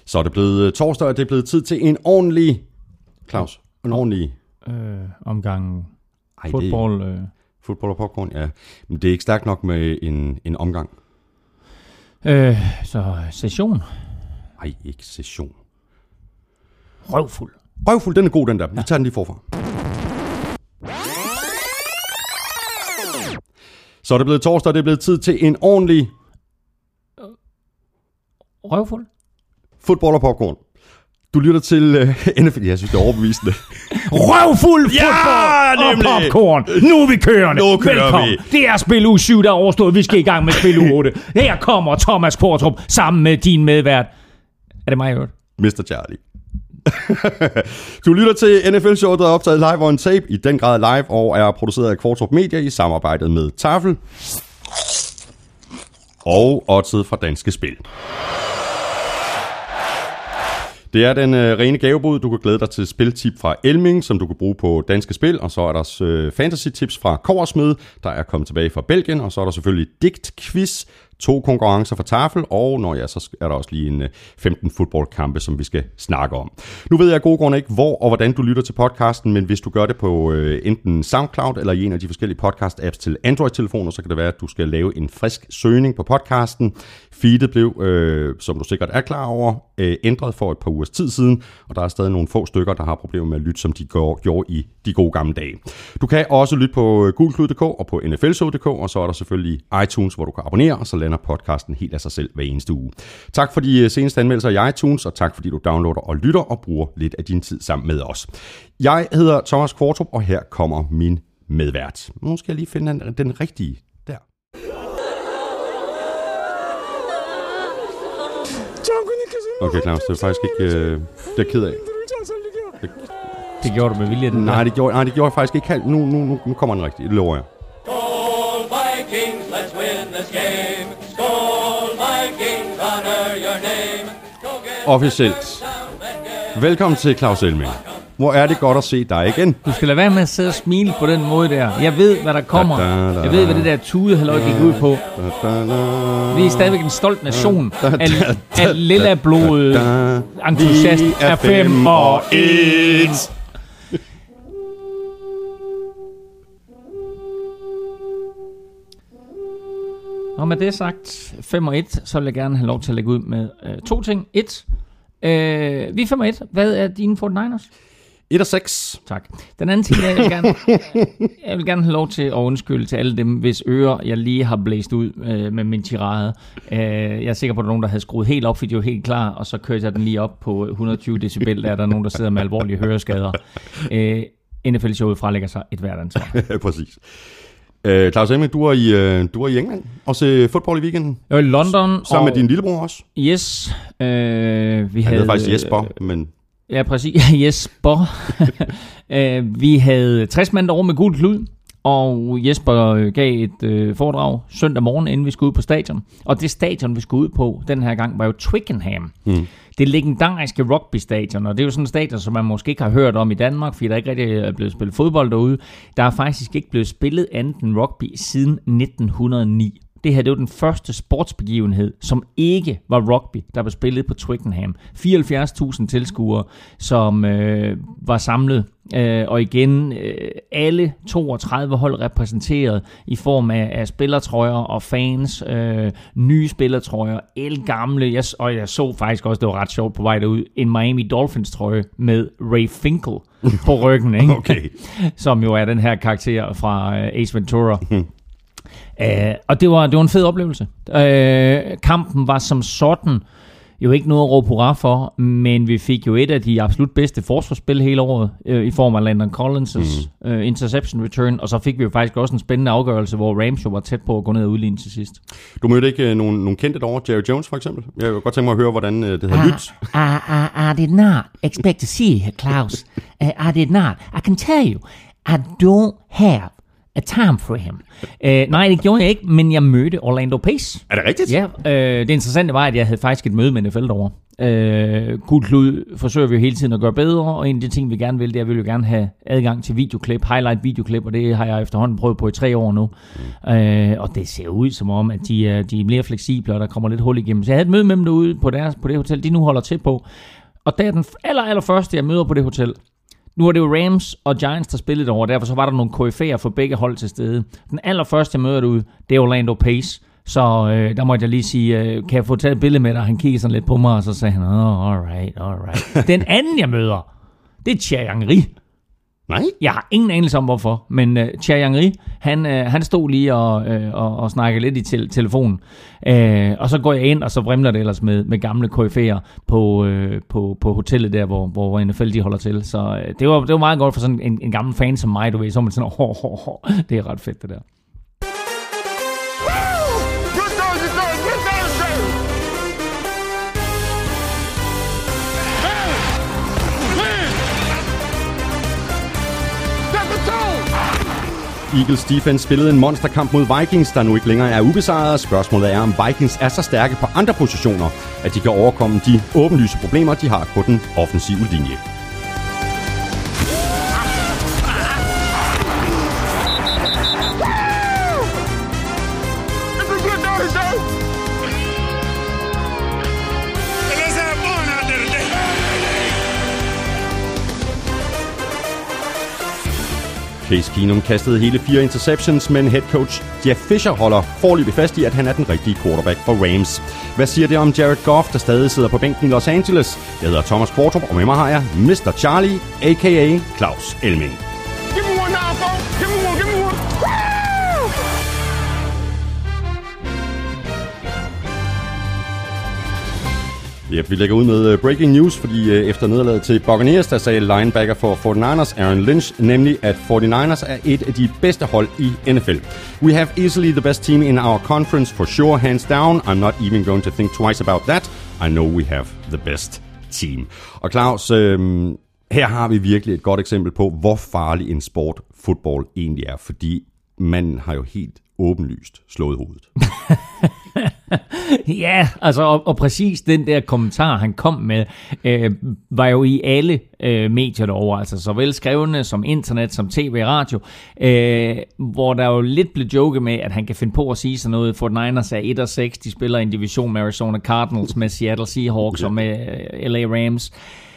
Så er det blevet torsdag, og det er blevet tid til en ordentlig... Claus, en ordentlig... Omgang fodbold. Fodbold og popcorn, ja. Men det er ikke stærkt nok med en omgang. Så session. Nej, ikke session. Røvfuld. Røvfuld, den er god, den der. Vi tager den lige forfra. Så er det blevet torsdag, og det er blevet tid til en ordentlig... Røvfuld? Fodbold og popcorn. Du lytter til NFL. Jeg synes, det er overbevisende. Røvfuld fodbold og popcorn. Nu er vi kørende. Nu kører Velkommen. Vi. Det er spil uge 7, der er overstået. Vi skal i gang med spil uge 8. Her kommer Thomas Kvartrup sammen med din medvært. Er det mig, Jørgen? Mr. Charlie. Du lytter til NFL-showet, der er optaget live on tape, i den grad live, og er produceret af Kvartrup Media i samarbejde med Tafel og Odset fra Danske Spil. Det er den rene gavebod. Du kan glæde dig til spiltip fra Elming, som du kan bruge på Danske Spil. Og så er der fantasy-tips fra Kobbersmed, der er kommet tilbage fra Belgien. Og så er der selvfølgelig digt-quiz, 2 konkurrencer fra Tafel. Og så er der også lige en 15 fodboldkampe, som vi skal snakke om. Nu ved jeg af gode grunde ikke, hvor og hvordan du lytter til podcasten. Men hvis du gør det på enten SoundCloud eller i en af de forskellige podcast-apps til Android-telefoner, så kan det være, at du skal lave en frisk søgning på podcasten. Feedet blev, som du sikkert er klar over, ændret for et par ugers tid siden, og der er stadig nogle få stykker, der har problemer med at lytte, som de gjorde i de gode gamle dage. Du kan også lytte på gulklud.dk og på nflshow.dk, og så er der selvfølgelig iTunes, hvor du kan abonnere, og så lander podcasten helt af sig selv hver eneste uge. Tak for de seneste anmeldelser i iTunes, og tak fordi du downloader og lytter og bruger lidt af din tid sammen med os. Jeg hedder Thomas Kvartrup, og her kommer min medvært. Nu skal jeg lige finde den rigtige der. Okay, Claus, det er faktisk ikke... det er ked af. Det gjorde du med vilje, den Nej, det gjorde jeg faktisk ikke. Nu kommer den rigtigt, det lover jeg. Skål Vikings, let's win this game. Skål Vikings, honor your name. Officielt. Velkommen til Claus Elming. Hvor er det godt at se dig igen. Du skal lade være med at sidde og smile på den måde der. Jeg ved, hvad der kommer. Jeg ved, hvad det der tudehalløj gik ud på. Vi er stadigvæk en stolt nation af lilla blodet entusiast af 5 og 1. Og med det sagt, 5 og 1, så vil jeg gerne have lov til at lægge ud med 2 ting. 1. Vi er 5 og 1. Hvad er dine 49ers? 1 og 6. Tak. Den anden ting, jeg vil gerne have lov til at undskylde til alle dem, hvis ører jeg lige har blæst ud med min tirade. Jeg er sikker på, at der er nogen, der havde skruet helt op, fordi de var helt klar, og så kørte jeg den lige op på 120 decibel, der er der nogen, der sidder med alvorlige høreskader. NFL-showet frelægger sig et hvert ansvar. Præcis. Claus Elming, du er i England og se fodbold i weekenden. Jeg er i London. Sammen med din lillebror også. Yes. Han hedder faktisk Jesper, men... Ja, præcis. Jesper. Vi havde 60 mand over med gul klud, og Jesper gav et foredrag søndag morgen, inden vi skulle ud på stadion. Og det stadion, vi skulle ud på den her gang, var jo Twickenham. Det legendariske rugby-stadion, og det er jo sådan et stadion, som man måske ikke har hørt om i Danmark, fordi der ikke rigtig er blevet spillet fodbold derude. Der er faktisk ikke blevet spillet andet end rugby siden 1909. Det her, det var den første sportsbegivenhed, som ikke var rugby, der blev spillet på Twickenham. 74.000 tilskuere, som var samlet. Og igen, alle 32 hold repræsenteret i form af spillertrøjer og fans, nye spillertrøjer, elgamle. Jeg så faktisk også, det var ret sjovt på vej derud, en Miami Dolphins trøje med Ray Finkel på ryggen, ikke? Okay. Som jo er den her karakter fra Ace Ventura. Og det var en fed oplevelse. Kampen var som sådan jo ikke noget at råbe hurra for, men vi fik jo et af de absolut bedste forsvarsspil hele året, i form af Landon Collins' interception return, og så fik vi jo faktisk også en spændende afgørelse, hvor Rams jo var tæt på at gå ned og udligne til sidst. Du mødte ikke nogen kendte derovre, Jerry Jones for eksempel? Jeg vil godt tænke mig at høre, hvordan det havde lyttet. I did not expect to see you, Klaus. I did not. I can tell you, I don't have a time for him. Nej, det gjorde jeg ikke, men jeg mødte Orlando Pace. Er det rigtigt? Ja, Det interessante var, at jeg havde faktisk et møde med NFL derovre. Gul Klud forsøger vi jo hele tiden at gøre bedre, og en af de ting, vi gerne vil, det er, at vi vil gerne have adgang til videoklip, highlight-videoklip, og det har jeg efterhånden prøvet på i 3 år nu. Og det ser ud som om, at de er mere fleksible, og der kommer lidt hul igennem. Så jeg havde et møde med dem derude på det hotel, de nu holder til på. Og det er den allerførste, jeg møder på det hotel. Nu er det jo Rams og Giants, der spillede derovre, derfor så var der nogle koryfæer for begge hold til stede. Den allerførste, jeg møder derude, det er Orlando Pace. Så der måtte jeg lige sige, kan jeg få taget et billede med dig? Han kiggede sådan lidt på mig, og så sagde han, alright. Den anden, jeg møder, det er Thierry Henry. Nej? Jeg har ingen anelse om, hvorfor, men Thierry Henry, han stod lige og snakkede lidt i telefonen. Og så går jeg ind, og så vrimler det ellers med gamle koryfæer på hotellet der, hvor NFL de holder til. Så det var meget godt for sådan en gammel fan som mig, du ved, så man sådan, det er ret fedt det der. Eagles defense spillede en monsterkamp mod Vikings, der nu ikke længere er ubesejret. Spørgsmålet er, om Vikings er så stærke på andre positioner, at de kan overkomme de åbenlyse problemer, de har på den offensive linje. Case Keenum kastede hele 4 interceptions, men head coach Jeff Fisher holder foreløbig fast i, at han er den rigtige quarterback for Rams. Hvad siger det om Jared Goff, der stadig sidder på bænken i Los Angeles? Jeg hedder Thomas Kvartrup, og med mig har jeg Mr. Charlie, a.k.a. Claus Elming. Give me one now, folks. Give me one. Yep, vi lægger ud med breaking news, fordi efter nederlaget til Buccaneers, der sagde linebacker for 49ers Aaron Lynch, nemlig at 49ers er et af de bedste hold i NFL. We have easily the best team in our conference for sure, hands down. I'm not even going to think twice about that. I know we have the best team. Og Claus, her har vi virkelig et godt eksempel på, hvor farlig en sport fodbold egentlig er, fordi man har jo helt åbenlyst slået hovedet. Ja, altså, og præcis den der kommentar, han kom med, var jo i alle medier derovre, altså såvel skrevne som internet, som tv og radio, hvor der jo lidt blev joket med, at han kan finde på at sige sådan noget. 49ers er 1-6, de spiller i en division med Arizona Cardinals, med Seattle Seahawks og med LA Rams.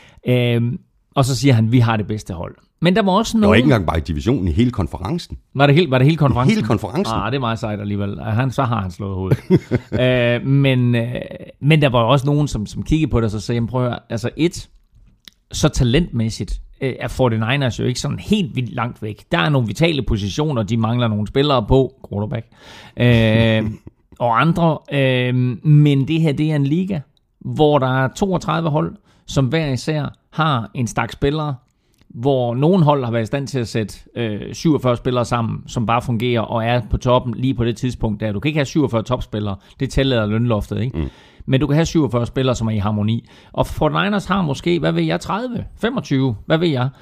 Og så siger han, vi har det bedste hold. Men der var også noget... Det var ikke engang bare i divisionen, i hele konferencen. Var det hele konferencen? Hele konferencen. Det er meget sejt alligevel. Så har han slået hovedet. Men der var også nogen, som kiggede på det, og så sagde, prøv at høre, altså så talentmæssigt er 49ers jo ikke sådan helt vildt langt væk. Der er nogle vitale positioner, de mangler nogle spillere på, quarterback, og andre. Men det her, det er en liga, hvor der er 32 hold, som hver især har en stak spillere, hvor nogle hold har været i stand til at sætte 47 spillere sammen, som bare fungerer og er på toppen lige på det tidspunkt der. Du kan ikke have 47 topspillere, det tæller lønloftet, ikke? Men du kan have 47 spillere, som er i harmoni. Og 49ers har måske, 30, 25, hvad ved jeg.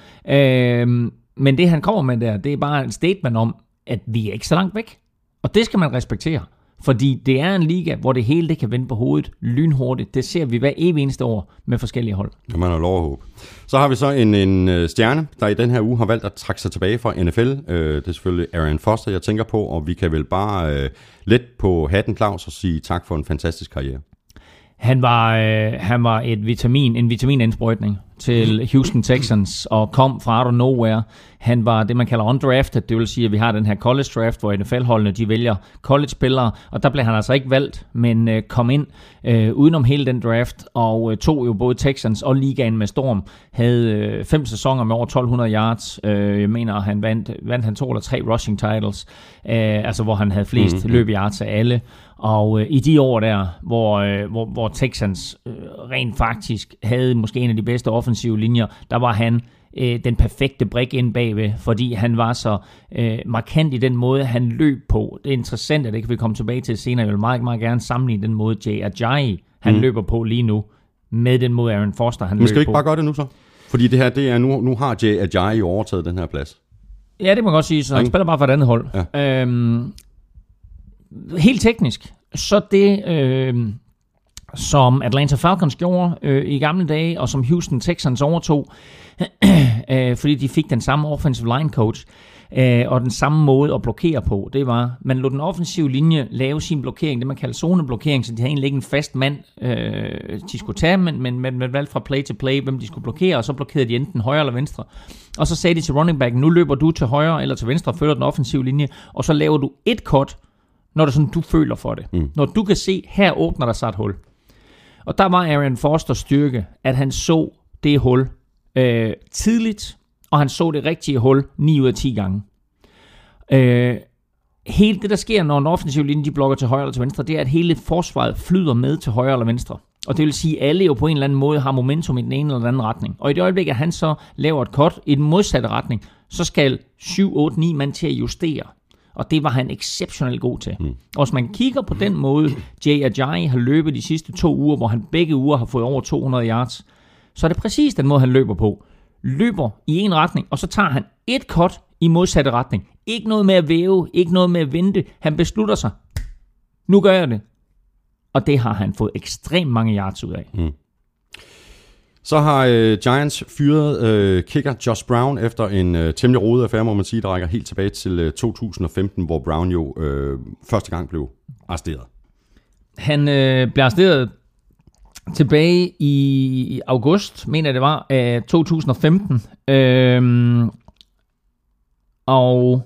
Men det han kommer med der, det er bare et statement om, at vi er ikke så langt væk. Og det skal man respektere. Fordi det er en liga, hvor det hele det kan vende på hovedet lynhurtigt. Det ser vi hver evig eneste år med forskellige hold. Det man har lov at håbe. Så har vi så en stjerne, der i den her uge har valgt at trække sig tilbage fra NFL. Det er selvfølgelig Arian Foster, jeg tænker på. Og vi kan vel bare let på hatten, Claus, og sige tak for en fantastisk karriere. Han var en vitaminindsprøjtning til Houston Texans og kom fra out of nowhere. Han var det, man kalder undrafted. Det vil sige, at vi har den her college draft, hvor NFL-holdene de vælger college-spillere. Og der blev han altså ikke valgt, men kom ind udenom hele den draft og tog jo både Texans og ligaen med storm. Havde 5 sæsoner med over 1200 yards. Jeg mener, han vandt han 2 eller 3 rushing titles. Altså, hvor han havde flest løbeyards af alle. Og i de år der, hvor Texans rent faktisk havde måske en af de bedste offensive linjer, der var han den perfekte brik ind bagved, fordi han var så markant i den måde, han løb på. Det er interessant, at det kan vi komme tilbage til senere. Jeg vil meget, meget gerne sammenligne den måde, Jay Ajayi, han løber på lige nu, med den måde, Aaron Foster, han løber på. Men skal vi ikke bare gøre det nu så? Fordi det her, det er nu har Jay Ajayi overtaget den her plads. Ja, det må man godt sige, så han spiller bare for et andet hold. Ja. Helt teknisk, så det som Atlanta Falcons gjorde i gamle dage, og som Houston Texans overtog, fordi de fik den samme offensive line coach, og den samme måde at blokere på. Det var, man lod den offensive linje lave sin blokering, det man kalder zoneblokering, så de havde egentlig ikke en fast mand, de skulle tage, men man valgte fra play til play, hvem de skulle blokere, og så blokerede de enten højre eller venstre. Og så sagde de til running back, nu løber du til højre eller til venstre, følger den offensive linje, og så laver du et cut, når det sådan, du føler for det. Når du kan se, her åbner der sig et hul. Og der var Aaron Forsters styrke, at han så det hul tidligt, og han så det rigtige hul 9 ud af 10 gange. Hele det, der sker, når en offensiv linje de blokker til højre eller til venstre, det er, at hele forsvaret flyder med til højre eller venstre. Og det vil sige, at alle jo på en eller anden måde har momentum i den ene eller den anden retning. Og i det øjeblik, at han så laver et cut i den modsatte retning, så skal 7, 8, 9 mand til at justere. Og det var han exceptionelt god til. Og hvis man kigger på den måde, Jay Ajayi har løbet de sidste 2 uger, hvor han begge uger har fået over 200 yards, så er det præcis den måde, han løber på. Løber i en retning, og så tager han et cut i modsatte retning. Ikke noget med at væve, ikke noget med at vente. Han beslutter sig. Nu gør jeg det. Og det har han fået ekstremt mange yards ud af. Så har Giants fyret kicker Josh Brown efter en temmelig rodet affære, må man sige, der rækker helt tilbage til 2015, hvor Brown jo første gang blev arresteret. Han blev arresteret tilbage i august, mener det var, af 2015. Og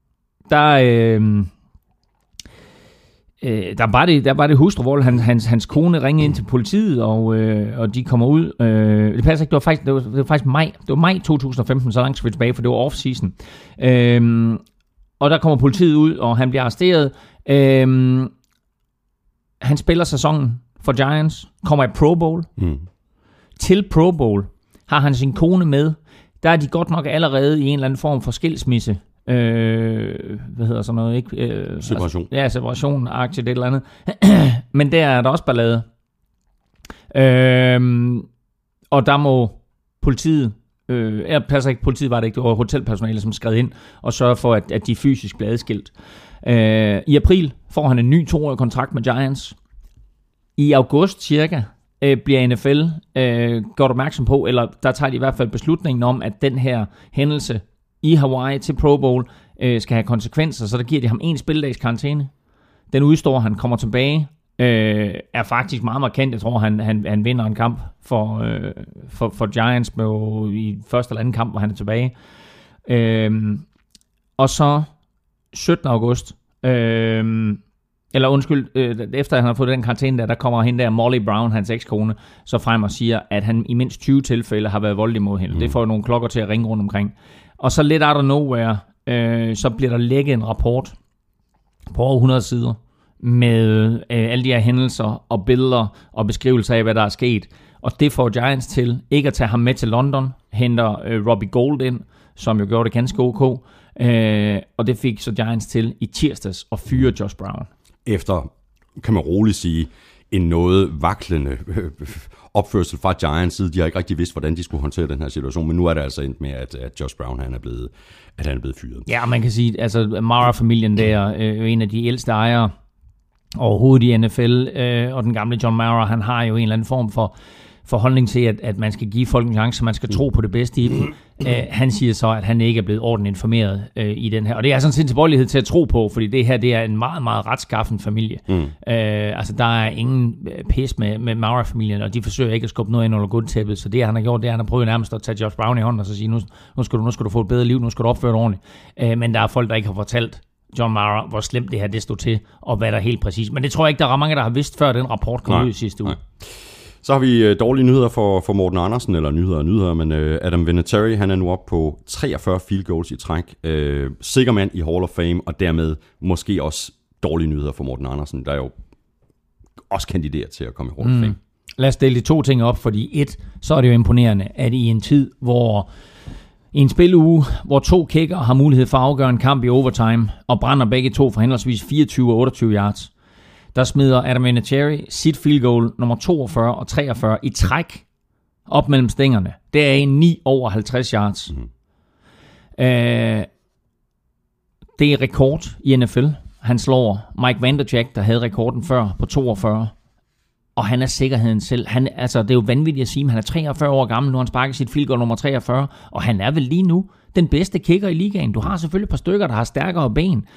der var det hustruvold. Hans kone ringede ind til politiet, og de kommer ud. Det passer ikke, det var faktisk maj. Det var maj 2015, så langt skal vi tilbage, for det var off-season. Og der kommer politiet ud, og han bliver arresteret. Han spiller sæsonen for Giants, kommer i Pro Bowl. Til Pro Bowl har han sin kone med. Der er de godt nok allerede i en eller anden form for skilsmisse. Hvad hedder sådan noget, ikke? Separation. Altså, separation, aktiet, et eller andet. Men der er der også ballade. Og der må politiet, passer ikke, politiet var det ikke, det var hotelpersonale, som skrev ind og sørger for, at de fysisk bliver adskilt. I april får han en ny 2-årig kontrakt med Giants. I august cirka bliver NFL gjort opmærksom på, eller der tager de i hvert fald beslutningen om, at den her hændelse i Hawaii til Pro Bowl skal have konsekvenser, så der giver de ham 1 spilledags karantæne. Den udstår, han kommer tilbage, er faktisk meget markant. Jeg tror, han vinder en kamp for Giants med i første eller anden kamp, hvor han er tilbage. Og så 17. august, efter han har fået den karantæne der kommer hende der, Molly Brown, hans ekskone, så frem og siger, at han i mindst 20 tilfælde har været voldelig mod hende. Det får nogle klokker til at ringe rundt omkring. Og så lidt out of nowhere, så bliver der lækket en rapport på over 100 sider med alle de her hændelser og billeder og beskrivelser af, hvad der er sket. Og det får Giants til ikke at tage ham med til London, henter Robbie Gould ind, som jo gjorde det ganske ok. Og det fik så Giants til i tirsdags at fyre Josh Brown. Efter, kan man roligt sige, en noget vaklende opførsel fra Giants side. De har ikke rigtig vidst, hvordan de skulle håndtere den her situation, men nu er det altså endt med, at Josh Brown han er blevet fyret. Ja, man kan sige, altså Mara-familien der er en af de ældste ejere overhovedet i NFL, og den gamle John Mara, han har jo en eller anden form for holdning til, at man skal give folk en chance, så man skal tro på det bedste i dem. Han siger så, at han ikke er blevet ordentligt informeret i den her. Og det er sådan set tilbøjelighed til at tro på, fordi det her, det er en meget, meget retskaffen familie. Altså, der er ingen pis med Mara-familien, og de forsøger ikke at skubbe noget ind under gulvtæppet. Så det, han har gjort, det er, at han har prøvet nærmest at tage Josh Brown i hånden og så sige, nu skal du få et bedre liv, nu skal du opføre det ordentligt. Men der er folk, der ikke har fortalt John Mara, hvor slemt det her det stod til, og hvad der er helt præcis. Men det tror jeg ikke, der er mange, der har vidst, før den rapport kom ud sidste uge. Så har vi dårlige nyheder for Morten Andersen, eller nyheder, men Adam Vinatieri, han er nu oppe på 43 field goals i træk. Sikker mand i Hall of Fame, og dermed måske også dårlige nyheder for Morten Andersen, der er jo også kandidat til at komme i Hall of Fame. Lad os dele de 2 ting op, fordi så er det jo imponerende, at i en tid, hvor i en spiluge, hvor 2 kicker har mulighed for at afgøre en kamp i overtime, og brænder begge 2 for henholdsvis 24 og 28 yards, der smider Adam Vinatieri sit field goal nummer 42 og 43 i træk op mellem stængerne. Det er en 9 over 50 yards. Det er rekord i NFL. Han slår Mike Vanderjagt, der havde rekorden før, på 42. og han er sikkerheden selv. Altså, det er jo vanvittigt at sige, men han er 43 år gammel, nu har han sparket sit field goal nummer 43, og han er vel lige nu den bedste kicker i ligaen. Du har selvfølgelig et par stykker, der har stærkere ben.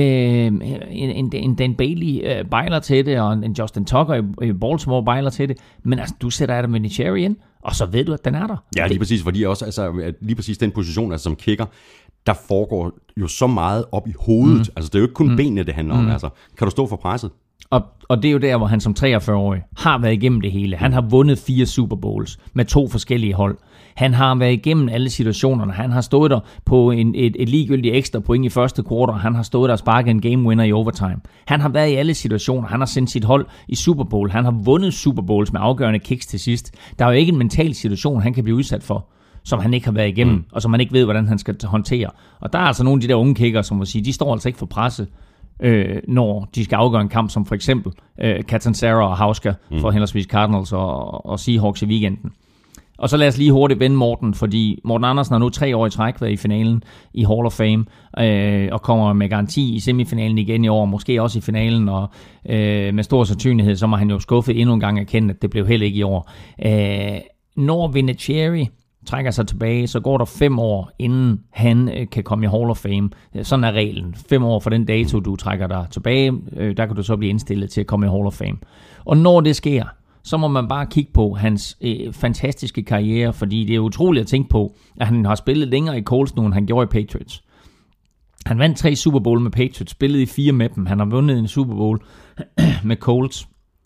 En Dan Bailey bejler til det, og en Justin Tucker i Baltimore bejler til det. Men altså, du sætter Adam Vinatieri ind, og så ved du, at den er der. Ja, lige præcis, fordi også, altså, lige præcis den position, altså som kicker, der foregår jo så meget op i hovedet. Altså, det er jo ikke kun benene, det handler om. Altså, kan du stå for presset? Og det er jo der, hvor han som 43-årig har været igennem det hele. Han har vundet 4 Super Bowls med 2 forskellige hold. Han har været igennem alle situationerne. Han har stået der på et ligegyldigt ekstra point i første kvartal. Han har stået der og sparket en game winner i overtime. Han har været i alle situationer. Han har sendt sit hold i Super Bowl. Han har vundet Super Bowls med afgørende kicks til sidst. Der er jo ikke en mental situation, han kan blive udsat for, som han ikke har været igennem, og som man ikke ved, hvordan han skal håndtere. Og der er altså nogle af de der unge kicker, som må sige, de står altså ikke for presset, når de skal afgøre en kamp, som for eksempel Catanzaro og Hauska for henholdsvis Cardinals og Seahawks i weekenden. Og så lad os lige hurtigt vende Morten, fordi Morten Andersen har nu 3 år i træk været i finalen i Hall of Fame, og kommer med garanti i semifinalen igen i år, måske også i finalen, og med stor sandsynlighed, så må han jo skuffet endnu en gang erkende, at det blev heller ikke i år. Når Vinatieri trækker sig tilbage, så går der 5 år, inden han kan komme i Hall of Fame. Sådan er reglen. 5 år fra den dato, du trækker dig tilbage, der kan du så blive indstillet til at komme i Hall of Fame. Og når det sker, så må man bare kigge på hans fantastiske karriere, fordi det er utroligt at tænke på, at han har spillet længere i Colts nu, end han gjorde i Patriots. Han vandt 3 Super Bowl med Patriots, spillede i 4 med dem. Han har vundet en Super Bowl med Colts.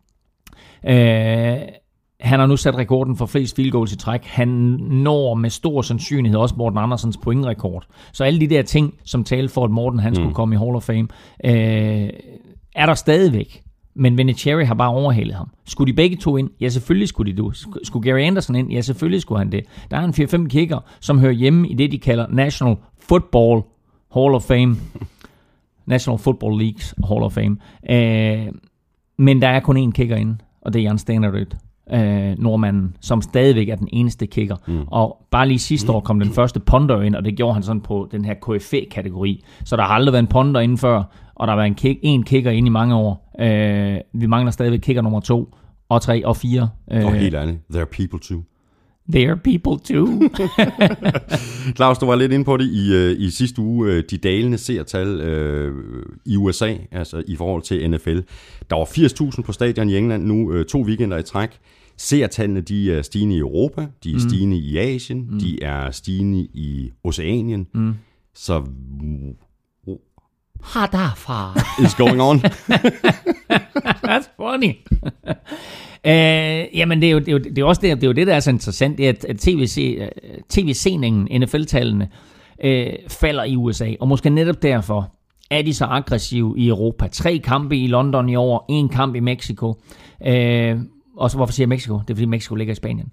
Han har nu sat rekorden for flest field goals i træk. Han når med stor sandsynlighed også Morten Andersens pointrekord. Så alle de der ting, som talte for, at Morten han skulle komme i Hall of Fame, er der stadigvæk. Men Vinatieri har bare overhalet ham. Skulle de begge to ind? Ja, selvfølgelig skulle de. Skulle Gary Anderson ind? Ja, selvfølgelig skulle han det. Der er en 4-5 kicker, som hører hjemme i det, de kalder National Football Hall of Fame. National Football Leagues Hall of Fame. Men der er kun én kicker inde, og det er Jan Stenerud, nordmanden, som stadigvæk er den eneste kicker. Og bare lige sidste år kom den første punter ind, og det gjorde han sådan på den her KFA-kategori. Så der har aldrig været en punter inden før, og der har været en kicker inde i mange år. Vi mangler stadigvæk kicker nummer 2, og 3 og 4. Og helt ærligt, there are people too. There are people too. Claus, du var lidt inde på det i sidste uge, de dalende seertal i USA, altså i forhold til NFL. Der var 80.000 på stadion i England nu, 2 weekender i træk. Seertallene, de er stigende i Europa, de er stigende i Asien, de er stigende i Oceanien. Så How derfra? is going on. That's funny. Jamen det er også det, der er så interessant, det er, at tv-seningen, NFL-tallene, falder i USA, og måske netop derfor er de så aggressive i Europa. 3 kampe i London i år, 1 kamp i Mexico. Og så hvorfor siger jeg Mexico? Det er fordi Mexico ligger i Spanien.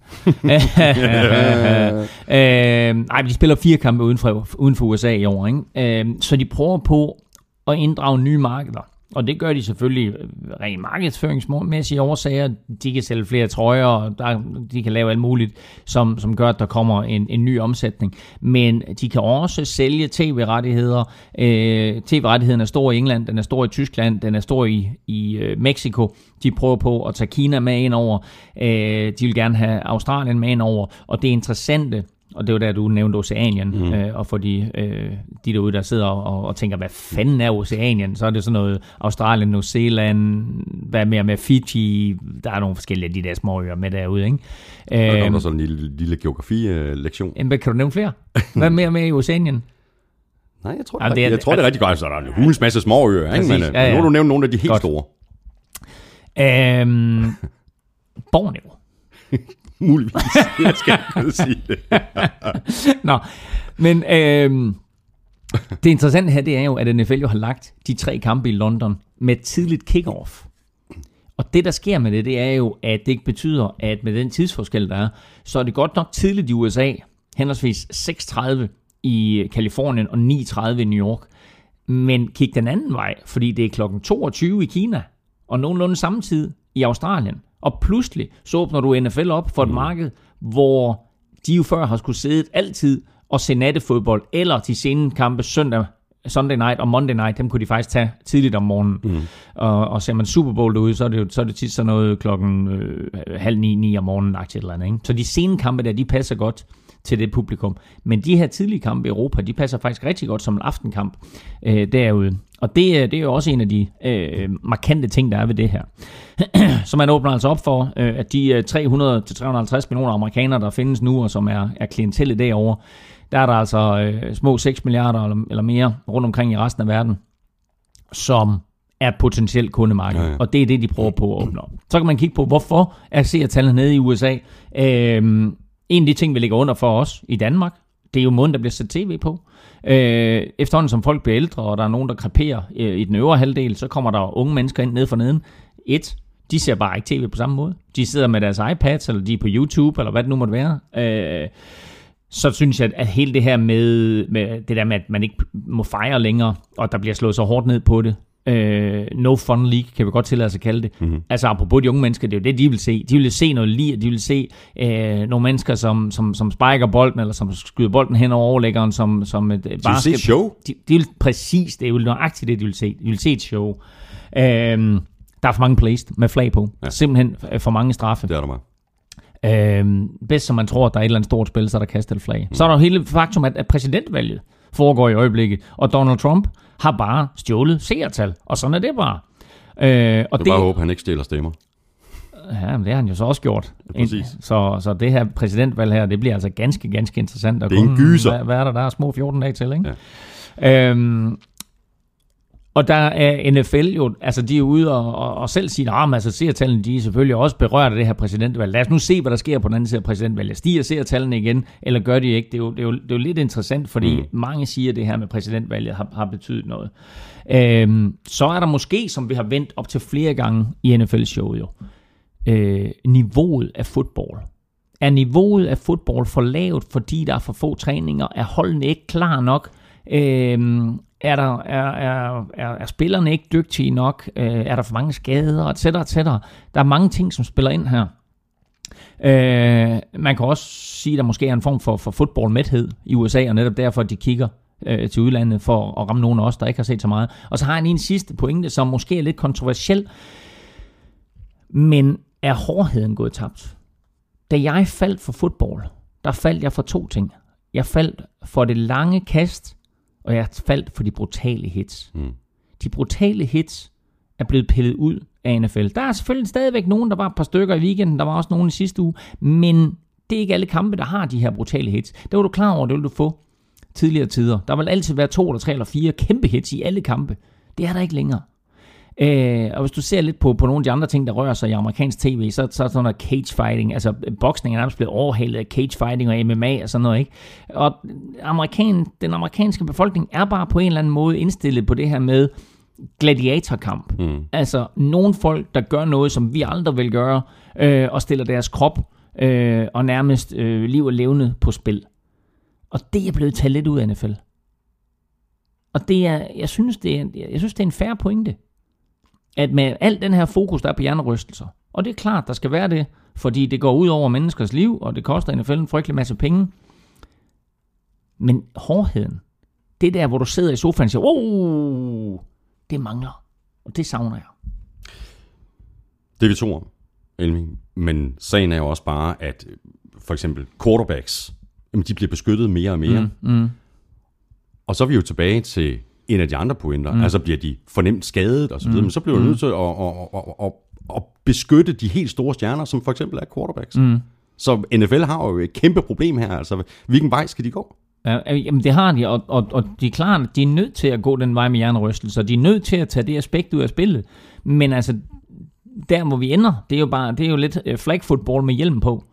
Nej, de spiller 4 kampe uden for USA i år, ikke? Så de prøver på at inddrage nye markeder. Og det gør de selvfølgelig rent markedsføringsmæssige årsager. De kan sælge flere trøjer, og de kan lave alt muligt, som gør, at der kommer en ny omsætning. Men de kan også sælge tv-rettigheder. TV-rettigheden er stor i England, den er stor i Tyskland, den er stor i Mexico. De prøver på at tage Kina med ind over. De vil gerne have Australien med ind over. Og det interessante, og det var der, du nævnte Oceanien, og for de derude, der sidder og tænker, hvad fanden er Oceanien? Så er det sådan noget Australien, New Zealand, hvad mere med Fiji, der er nogle forskellige af de der småøer med derude, ikke? Der kommer sådan en lille geografi-lektion. Kan du nævne flere? Hvad mere med i Oceanien? Nej, jeg tror, det er rigtig godt. Så der er en hulens masse småøer, ikke? Men nu har du nævnt nogle af de helt store. Borneo. Muligvis. Jeg skal ikke sige det. Nå, men det interessante her, det er jo, at NFL jo har lagt de 3 kampe i London med tidligt kick-off. Og det, der sker med det er jo, at det ikke betyder, at med den tidsforskel, der er, så er det godt nok tidligt i USA, henholdsvis 6:30 i Kalifornien og 9:30 i New York. Men kig den anden vej, fordi det er klokken 22 i Kina, og nogenlunde samme tid i Australien. Og pludselig så åbner du NFL op for et marked, hvor de jo før har skulle sidde altid og se nattefodbold, eller de sene kampe søndag Sunday night og Monday night, dem kunne de faktisk tage tidligt om morgenen. Og ser man Super Bowl derude, så er det tit sådan noget klokken 8:30 om morgenen, et eller andet, ikke? Så de sene kampe der, de passer godt til det publikum. Men de her tidlige kampe i Europa, de passer faktisk rigtig godt som en aftenkamp derude. Og det er jo også en af de markante ting, der er ved det her. Så man åbner altså op for, at de 300-350 millioner amerikanere, der findes nu, og som er klientellet derovre, der er der altså små 6 milliarder eller mere rundt omkring i resten af verden, som er potentielt kundemarked. Ja. Og det er det, de prøver på at åbne op. Så kan man kigge på, hvorfor er seertallene nede i USA. En af de ting, vi ligger under for os i Danmark, det er jo måden, der bliver sat tv på. Efterhånden som folk bliver ældre, og der er nogen, der kreperer i den øvre halvdel, så kommer der unge mennesker ind ned for neden. De ser bare ikke tv på samme måde. De sidder med deres iPads, eller de er på YouTube, eller hvad det nu måtte være. Så synes jeg, at hele det her med det der med, at man ikke må fejre længere, og der bliver slået så hårdt ned på det, no fun league, kan vi godt tillade os at kalde det. Mm-hmm. Altså apropos de unge mennesker, det er jo det, de vil se. De vil se noget lir, de vil se nogle mennesker, som spiker bolden, eller som skyder bolden hen over overlæggeren, som et basket. De vil se et show? De vil præcis, det er jo nøjagtigt det, de vil se. De vil se et show. Der er for mange plays med flag på. Ja. Simpelthen for mange straffe. Det er der meget. Bedst som man tror, at der er et eller andet stort spil, så er der kastet et flag. Så er der jo hele faktum, at præsidentvalget foregår i øjeblikket, og Donald Trump har bare stjålet seertal, og sådan er det bare. Og det bare håbe, han ikke stjæler stemmer. Ja, men det har han jo så også gjort. Præcis. Så det her præsidentvalg her, det bliver altså ganske, ganske interessant. Det er en gyser. Hvad er der er små 14 dage til, ikke? Ja. Og der er NFL jo, altså de er ude og selv sige, altså seertallene, de er selvfølgelig også berørt af det her præsidentvalg. Lad os nu se, hvad der sker på den anden side af præsidentvalget. Stiger seertallene igen, eller gør de ikke? Det er jo lidt interessant, fordi mange siger, at det her med præsidentvalget har betydet noget. Så er der måske, som vi har vendt op til flere gange i NFL-showet jo, niveauet af fodbold. Er niveauet af fodbold for lavt, fordi der er for få træninger? Er holdene ikke klar nok? Er spillerne ikke dygtige nok? Er der for mange skader, etc., etc.? Der er mange ting, som spiller ind her. Man kan også sige, at der måske er en form for fodboldmæthed i USA, og netop derfor, at de kigger til udlandet for at ramme nogen af os, der ikke har set så meget. Og så har jeg en sidste pointe, som måske er lidt kontroversiel, men er hårdheden gået tabt? Da jeg faldt for fodbold, der faldt jeg for to ting. Jeg faldt for det lange kast, og jeg faldt for de brutale hits. De brutale hits er blevet pillet ud af NFL. Der er selvfølgelig stadigvæk nogen, der var et par stykker i weekenden, der var også nogen i sidste uge, men det er ikke alle kampe, der har de her brutale hits. Det var du klar over, det vil du få tidligere tider. Der vil altid være 2 eller 3 eller 4 kæmpe hits i alle kampe. Det er der ikke længere. Og hvis du ser lidt på nogle af de andre ting, der rører sig i amerikansk tv, så er sådan noget cage fighting, altså boksning er nærmest blevet overhalet af cage fighting og MMA og sådan noget, ikke? Og den amerikanske befolkning er bare på en eller anden måde indstillet på det her med gladiatorkamp. Altså nogle folk, der gør noget, som vi aldrig vil gøre, og stiller deres krop og nærmest liv og levende på spil. Og det er blevet taget lidt ud af NFL. Og det er, jeg synes, det er en fair pointe. At med al den her fokus, der er på hjernerystelser, og det er klart, der skal være det, fordi det går ud over menneskers liv, og det koster NFL en frygtelig masse penge. Men hårdheden, det der, hvor du sidder i sofaen og siger, det mangler, og det savner jeg. Det er vi to om, Elming. Men sagen er jo også bare, at for eksempel quarterbacks, de bliver beskyttet mere og mere. Og så er vi jo tilbage til en af de andre pointer. Altså bliver de fornemt skadet og så videre, men så bliver du nødt til at beskytte de helt store stjerner, som for eksempel er quarterbacks. Så NFL har jo et kæmpe problem her. Altså, hvilken vej skal de gå? Ja, jamen det har de, og de er klart, at de er nødt til at gå den vej med hjernerystelser. De er nødt til at tage det aspekt ud af spillet. Men altså, der hvor vi ender, det er jo lidt flag football med hjelm på.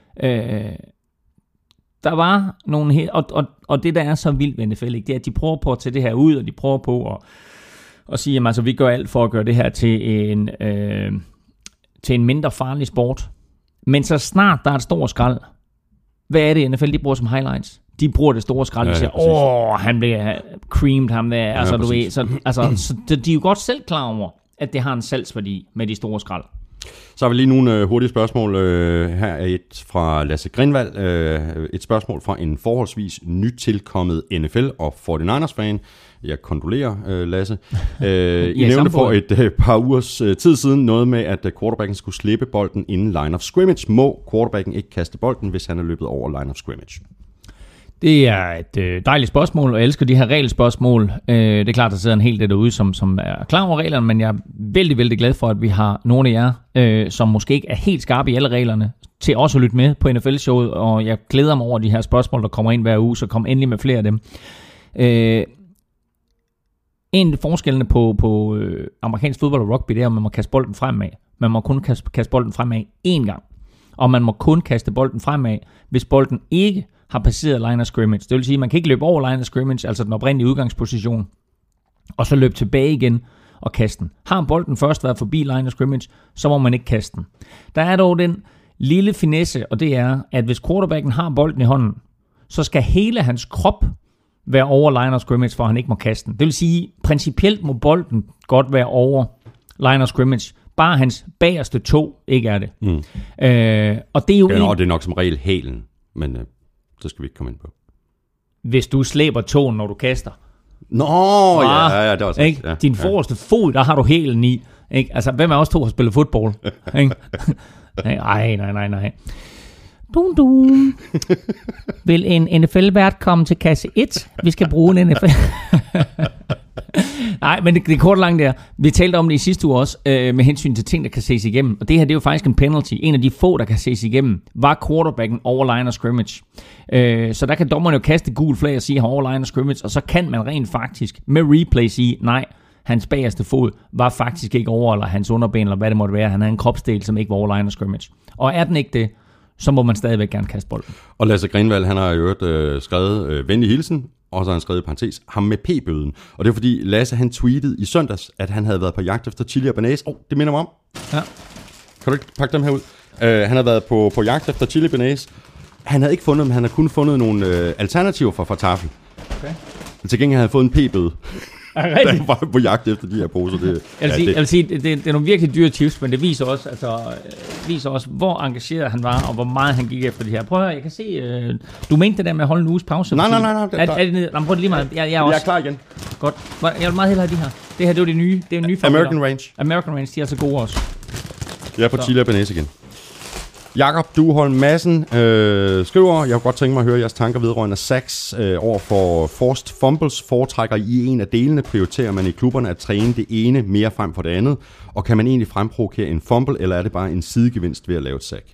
Der var nogle og det der er så vildt ved NFL, ikke? Det er, at de prøver på at tage det her ud, og de prøver på at sige, at altså, vi gør alt for at gøre det her til en mindre farlig sport. Men så snart der er et stort skrald, hvad er det NFL, de bruger som highlights? De bruger det store skrald, og siger, han bliver creamed, ham der. Altså, du ved, så de er jo godt selv klar over, at det har en salgsværdi med de store skrald. Så har vi lige nogle hurtige spørgsmål. Her er et fra Lasse Grindvald. Et spørgsmål fra en forholdsvis nytilkommet NFL- og 49ers-fan. Jeg kondolerer, Lasse. I nævnte for et par ugers tid siden noget med, at quarterbacken skulle slippe bolden inden line of scrimmage. Må quarterbacken ikke kaste bolden, hvis han er løbet over line of scrimmage? Det er et dejligt spørgsmål, og jeg elsker de her regelspørgsmål. Det er klart, der sidder en hel del derude, som er klar over reglerne, men jeg er vældig, vældig glad for, at vi har nogle af jer, som måske ikke er helt skarpe i alle reglerne, til også at lytte med på NFL-showet, og jeg glæder mig over de her spørgsmål, der kommer ind hver uge, så kom endelig med flere af dem. En af forskellene på amerikansk fodbold og rugby, det er, at man må kaste bolden fremad. Man må kun kaste bolden fremad én gang, og man må kun kaste bolden fremad, hvis bolden ikke har passeret line of scrimmage. Det vil sige, at man kan ikke løbe over line of scrimmage, altså den oprindelige udgangsposition, og så løbe tilbage igen og kaste den. Har bolden først været forbi line of scrimmage, så må man ikke kaste den. Der er dog den lille finesse, og det er, at hvis quarterbacken har bolden i hånden, så skal hele hans krop være over line of scrimmage, for han ikke må kaste den. Det vil sige, principielt må bolden godt være over line of scrimmage, bare hans bagerste tå ikke er det. Og det er jo og det er nok som regel hælen, men så skal vi ikke komme ind på. Hvis du slæber tåen, når du kaster. Nå, ja, det var sådan. Ikke? Ja, din forreste fod, der har du hælen i. Ikke? Altså, hvem af os to har spillet fodbold? Nej. Dum. Vil en NFL-vært komme til kasse 1? Vi skal bruge en NFL. Nej, men det er kort langt der. Vi talte om det i sidste uge også, med hensyn til ting, der kan ses igennem. Og det her, det er jo faktisk en penalty. En af de få, der kan ses igennem, var quarterbacken over line of scrimmage. Så der kan dommerne jo kaste gul flag og sige, han over line of scrimmage, og så kan man rent faktisk med replay sige, nej, hans bagerste fod var faktisk ikke over, eller hans underben, eller hvad det måtte være. Han havde en kropsdel, som ikke var over line of scrimmage. Og er den ikke det, så må man stadigvæk gerne kaste bolden. Og Lasse Grindvald, han har jo skrevet venlig hilsen, og så har han skrevet i parentes, ham med p-bøden. Og det er fordi Lasse, han tweetede i søndags, at han havde været på jagt efter chili og banase. Det minder mig om. Ja. Kan du ikke pakke dem her ud? Han havde været på jagt efter chili og banase. Han havde ikke fundet dem, han havde kun fundet nogle alternativer for tafel. Okay. Til gengæld havde han fået en p-bøde. Da han var på jagt efter de her poser. Jeg vil sige, det er nogle virkelig dyre tips, men det viser også, hvor engageret han var, og hvor meget han gik efter det her. Prøv at høre, jeg kan se, du mente det der med at holde en uges pause. Nej. Prøv det lige meget. Jeg er klar igen. Godt. Jeg vil meget hellere have de her. Det her, det er jo det nye. Det er jo nye American Range. American Range, de er altså gode også. Jeg er på chili og banase igen. Jakob Duholm Madsen skriver, jeg kunne godt tænke mig at høre jeres tanker vedrørende sacks over for forced fumbles. Foretrækker I en af delene? Prioriterer man i klubberne at træne det ene mere frem for det andet? Og kan man egentlig fremprovokere en fumble, eller er det bare en sidegevinst ved at lave et sack?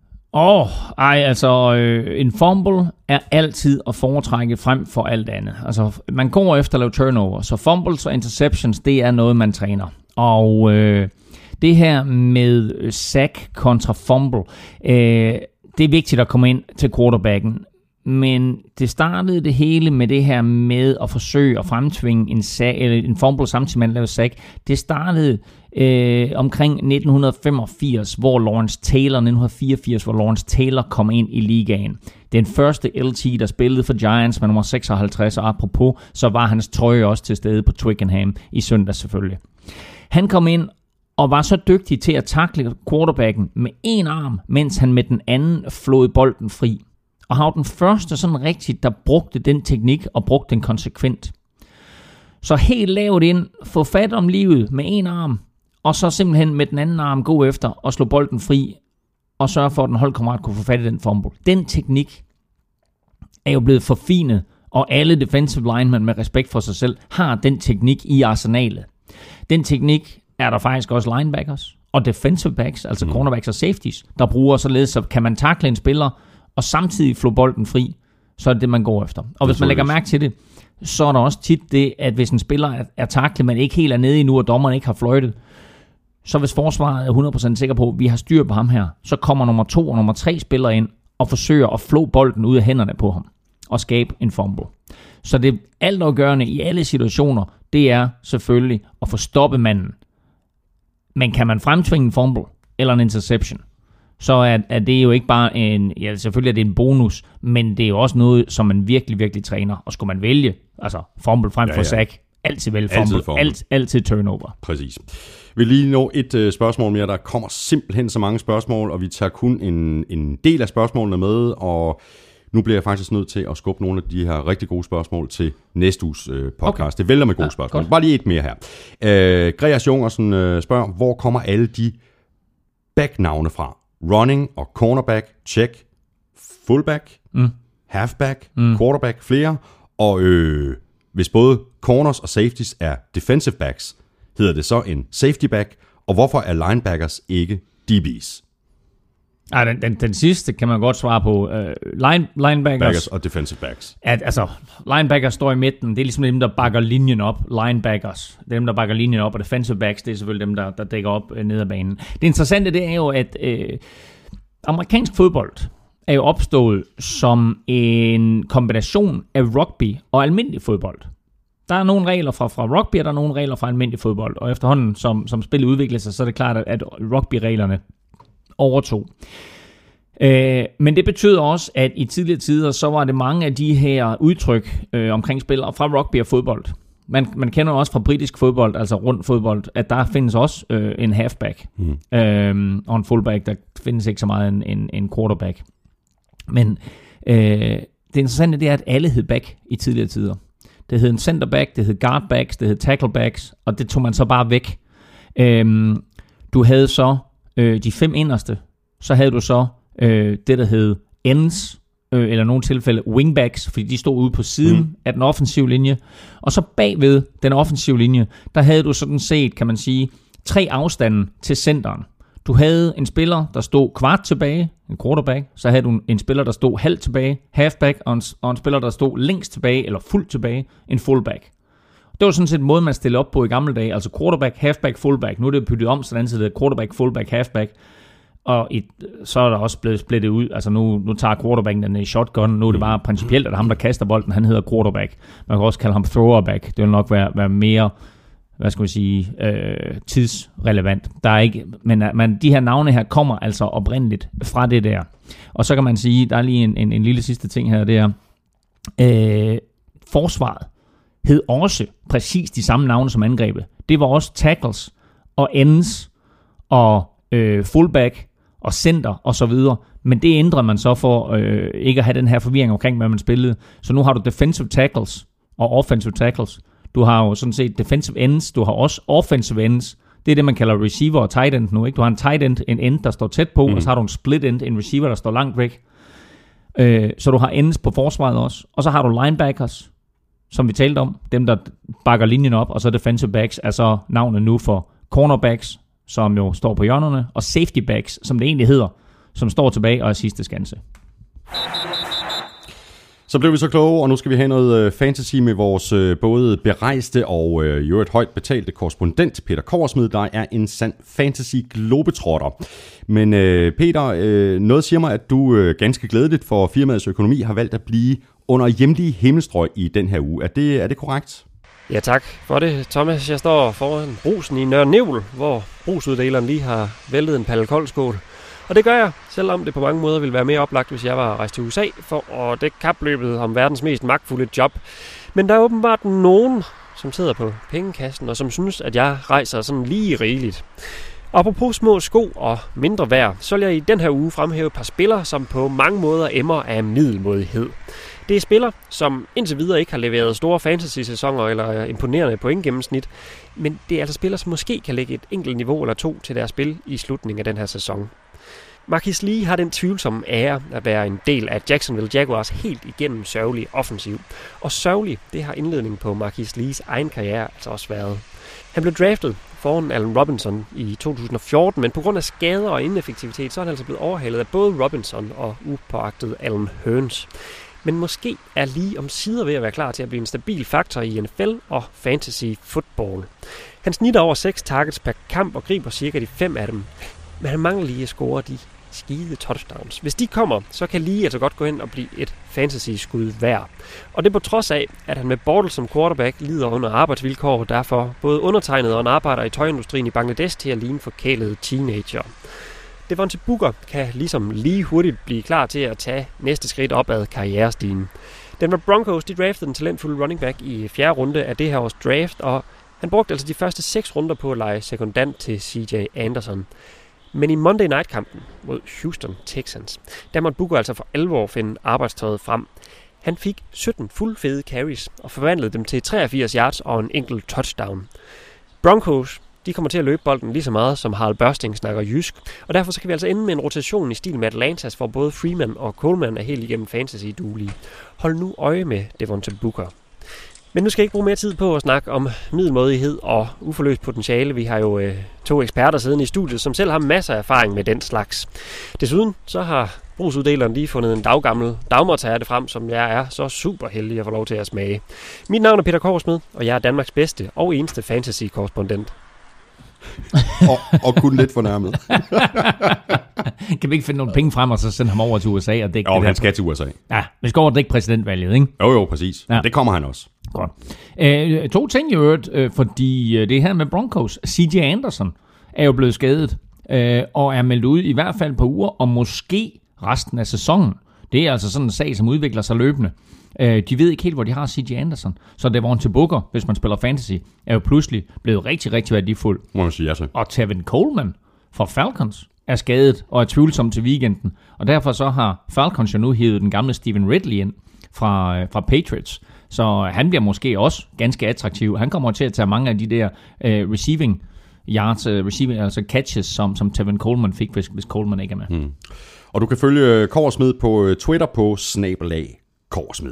En fumble er altid at foretrække frem for alt andet. Altså, man går efter at lave turnover, så fumbles og interceptions, det er noget, man træner. Og det her med sack kontra fumble, det er vigtigt at komme ind til quarterbacken. Men det startede det hele med det her med at forsøge at fremtvinge en fumble samtidig med at lave sack. Det startede omkring 1985, hvor Lawrence Taylor kom ind i ligaen. Den første LT, der spillede for Giants med nummer 56, og apropos, så var hans trøje også til stede på Twickenham i søndag selvfølgelig. Han kom ind og var så dygtig til at tackle quarterbacken med en arm, mens han med den anden flåede bolden fri. Og han var den første sådan rigtigt, der brugte den teknik og brugte den konsekvent. Så helt lavt ind, få fat om livet med en arm, og så simpelthen med den anden arm gå efter og slå bolden fri, og sørge for, at den holdkammerat kunne få fat i den fumble. Den teknik er jo blevet forfinet, og alle defensive linemen med respekt for sig selv har den teknik i arsenalet. Den teknik er der faktisk også linebackers og defensive backs, altså cornerbacks og safeties, der bruger således, så kan man tackle en spiller og samtidig flå bolden fri, så er det det, man går efter. Og hvis man lægger mærke til det, så er der også tit det, at hvis en spiller er tacklet, men ikke helt er nede endnu, og dommeren ikke har fløjtet, så hvis forsvaret er 100% sikker på, at vi har styr på ham her, så kommer nummer 2 og nummer 3 spillere ind og forsøger at flå bolden ud af hænderne på ham og skabe en fumble. Så det altafgørende i alle situationer, det er selvfølgelig at få stoppet manden. Men kan man fremtvinge en fumble eller en interception, så er det jo ikke bare selvfølgelig er det en bonus, men det er jo også noget, som man virkelig, virkelig træner. Og skulle man vælge, altså fumble frem for sack, altid vel fumble. Altid turnover. Præcis. Vi vil lige nå et spørgsmål mere. Der kommer simpelthen så mange spørgsmål, og vi tager kun en del af spørgsmålene med, og nu bliver jeg faktisk nødt til at skubbe nogle af de her rigtig gode spørgsmål til næste uges podcast. Okay. Det vælter med gode spørgsmål. Godt. Bare lige et mere her. Greas Jungersen spørger, hvor kommer alle de back-navne fra? Running og cornerback, check, fullback, halfback, quarterback, flere. Og hvis både corners og safeties er defensive backs, hedder det så en safety back, og hvorfor er linebackers ikke DB's? Den sidste kan man godt svare på. Linebackers og defensive backs. Linebackers står i midten. Det er ligesom dem, der bakker linjen op. Linebackers, dem, der bakker linjen op, og defensive backs, det er selvfølgelig dem, der dækker op ned ad banen. Det interessante, det er jo, at amerikansk fodbold er jo opstået som en kombination af rugby og almindelig fodbold. Der er nogle regler fra rugby, og der er nogle regler fra almindelig fodbold. Og efterhånden, som spillet udvikler sig, så er det klart, at rugby-reglerne overtog. Men det betyder også, at i tidligere tider, så var det mange af de her udtryk omkring spillere fra rugby og fodbold. Man kender også fra britisk fodbold, altså rundt fodbold, at der findes også en halfback og en fullback. Der findes ikke så meget en quarterback. Men det interessante det er, at alle hed back i tidligere tider. Det hed en centerback, det hed guardbacks, det hed tacklebacks, og det tog man så bare væk. Du havde så de 5 inderste, så havde du så det, der hed ends, eller nogle tilfælde wingbacks, fordi de stod ude på siden af den offensive linje. Og så bagved den offensive linje, der havde du sådan set, kan man sige, 3 afstande til centeren. Du havde en spiller, der stod kvart tilbage, en quarterback. Så havde du en spiller, der stod halvt tilbage, halfback, og en spiller, der stod længst tilbage, eller fuldt tilbage, en fullback. Det var sådan set en måde, man stillede op på i gamle dage. Altså quarterback, halfback, fullback. Nu er det byttet om, sådan det er quarterback, fullback, halfback. Og så er der også blevet splittet ud. Altså nu tager quarterbacken den i shotgun. Nu er det bare principielt, at ham, der kaster bolden, han hedder quarterback. Man kan også kalde ham throwerback. Det vil nok være mere, hvad skal vi sige, tidsrelevant. Der er ikke, men de her navne her kommer altså oprindeligt fra det der. Og så kan man sige, der er lige en lille sidste ting her, det er, forsvaret hed også præcis de samme navne som angrebet. Det var også tackles og ends og fullback og center og så videre. Men det ændrer man så for ikke at have den her forvirring omkring, hvad man spillede. Så nu har du defensive tackles og offensive tackles. Du har jo sådan set defensive ends, du har også offensive ends. Det er det, man kalder receiver og tight end nu. Ikke? Du har en tight end, en end, der står tæt på, og så har du en split end, en receiver, der står langt væk. Så du har ends på forsvaret også. Og så har du linebackers, som vi talte om, dem der bakker linjen op, og så defensive backs er så navnet nu for cornerbacks, som jo står på hjørnerne, og safety backs, som det egentlig hedder, som står tilbage og er sidste skanse. Så blev vi så kloge, og nu skal vi have noget fantasy med vores både berejste og jo et højt betalte korrespondent, Peter Korsmed, der er en sand fantasy globetrotter. Men Peter, noget siger mig, at du ganske glædeligt for firmaets økonomi har valgt at blive under hjemlige himmelstrøg i den her uge. Er det korrekt? Ja, tak for det, Thomas. Jeg står foran Brugsen i Nørre Nebel, hvor brugsuddeleren lige har væltet en palle koldskål. Og det gør jeg, selvom det på mange måder ville være mere oplagt, hvis jeg var rejst til USA for at dække kapløbet om verdens mest magtfulde job. Men der er åbenbart nogen, som sidder på pengekassen og som synes, at jeg rejser sådan lige rigeligt. Apropos små sko og mindre værd, så vil jeg i den her uge fremhæve et par spillere, som på mange måder emmer af middelmådighed. Det er spillere, som indtil videre ikke har leveret store fantasy-sæsoner eller imponerende pointgennemsnit, men det er altså spillere, som måske kan lægge et enkelt niveau eller 2 til deres spil i slutningen af den her sæson. Marquise Lee har den tvivlsomme ære at være en del af Jacksonville Jaguars helt igennem sørgelige offensiv. Og sørgelig, det har indledningen på Marquise Lees egen karriere altså også været. Han blev draftet foran Allen Robinson i 2014, men på grund af skader og ineffektivitet, så er han altså blevet overhalet af både Robinson og upåagtet Allen Hurns. Men måske er Lee omsider ved at være klar til at blive en stabil faktor i NFL og fantasy football. Han snitter over 6 targets per kamp og griber cirka de 5 af dem. Men han mangler lige at score de skide touchdowns. Hvis de kommer, så kan Lee altså godt gå ind og blive et fantasy-skud værd. Og det på trods af, at han med Bortles som quarterback lider under arbejdsvilkår, derfor både undertegnet og en arbejder i tøjindustrien i Bangladesh til at ligne forkælede teenager. Devontae Booker kan ligesom Lee hurtigt blive klar til at tage næste skridt op ad karrierestigen. Denver Broncos, de draftede den talentfulde running back i 4. runde af det her års draft, og han brugte altså de første 6 runder på at lege sekundant til CJ Anderson. Men i Monday Night-kampen mod Houston Texans, der måtte Booker altså for alvor finde arbejdstøjet frem. Han fik 17 fuldfede carries og forvandlede dem til 83 yards og en enkelt touchdown. Broncos, de kommer til at løbe bolden lige så meget, som Harald Børsting snakker jysk, og derfor så kan vi altså ende med en rotation i stil med Atlantas, hvor både Freeman og Coleman er helt igennem fantasy-duelige. Hold nu øje med Devontae Booker. Men nu skal jeg ikke bruge mere tid på at snakke om middelmådighed og uforløst potentiale. Vi har jo 2 eksperter siddende i studiet, som selv har masser af erfaring med den slags. Desuden så har brugsuddeleren lige fundet en daggammel dagmartærte frem, som jeg er så super heldig at få lov til at smage. Mit navn er Peter Korsmed, og jeg er Danmarks bedste og eneste fantasy-korrespondent. og kun lidt fornærmet. Kan vi ikke finde nogle penge frem, og så sende ham over til USA og dække det der? Han skal til USA. Ja, vi skal over og dække præsidentvalget, ikke? Jo, præcis. Ja. Det kommer han også. Godt. 2 ting i øvrigt, fordi det her med Broncos. CJ Anderson er jo blevet skadet, og er meldt ud i hvert fald på uger, og måske resten af sæsonen. Det er altså sådan en sag, som udvikler sig løbende. De ved ikke helt, hvor de har CJ Anderson. Så Devontae Booker, hvis man spiller fantasy, er jo pludselig blevet rigtig, rigtig værdifuld. Må man sige ja til. Og Tevin Coleman fra Falcons er skadet og er tvivlsom til weekenden. Og derfor så har Falcons jo nu hivet den gamle Steven Ridley ind fra Patriots. Så han bliver måske også ganske attraktiv. Han kommer til at tage mange af de der receiving yards, altså catches, som Tevin Coleman fik, hvis Coleman ikke er med. Og du kan følge Korsmed på Twitter på @Korsmed.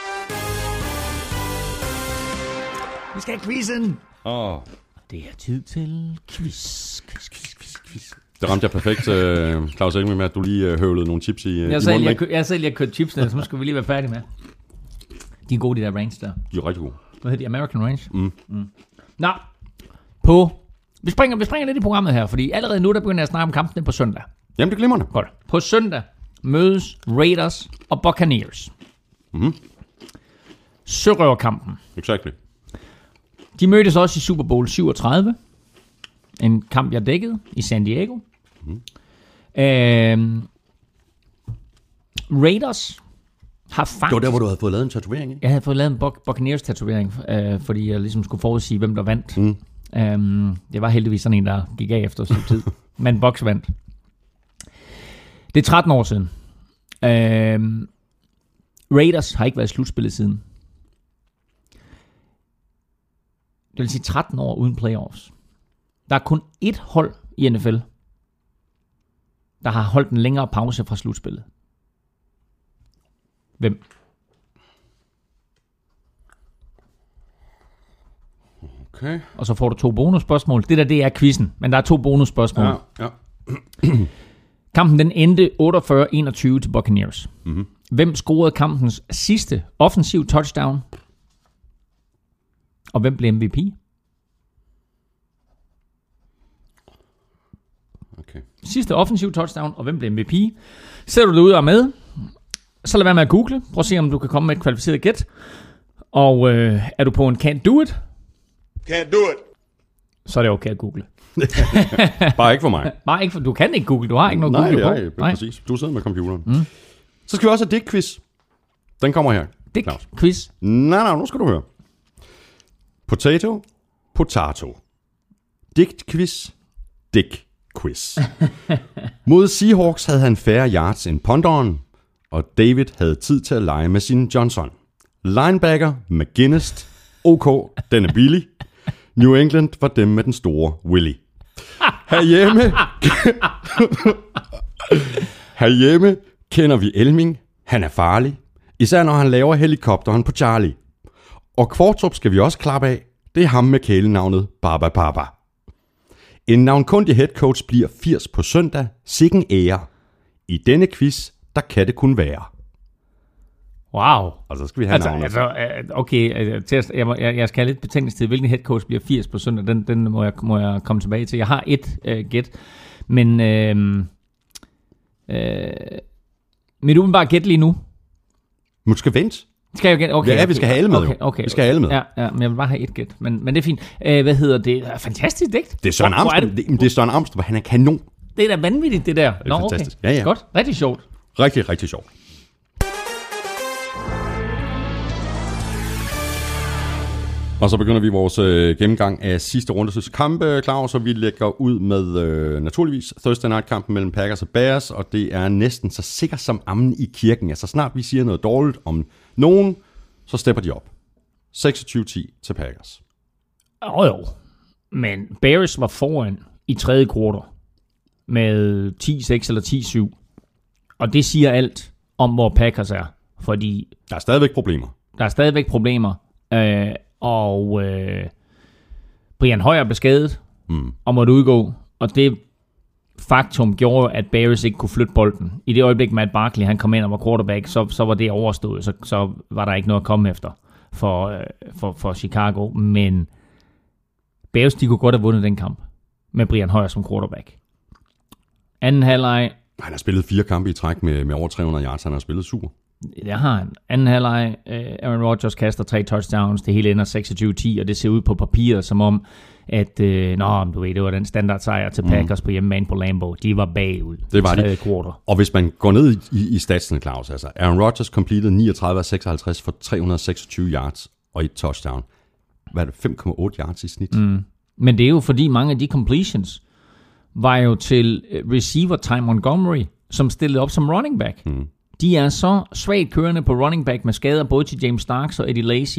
Vi skal have quizzen! Det er tid til quiz. Det ramte jeg perfekt, Claus Elming, med at du lige høvlede nogle chips i Jeg selv lige kørt chips, så nu skal vi lige være færdige med. De er gode, de der range der. De er rigtig gode. Hvad hedder de? American Range? Nå, vi springer lidt i programmet her, fordi allerede nu, der begynder jeg at snakke om kampene på søndag. Jamen, det glimrende. Godt. På søndag mødes Raiders og Buccaneers. Sørøverkampen. Exactly. De mødtes også i Super Bowl 37. En kamp, jeg dækkede i San Diego. Raiders har faktisk... Det var der, hvor du havde fået lavet en tatovering, ikke? Jeg havde fået lavet en Buccaneers-tatovering, fordi jeg ligesom skulle forudsige, hvem der vandt. Det var heldigvis sådan en, der gik af efter sin tid. Men Bucs vandt. Det er 13 år siden. Raiders har ikke været i slutspillet siden. Det vil sige 13 år uden playoffs. Der er kun ét hold i NFL, der har holdt en længere pause fra slutspillet. Hvem? Okay. Og så får du 2 bonusspørgsmål. Det er quizzen, men der er 2 bonusspørgsmål. Ja. Kampen den endte 48-21 til Buccaneers. Hvem scorede kampens sidste offensiv touchdown? Og hvem blev MVP? Okay. Sidste offensiv touchdown, og hvem blev MVP? Ser du det ud og med? Så lad være med at google. Prøv at se, om du kan komme med et kvalificeret gæt. Og er du på en can't do it? Can't do it. Så er det okay at google. Bare ikke for mig. Bare ikke for, du kan ikke google. Du har ikke noget google på. Nej, præcis. Du sidder med computeren. Så skal vi også have Dick-quiz. Den kommer her. Dick-quiz? Nej, nu skal du høre. Potato. Dick-quiz. Dick-quiz. Mod Seahawks havde han færre yards end punteren, og David havde tid til at lege med sin Johnson. Linebacker McGinnis. OK, den er billig. New England var dem med den store Willie. Herhjemme kender vi Elming. Han er farlig. Især når han laver helikopteren på Charlie. Og Kvartrup skal vi også klappe af. Det er ham med kælenavnet Baba Papa. En navnkundig headcoach bliver 80 på søndag. Sikken ære. I denne quiz, der kan det kun være. Wow. Og så skal vi have navnet. Okay, jeg skal have lidt betænkningstid. Hvilken headcoach bliver 80 på søndag? Den må jeg komme tilbage til. Jeg har et gæt. Men du vil bare gætte lige nu. Men du skal vente. Skal jeg gætte? Okay. Ja, vi skal have alle med. Okay. Vi skal have alle med. Ja, men jeg vil bare have et gæt. Men det er fint. Hvad hedder det? Fantastisk digt. Det er Søren Amstrup. Det er Søren Amstrup, han er kanon. Det er da vanvittigt, det der. Det er fantastisk. Okay. Ja. Godt. Rigtig sjovt. Rigtig, rigtig sjovt. Og så begynder vi vores gennemgang af sidste rundes kampe, Claus, og vi lægger ud med naturligvis Thursday Night-kampen mellem Packers og Bears, og det er næsten så sikkert som ammen i kirken. Altså snart vi siger noget dårligt om nogen, så stepper de op. 26-10 til Packers. Jo, men Bears var foran i tredje kvartal med 10-6 eller 10-7, og det siger alt om, hvor Packers er, fordi der er stadigvæk problemer. Og Brian Hoyer blev skadet og måtte udgå, og det faktum gjorde, at Bears ikke kunne flytte bolden. I det øjeblik, Matt Barkley han kom ind og var quarterback, så var det overstået, så var der ikke noget at komme efter for Chicago, men Bears, de kunne godt have vundet den kamp med Brian Hoyer som quarterback. Anden halvleg. Han har spillet 4 kampe i træk med over 300 yards, han har spillet super. Det har han. Anden halvleg, Aaron Rodgers kaster 3 touchdowns, det hele ender 26-10, og det ser ud på papiret som om, at du ved, det var den standardsejr til Packers på hjemmebane på Lambeau. De var bagud. Det var de. Quarter. Og hvis man går ned i statsen, Claus, altså Aaron Rodgers completed 39 af 56 for 326 yards og et touchdown. Hvad er det? 5,8 yards i snit. Men det er jo fordi mange af de completions var jo til receiver Ty Montgomery, som stillede op som running back. De er så svagt kørende på running back med skader både til James Starks og Eddie Lacy,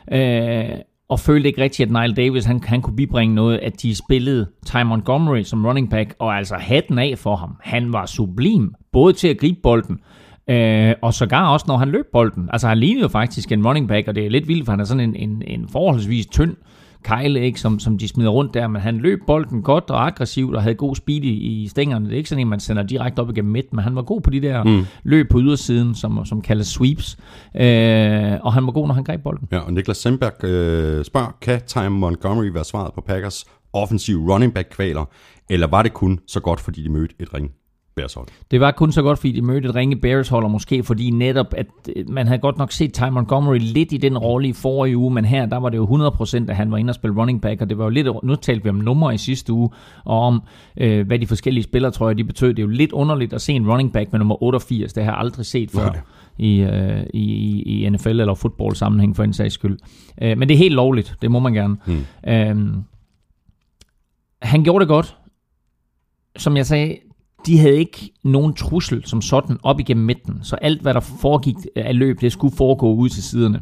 og følte ikke rigtigt, at Nile Davis han kunne bibringe noget, at de spillede Ty Montgomery som running back, og altså hatten af for ham. Han var sublim, både til at gribe bolden, og sågar også, når han løb bolden. Altså han lignede jo faktisk en running back, og det er lidt vildt, for han er sådan en forholdsvis tynd kejle, ikke, som de smider rundt der, men han løb bolden godt og aggressivt og havde god speed i stængerne. Det er ikke sådan en, man sender direkte op igennem midten, men han var god på de der løb på ydersiden, som kaldes sweeps, og han var god, når han greb bolden. Ja, og Niklas Semberg spørger, kan Ty Montgomery være svaret på Packers offensive running back kvaler, eller var det kun så godt, fordi de mødte et ring Bears-hold? Det var kun så godt, fordi de mødte et ringe Bears-hold, og måske fordi netop, at man havde godt nok set Ty Montgomery lidt i den rolle i forrige uge, men her, der var det jo 100%, at han var inde og spille running back, og det var jo lidt, nu talte vi om numre i sidste uge, og om, hvad de forskellige spillere, tror jeg, de betød. Det er jo lidt underligt at se en running back med nummer 88, det har jeg aldrig set før i NFL eller fodbold-sammenhæng for en sags skyld. Men det er helt lovligt, det må man gerne. Han gjorde det godt. Som jeg sagde, de havde ikke nogen trussel som sådan op igennem midten, så alt, hvad der foregik af løb, det skulle foregå ud til siderne.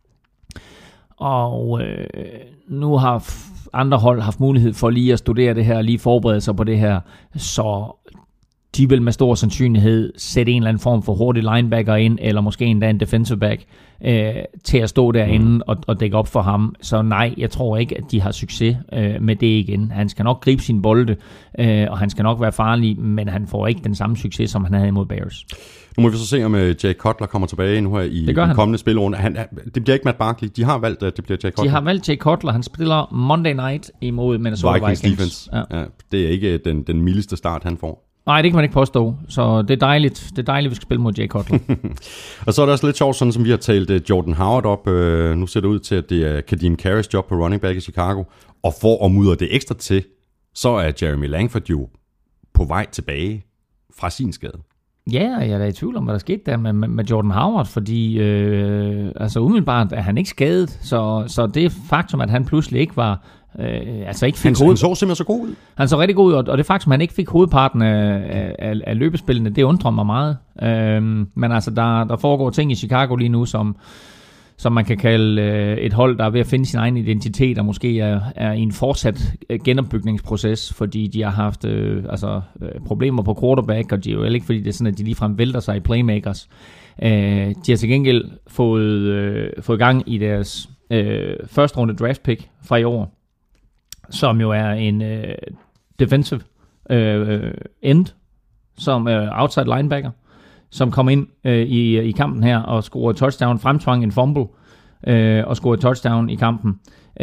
Og nu har andre hold haft mulighed for lige at studere det her, lige forberede sig på det her, så de vil med stor sandsynlighed sætte en eller anden form for hurtig linebacker ind, eller måske endda en defensive back, til at stå derinde og dække op for ham. Så nej, jeg tror ikke, at de har succes med det igen. Han skal nok gribe sin bolde, og han skal nok være farlig, men han får ikke den samme succes, som han havde imod Bears. Nu må vi så se, om Jay Cutler kommer tilbage nu her i den kommende spilrunde. Det bliver ikke Matt Barkley. De har valgt, at det bliver Jay Cutler. De har valgt Jay Cutler. Han spiller Monday Night imod Minnesota Vikings. Ja, det er ikke den mildeste start, han får. Nej, det kan man ikke påstå. Så det er dejligt. Det er dejligt, vi skal spille mod Jay Cutler. Og så er der også lidt sjovt, sådan som vi har talt Jordan Howard op. Nu ser det ud til, at det er Kadeem Carey's job på running back i Chicago. Og for at mudre det ekstra til, så er Jeremy Langford jo på vej tilbage fra sin skade. Ja, jeg er da i tvivl om, hvad der skete der med Jordan Howard, fordi altså umiddelbart er han ikke skadet, så det faktum, at han pludselig ikke var ikke fik han så simpelthen så god ud. Han så rigtig god ud, og det faktum, at han ikke fik hovedparten af løbespillene, det undrer mig meget. Men altså, der foregår ting i Chicago lige nu, som man kan kalde et hold, der er ved at finde sin egen identitet, og måske er i en fortsat genopbygningsproces, fordi de har haft problemer på quarterback, og det er jo ikke fordi, det er sådan, at de ligefrem vælter sig i playmakers. De har til gengæld fået gang i deres første runde draft pick fra i år, som jo er en defensive end, som outside linebacker, som kom ind i kampen her og scorede touchdown, fremtvang en fumble og scorede touchdown i kampen,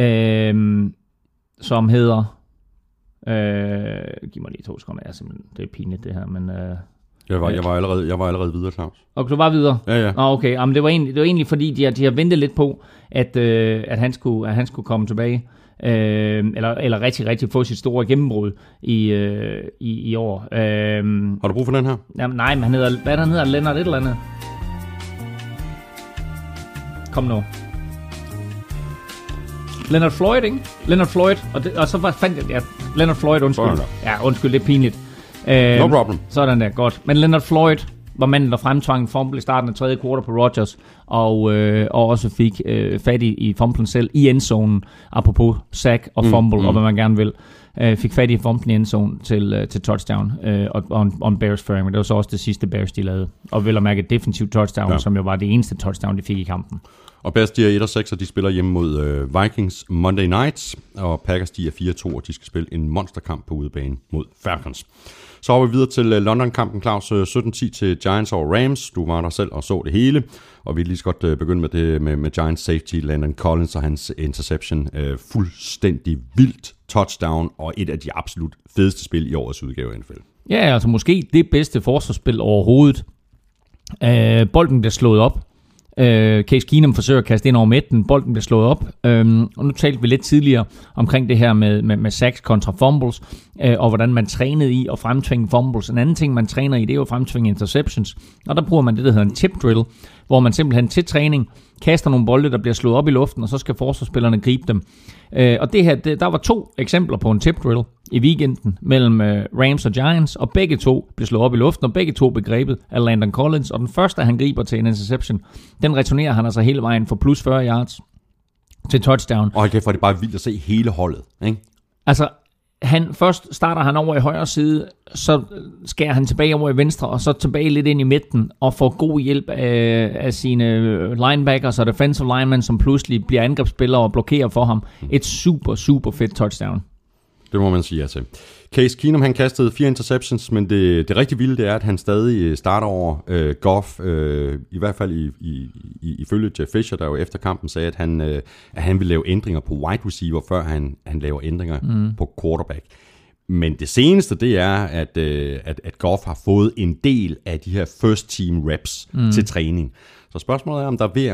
som hedder giv mig lige 2 sekunder, det er pinligt det her, men jeg var allerede videre, Claus. Og du var videre? Ja. Okay, jamen det var egentlig fordi de har ventet lidt på, at han skulle komme tilbage. Eller rigtig, rigtig få sit store gennembrud i år. Har du brug for den her? Jamen, nej, men han hedder Leonard et eller andet. Kom nu. Leonard Floyd, ikke? Leonard Floyd, og så fandt jeg... Ja, Leonard Floyd, undskyld. Ja, undskyld, det er pinligt. No problem. Sådan der, godt. Men Leonard Floyd var manden, der fremtvang fumble i starten af tredje kvartal på Rodgers, og også fik fat i fumblen selv i endzonen, apropos sack og fumble, og hvad man gerne vil. Fik fat i fumblen i endzone til touchdown og en Bears føring, men det var så også det sidste Bears, de lavede. Og vel at mærke et defensivt touchdown, som jo var det eneste touchdown, de fik i kampen. Og Bears, de er 1-6, og de spiller hjemme mod Vikings Monday Nights, og Packers, de er 4-2, og de skal spille en monsterkamp på udebane mod Falcons. Så hopper vi videre til London-kampen, Claus. 17-10 til Giants over Rams. Du var der selv og så det hele, og vi lige så godt begynde med det med Giants safety, Landon Collins og hans interception. Fuldstændig vildt touchdown, og et af de absolut fedeste spil i årets udgave af NFL. Ja, altså måske det bedste forsvarsspil overhovedet. Bolden bliver slået op. Case Keenum forsøger at kaste ind over midten. Bolden bliver slået op. Og nu talte vi lidt tidligere omkring det her med sacks kontra fumbles, og hvordan man trænede i at fremtvinge fumbles. En anden ting, man træner i, det er jo at fremtvinge interceptions. Og der bruger man det, der hedder en tip drill, hvor man simpelthen til træning kaster nogle bolde, der bliver slået op i luften, og så skal forsvarsspillerne gribe dem. Og det her, der var 2 eksempler på en tip drill i weekenden mellem Rams og Giants, og begge 2 blev slået op i luften, og begge 2 blev grebet af Landon Collins, og den første, han griber til en interception, den returnerer han altså hele vejen for plus 40 yards til touchdown. Og det er bare vildt at se hele holdet, ikke? Altså, først starter han over i højre side, så skærer han tilbage over i venstre, og så tilbage lidt ind i midten, og får god hjælp af sine linebackers og defensive linemen, som pludselig bliver angrebsspillere og blokerer for ham. Et super, super fedt touchdown. Det må man sige ja til. Case Keenum, han kastede 4 interceptions, men det rigtig vilde, det er, at han stadig starter over Goff, i hvert fald ifølge Jeff Fisher, der jo efter kampen sagde, at han vil lave ændringer på wide receiver, før han laver ændringer på quarterback. Men det seneste, det er, at Goff har fået en del af de her first team reps til træning. Så spørgsmålet er, om der er ved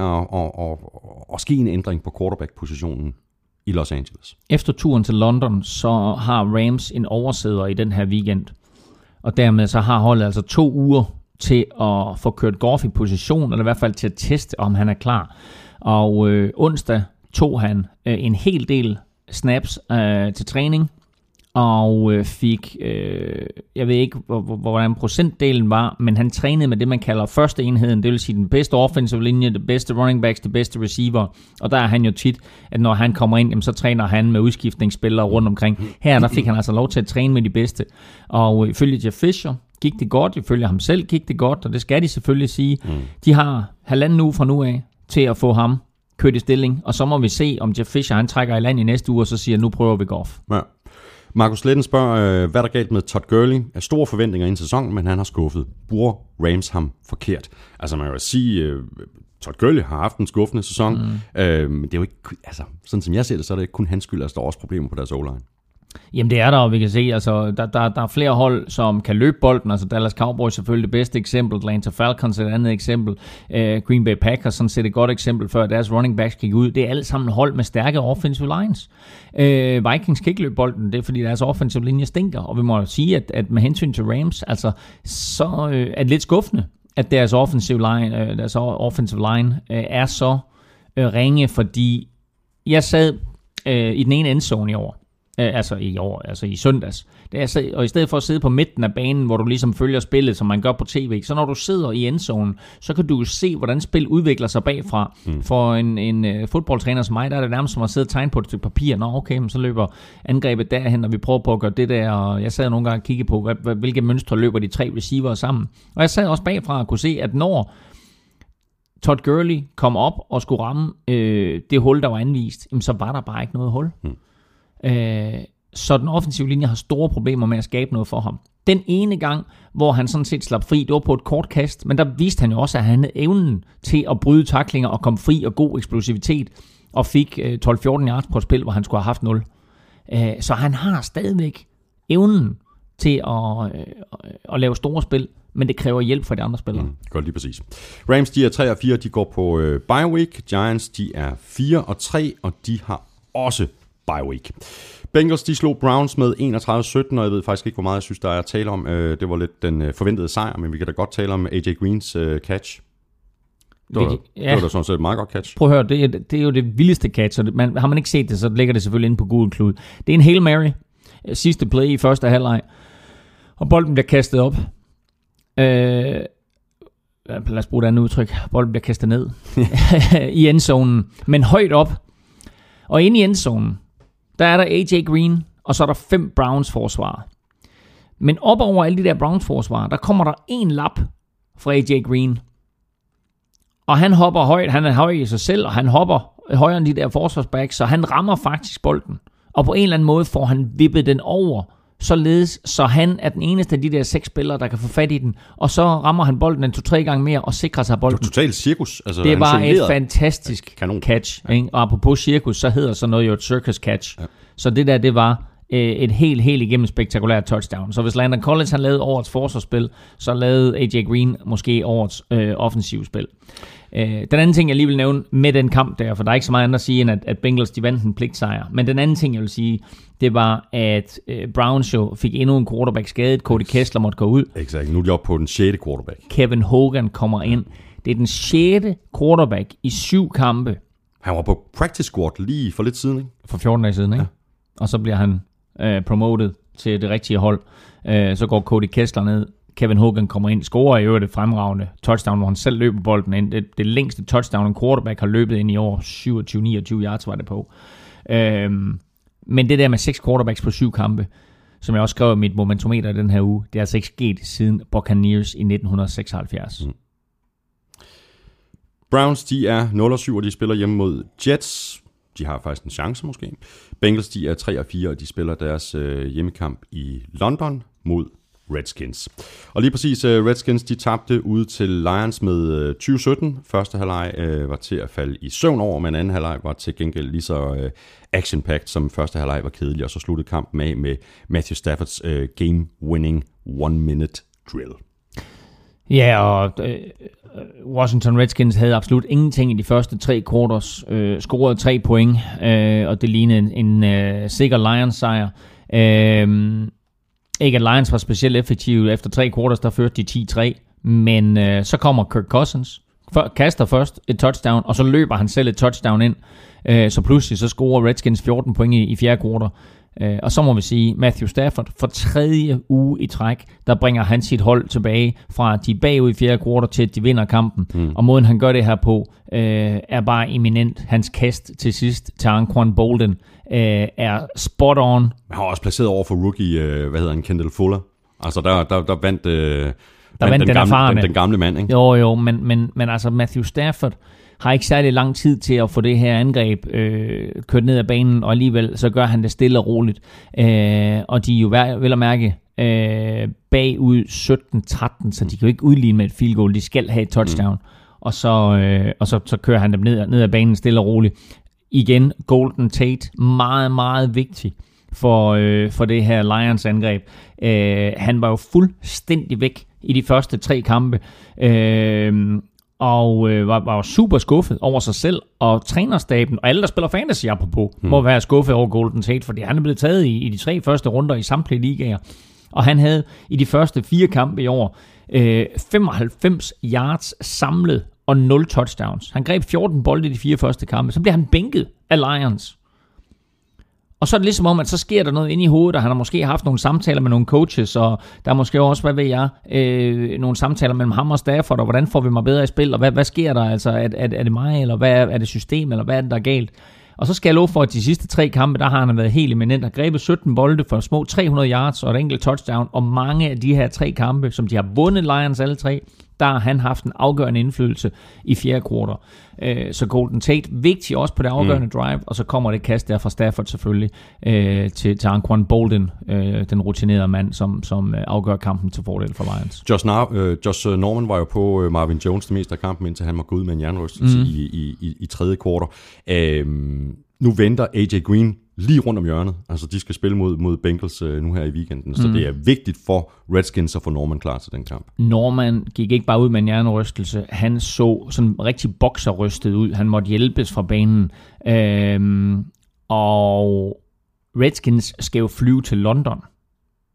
at ske en ændring på quarterback-positionen i Los Angeles. Efter turen til London, så har Rams en oversæder i den her weekend. Og dermed så har holdet altså 2 uger til at få kørt Goff i position, eller i hvert fald til at teste, om han er klar. Og onsdag tog han en hel del snaps til træning, og fik, jeg ved ikke, hvordan procentdelen var, men han trænede med det, man kalder første enheden, det vil sige den bedste offensive linje, det bedste running backs, det bedste receiver, og der er han jo tit, at når han kommer ind, så træner han med udskiftningsspillere rundt omkring. Her, der fik han altså lov til at træne med de bedste, og ifølge Jeff Fisher gik det godt, ifølge ham selv gik det godt, og det skal de selvfølgelig sige. De har 1,5 uge fra nu af til at få ham kørt i stilling, og så må vi se, om Jeff Fisher han trækker i land i næste uge, og så siger, nu prøver vi Goff. Ja. Markus Letten spørger, hvad der galt med Todd Gurley? Er store forventninger i en sæson, men han har skuffet. Bruger Rams ham forkert? Altså man kan sige, Todd Gurley har haft en skuffende sæson. Det er jo ikke, altså sådan som jeg ser det, så er det ikke kun hans skyld, at der er også problemer på deres O-line. Jamen det er der, og vi kan se, altså der er flere hold, som kan løbe bolden, altså Dallas Cowboys selvfølgelig det bedste eksempel, Atlanta Falcons et andet eksempel, Green Bay Packers sådan set et godt eksempel, før deres running backs gik ud. Det er alle sammen hold med stærke offensive lines. Vikings kan ikke løbe bolden, det er fordi deres offensive linje stinker, og vi må jo sige, at med hensyn til Rams, altså så er det lidt skuffende, at deres offensive line er så ringe, fordi jeg sad i den ene endzone i år, altså i søndags. Og i stedet for at sidde på midten af banen, hvor du ligesom følger spillet, som man gør på tv, så når du sidder i endzonen, så kan du se, hvordan spil udvikler sig bagfra. For en fodboldtræner som mig, der er det nærmest som at sidde og tegne på et stykke papir. Nå okay, men så løber angrebet derhen, og vi prøver på at gøre det der, og jeg sad nogle gange og kiggede på, hvilke mønstre løber de 3 receiver sammen. Og jeg sad også bagfra og kunne se, at når Todd Gurley kom op og skulle ramme det hul, der var anvist, så var der bare ikke noget hul. Så den offensive linje har store problemer med at skabe noget for ham. Den ene gang, hvor han sådan set slap fri, det var på et kort kast, men der viste han jo også, at han havde evnen til at bryde tacklinger og komme fri og god eksplosivitet, og fik 12-14 yards på et spil, hvor han skulle have haft 0. Så han har stadigvæk evnen til at lave store spil, men det kræver hjælp fra de andre spillere. Godt, lige præcis. Rams, de er 3-4, de går på bye week. Giants, de er 4-3, og de har også bye week. Bengals, de slog Browns med 31-17, og jeg ved faktisk ikke, hvor meget jeg synes, der er at tale om. Det var lidt den forventede sejr, men vi kan da godt tale om AJ Greens catch. Det var da sådan set et meget godt catch. Prøv at høre, det er jo det vildeste catch, og har man ikke set det, så ligger det selvfølgelig inde på Google Klud. Det er en Hail Mary, sidste play i første halvleg, og bolden bliver kastet op. Lad os bruge et andet udtryk. Bolden bliver kastet ned i endzonen, men højt op. Og inde i endzonen, der er der AJ Green, og så er der 5 Browns forsvarere. Men op over alle de der Browns forsvarere, der kommer der en lap fra AJ Green. Og han hopper højt, han er høj i sig selv, og han hopper højere end de der forsvarsbacks, så han rammer faktisk bolden. Og på en eller anden måde får han vippet den over, således så han er den eneste af de der 6 spillere, der kan få fat i den. Og så rammer han bolden en 2-3 gange mere og sikrer sig bolden. Det var totalt cirkus. Altså, det var et fantastisk catch. Ja. Ikke? Og apropos cirkus, så hedder sådan noget jo et circus catch. Ja. Så det der, det var et helt igennem spektakulært touchdown. Så hvis Landon Collins han lavede årets forsvarsspil, så lavede AJ Green måske årets offensivspil. Den anden ting, jeg lige vil nævne med den kamp der, for der er ikke så meget andet at sige, end at Bengals de vandt en pligtsejr. Men den anden ting, jeg vil sige, det var, at Browns jo fik endnu en quarterback skadet. Cody Kessler måtte gå ud. Exakt. Nu er de oppe på den 6. quarterback. Kevin Hogan kommer ind. Det er den 6. quarterback i 7 kampe. Han var på practice squad lige for lidt siden, ikke? For 14 dage siden, ikke? Ja. Og så bliver han promoted til det rigtige hold. Så går Cody Kessler ned. Kevin Hogan kommer ind, scorer i øvrigt et fremragende touchdown, hvor han selv løber bolden ind. Det længste touchdown, en quarterback har løbet ind i år. 27-29 yards var det på. Men det der med 6 quarterbacks på 7 kampe, som jeg også skrev i mit momentometer den her uge, det er altså ikke sket siden Buccaneers i 1976. Browns, de er 0-7, og de spiller hjemme mod Jets. De har faktisk en chance måske. Bengals, de er 3-4, og de spiller deres hjemmekamp i London mod Redskins. Og lige præcis Redskins, de tabte ude til Lions med 2017. Første halvleg var til at falde i søvn over, men anden halvleg var til gengæld lige så action-packed, som første halvleg var kedelig, og så sluttede kampen af med Matthew Staffords game-winning 1-minute drill. Ja, og Washington Redskins havde absolut ingenting i de første 3 quarters, scorede 3 point, og det lignede en sikker Lions-sejr. Ikke at Lions var specielt effektive. Efter 3 quarters, der førte de 10-3. Men så kommer Kirk Cousins, kaster først et touchdown, og så løber han selv et touchdown ind. Så pludselig så scorer Redskins 14 point i 4. quarter. Og så må vi sige, Matthew Stafford for 3. uge i træk, der bringer han sit hold tilbage fra de bagud i 4. quarter til at de vinder kampen. Og måden han gør det her på, er bare eminent. Hans kast til sidst til Anquan Bolden er spot on. Han har også placeret over for rookie, Kendall Fuller. Altså der vandt den gamle mand, ikke? Jo, men altså Matthew Stafford har ikke særlig lang tid til at få det her angreb kørt ned ad banen, og alligevel så gør han det stille og roligt. Og de er jo vel at mærke bagud 17-13, så de kan jo ikke udligne med et field goal. De skal have et touchdown. Og så kører han dem ned ad banen stille og roligt. Igen, Golden Tate, meget, meget vigtig for det her Lions angreb. Han var jo fuldstændig væk i de første 3 kampe. Og var jo super skuffet over sig selv, og trænerstaben, og alle, der spiller fantasy apropos, må være skuffet over Golden Tate, fordi han er blevet taget i de 3 første runder i samtlige ligaer. Og han havde i de første 4 kampe i år 95 yards samlet og 0 touchdowns. Han greb 14 bolde i de 4 første kampe, så bliver han bænket af Lions. Og så er det ligesom om, at så sker der noget inde i hovedet, og han har måske haft nogle samtaler med nogle coaches, og der er måske også, hvad ved jeg, nogle samtaler mellem ham og Stafford, og hvordan får vi mig bedre i spil, og hvad sker der? Altså, er det mig, eller hvad er det system, eller hvad er det, der er galt? Og så skal jeg love for, at de sidste 3 kampe, der har han været helt eminent, og grebet 17 bolde for små 300 yards og et enkelt touchdown, og mange af de her 3 kampe, som de har vundet Lions alle 3, der har han haft en afgørende indflydelse i 4. quarter. Så Golden Tate, vigtig også på det afgørende drive, og så kommer det kast der fra Stafford selvfølgelig til Anquan Bolden, den rutinerede mand, som afgør kampen til fordel for Lions. Josh Norman var jo på Marvin Jones det meste af kampen, indtil han må gå ud med en jernrystelse i 3. quarter. Nu venter AJ Green lige rundt om hjørnet. Altså, de skal spille mod Bengals nu her i weekenden. Så det er vigtigt for Redskins at få Norman klar til den kamp. Norman gik ikke bare ud med en hjernerystelse. Han så sådan rigtig bokserrystet ud. Han måtte hjælpes fra banen. Og Redskins skal jo flyve til London.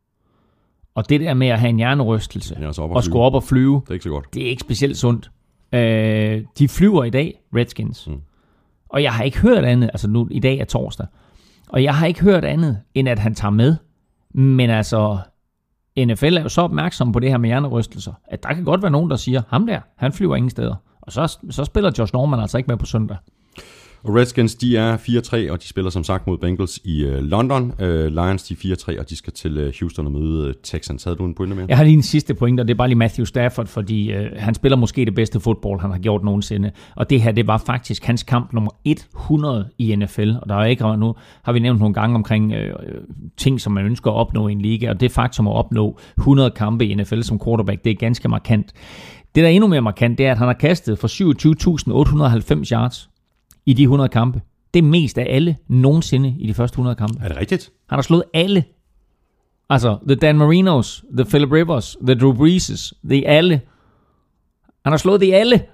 Og det der med at have en hjernerystelse og skulle op og flyve, det er ikke så godt. Det er ikke specielt sundt. De flyver i dag, Redskins. Og jeg har ikke hørt andet, altså nu i dag er torsdag, og jeg har ikke hørt andet, end at han tager med. Men altså, NFL er jo så opmærksom på det her med hjernerystelser, at der kan godt være nogen, der siger, ham der, han flyver ingen steder. Og så spiller Josh Norman altså ikke med på søndag. Og Redskins, de er 4-3, og de spiller som sagt mod Bengals i London. Lions, de er 4-3, og de skal til Houston og møde Texans. Havde du en pointe med? Jeg har lige en sidste pointe, og det er bare lige Matthew Stafford, fordi han spiller måske det bedste fodbold, han har gjort nogensinde. Og det her, det var faktisk hans kamp nummer 100 i NFL. Og der er ikke nu har vi nævnt nogle gange omkring ting, som man ønsker at opnå i en liga, og det faktum at opnå 100 kampe i NFL som quarterback, det er ganske markant. Det, der er endnu mere markant, det er, at han har kastet for 27.890 yards i de 100 kampe. Det er mest af alle nogensinde i de første 100 kampe. Er det rigtigt? Han har slået alle. Altså, the Dan Marinos, the Philip Rivers, the Drew Breeses, the alle. Han har slået de alle.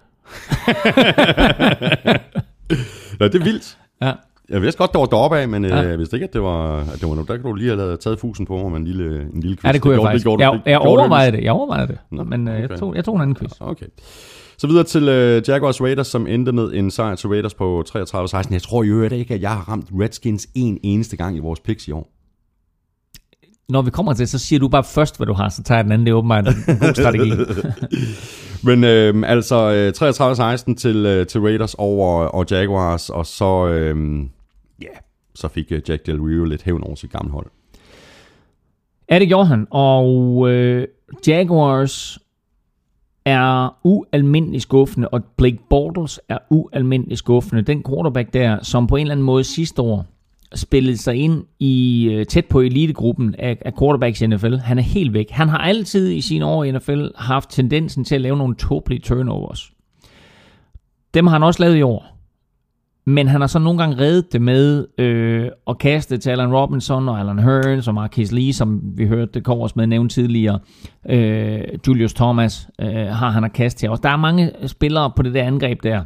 Ja, det er vildt. Ja. Jeg vidste godt, det var deroppe af, men jeg vidste ikke, at det var noget, der kunne du lige have taget fusen på mig med en lille quiz. Ja, det kunne jeg faktisk. Jeg overvejede det. Nå, men okay. jeg tog en anden quiz. Okay. Så videre til Jaguars Raiders, som endte med en sejr til Raiders på 33-16. Jeg tror i øvrigt ikke, at jeg har ramt Redskins en eneste gang i vores picks i år. Når vi kommer til det, så siger du bare først, hvad du har, så tager jeg den anden. Det er åbenbart en god strategi. Men altså 33-16 til Raiders over Jaguars, og så, så fik Jack Del Rio lidt hævn over sit gamle hold. Ja, det gjorde han. Og Jaguars er ualmindelig skuffende, og Blake Bortles er ualmindelig skuffende. Den quarterback der, som på en eller anden måde sidste år spillede sig ind i tæt på elitegruppen af quarterbacks i NFL. Han er helt væk. Han har altid i sine år i NFL haft tendensen til at lave nogle tåbelige turnovers. Dem har han også lavet i år. Men han har så nogle gange reddet det med at kaste til Allen Robinson og Allen Hurns og Marquise Lee, som vi hørte det Kors med nævnt tidligere. Julius Thomas har han at kaste til. Og der er mange spillere på det der angreb der,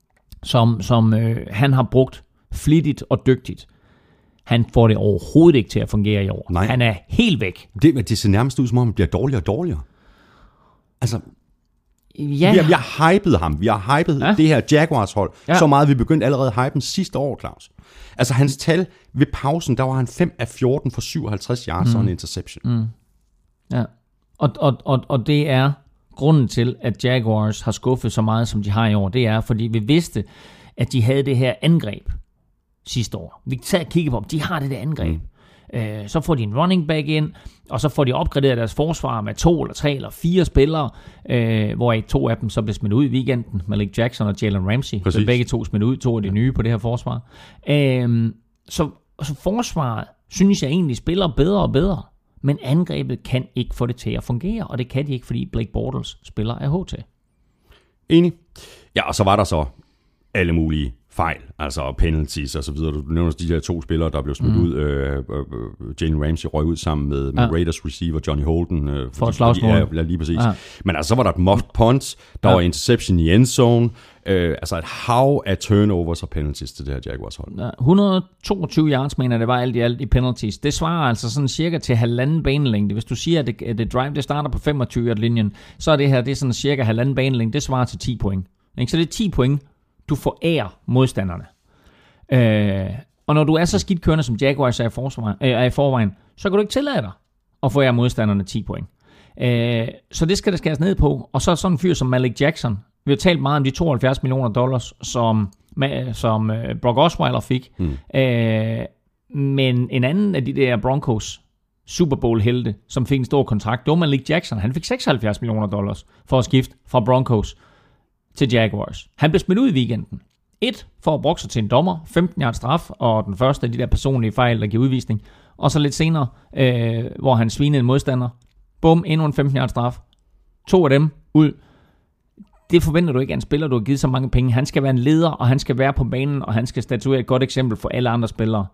som han har brugt flittigt og dygtigt. Han får det overhovedet ikke til at fungere i år. Nej. Han er helt væk. Det ser nærmest ud, som om han bliver dårligere og dårligere. Altså, ja. Vi har hypet ham. Vi har hypet det her Jaguars-hold så meget, vi begyndte allerede at hype sidste år, Claus. Altså, hans tal ved pausen, der var han 5 af 14 for 57 yards og en interception. Ja, og det er grunden til, at Jaguars har skuffet så meget, som de har i år. Det er, fordi vi vidste, at de havde det her angreb sidste år. Vi kan tage og kigge på, om de har det der angreb. Så får de en running back ind, og så får de opgraderet deres forsvar med 2 eller 3 eller 4 spillere, hvor 2 af dem så blev smidt ud i weekenden, Malik Jackson og Jalen Ramsey. Så begge 2 smidt ud, 2 af de nye på det her forsvar. Så forsvaret, synes jeg egentlig, spiller bedre og bedre, men angrebet kan ikke få det til at fungere, og det kan de ikke, fordi Blake Bortles spiller af HT. Enig. Ja, og så var der så alle mulige fejl, altså penalties og så videre. Du nævner de der 2 spillere, der blev smidt ud. Jalen Ramsey røg ud sammen med Raiders receiver Johnny Holden. For et slagsmål. Ja, lige præcis. Ja. Men altså, så var der et muffed punt, der var interception i endzone. Altså et hav af turnovers og penalties til det her Jaguars hold. Ja, 122 yards, mener det var alt i alt i penalties. Det svarer altså sådan cirka til 1,5 banelængde. Hvis du siger, at det drive det starter på 25-yard-linjen, så er det her, det er sådan cirka 1,5 banelængde. Det svarer til 10 point. Så det er 10 point, du forærer modstanderne. Og når du er så skidt kørende, som Jaguars er i forvejen, så kan du ikke tillade dig at forære modstanderne 10 point. Så det skal der skæres ned på. Og så sådan en fyr som Malik Jackson. Vi har talt meget om de $72 million, som Brock Osweiler fik. Men en anden af de der Broncos Super Bowl-helte, som fik en stor kontrakt, det var Malik Jackson. Han fik $76 million for at skifte fra Broncos til Jaguars. Han blev smidt ud i weekenden. 1 for at brokse til en dommer, 15 yards straf, og den første af de der personlige fejl, der giver udvisning. Og så lidt senere, hvor han svinede en modstander. Bum, endnu en 15 yards straf. 2 af dem ud. Det forventer du ikke af en spiller, du har givet så mange penge. Han skal være en leder, og han skal være på banen, og han skal statuere et godt eksempel for alle andre spillere.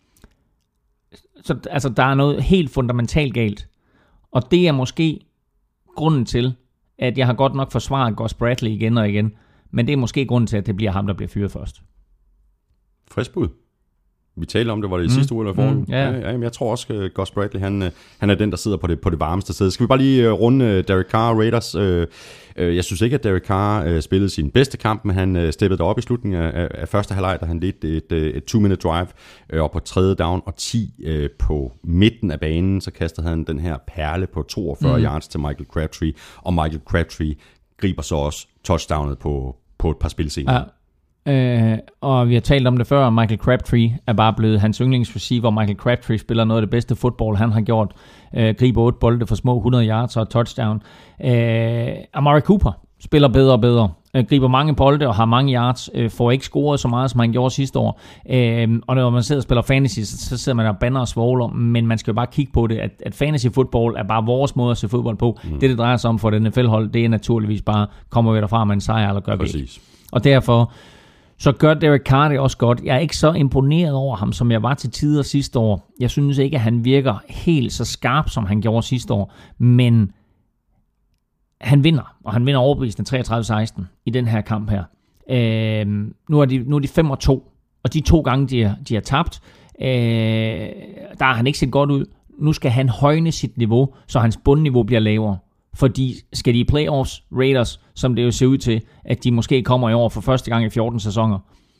Så altså, der er noget helt fundamentalt galt. Og det er måske grunden til, at jeg har godt nok forsvaret Gus Bradley igen og igen, men det er måske grunden til, at det bliver ham, der bliver fyret først. Frisk bud. Vi talte om det, var det i sidste uge eller forrige? Ja. Men jeg tror også, Gus Bradley, han er den, der sidder på det varmeste sted. Skal vi bare lige runde Derek Carr og Raiders? Jeg synes ikke, at Derek Carr spillede sin bedste kamp, men han steppede derop i slutningen af første halvleg, da han ledte et 2-minute drive, og på 3. down og 10 på midten af banen, så kastede han den her perle på 42 yards til Michael Crabtree, og Michael Crabtree griber så også touchdownet på et par spil senere. Ja. Og vi har talt om det før, Michael Crabtree er bare blevet hans yndlingsreceiver. Michael Crabtree spiller noget af det bedste fodbold, han har gjort. Griber 8 bolde for små 100 yards og touchdown. Amari Cooper spiller bedre og bedre. Griber mange bolde og har mange yards. Får ikke scoret så meget, som han gjorde sidste år. Og når man sidder og spiller fantasy, så sidder man der og bander og svogler. Men man skal jo bare kigge på det, at fantasy football er bare vores måde at se fodbold på. Det drejer sig om for det NFL-hold, det er naturligvis bare, kommer vi derfra med en sejr, eller gør vi ikke. Og derfor så gør Derek Carr det også godt. Jeg er ikke så imponeret over ham, som jeg var til tider sidste år. Jeg synes ikke, at han virker helt så skarp, som han gjorde sidste år. Men han vinder, og han vinder overbevisende 33-16 i den her kamp her. Nu er de 5-2, og de 2 gange, de har tabt, der har han ikke set godt ud. Nu skal han højne sit niveau, så hans bundniveau bliver lavere. Fordi skal de i playoffs, Raiders, som det jo ser ud til, at de måske kommer i år for første gang i 14 sæsoner,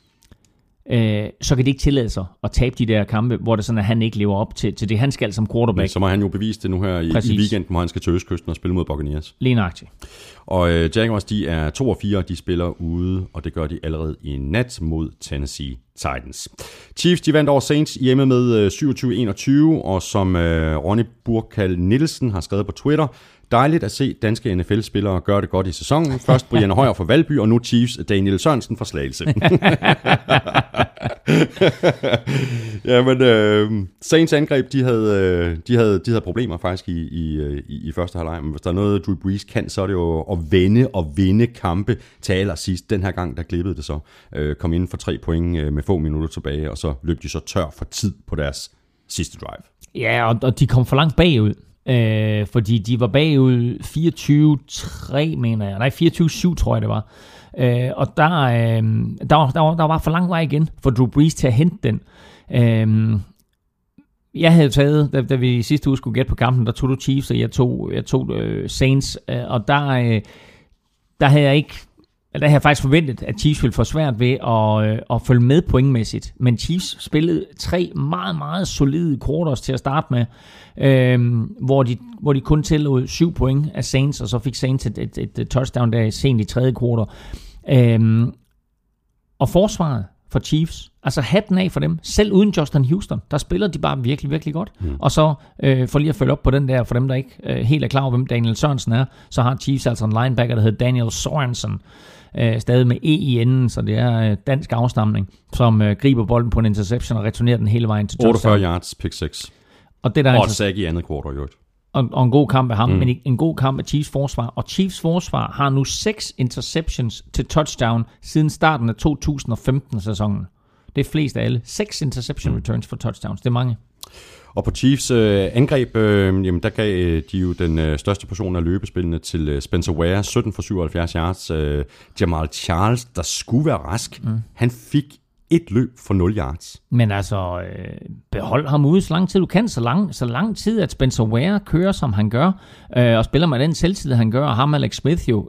så kan de ikke tillade sig at tabe de der kampe, hvor det sådan, at han ikke lever op til det, han skal som quarterback. Men så må han jo bevise det nu her i weekenden, hvor han skal til Østkysten og spille mod Buccaneers. Lige nøjagtigt. Og Jaguars, de er 2-4, og de spiller ude, og det gør de allerede i nat mod Tennessee Titans. Chiefs, de vandt over Saints hjemme med 27-21, og som Ronny Burkald Nielsen har skrevet på Twitter, dejligt at se danske NFL-spillere gøre det godt i sæsonen. Først Brian Højer fra Valby, og nu Chiefs Daniel Sørensen fra Slagelse. Jamen, Saints angreb, de havde problemer faktisk i første halvleg. Men hvis der er noget, Drew Brees kan, så er det jo at vende og vinde kampe til allersidst. Den her gang, der glippede det så. Kom ind for 3 point med få minutter tilbage, og så løb de så tør for tid på deres sidste drive. Ja, og de kom for langt bagud. Fordi de var bagud 24-3, mener jeg. Nej, 24-7, tror jeg det var. Og der var for lang vej igen for Drew Brees til at hente den. Jeg havde taget, da vi sidste uge skulle gætte på kampen, der tog du Chiefs, og jeg tog Saints. Og der havde jeg faktisk forventet, at Chiefs ville få svært ved at følge med pointmæssigt. Men Chiefs spillede 3 meget, meget solide quarters til at starte med, hvor de kun tillod 7 point af Saints, og så fik Saints et touchdown der sent i 3. quarter. Og forsvaret for Chiefs, altså hatten af for dem, selv uden Justin Houston, der spiller de bare virkelig, virkelig godt. Og så for lige at følge op på den der, for dem der ikke helt er klar over, hvem Daniel Sørensen er, så har Chiefs altså en linebacker, der hedder Daniel Sorensen, stadig med E i enden, så det er dansk afstamning, som griber bolden på en interception og returnerer den hele vejen til touchdown. 48 yards, pick 6. Og det der og sack i andet kvartal, jo. Og en god kamp af ham, men en god kamp af Chiefs forsvar. Og Chiefs forsvar har nu 6 interceptions til touchdown siden starten af 2015-sæsonen. Det er flest af alle. 6 interception returns for touchdowns. Det er mange. Og på Chiefs angreb, jamen der gav de jo den største portion af løbespillene til Spencer Ware, 17 for 77 yards. Jamal Charles, der skulle være rask, han fik 1 løb for 0 yards. Men altså, behold ham ude så lang tid du kan, så lang tid, at Spencer Ware kører, som han gør, og spiller med den selvtillid, han gør, og ham Alex Smith jo,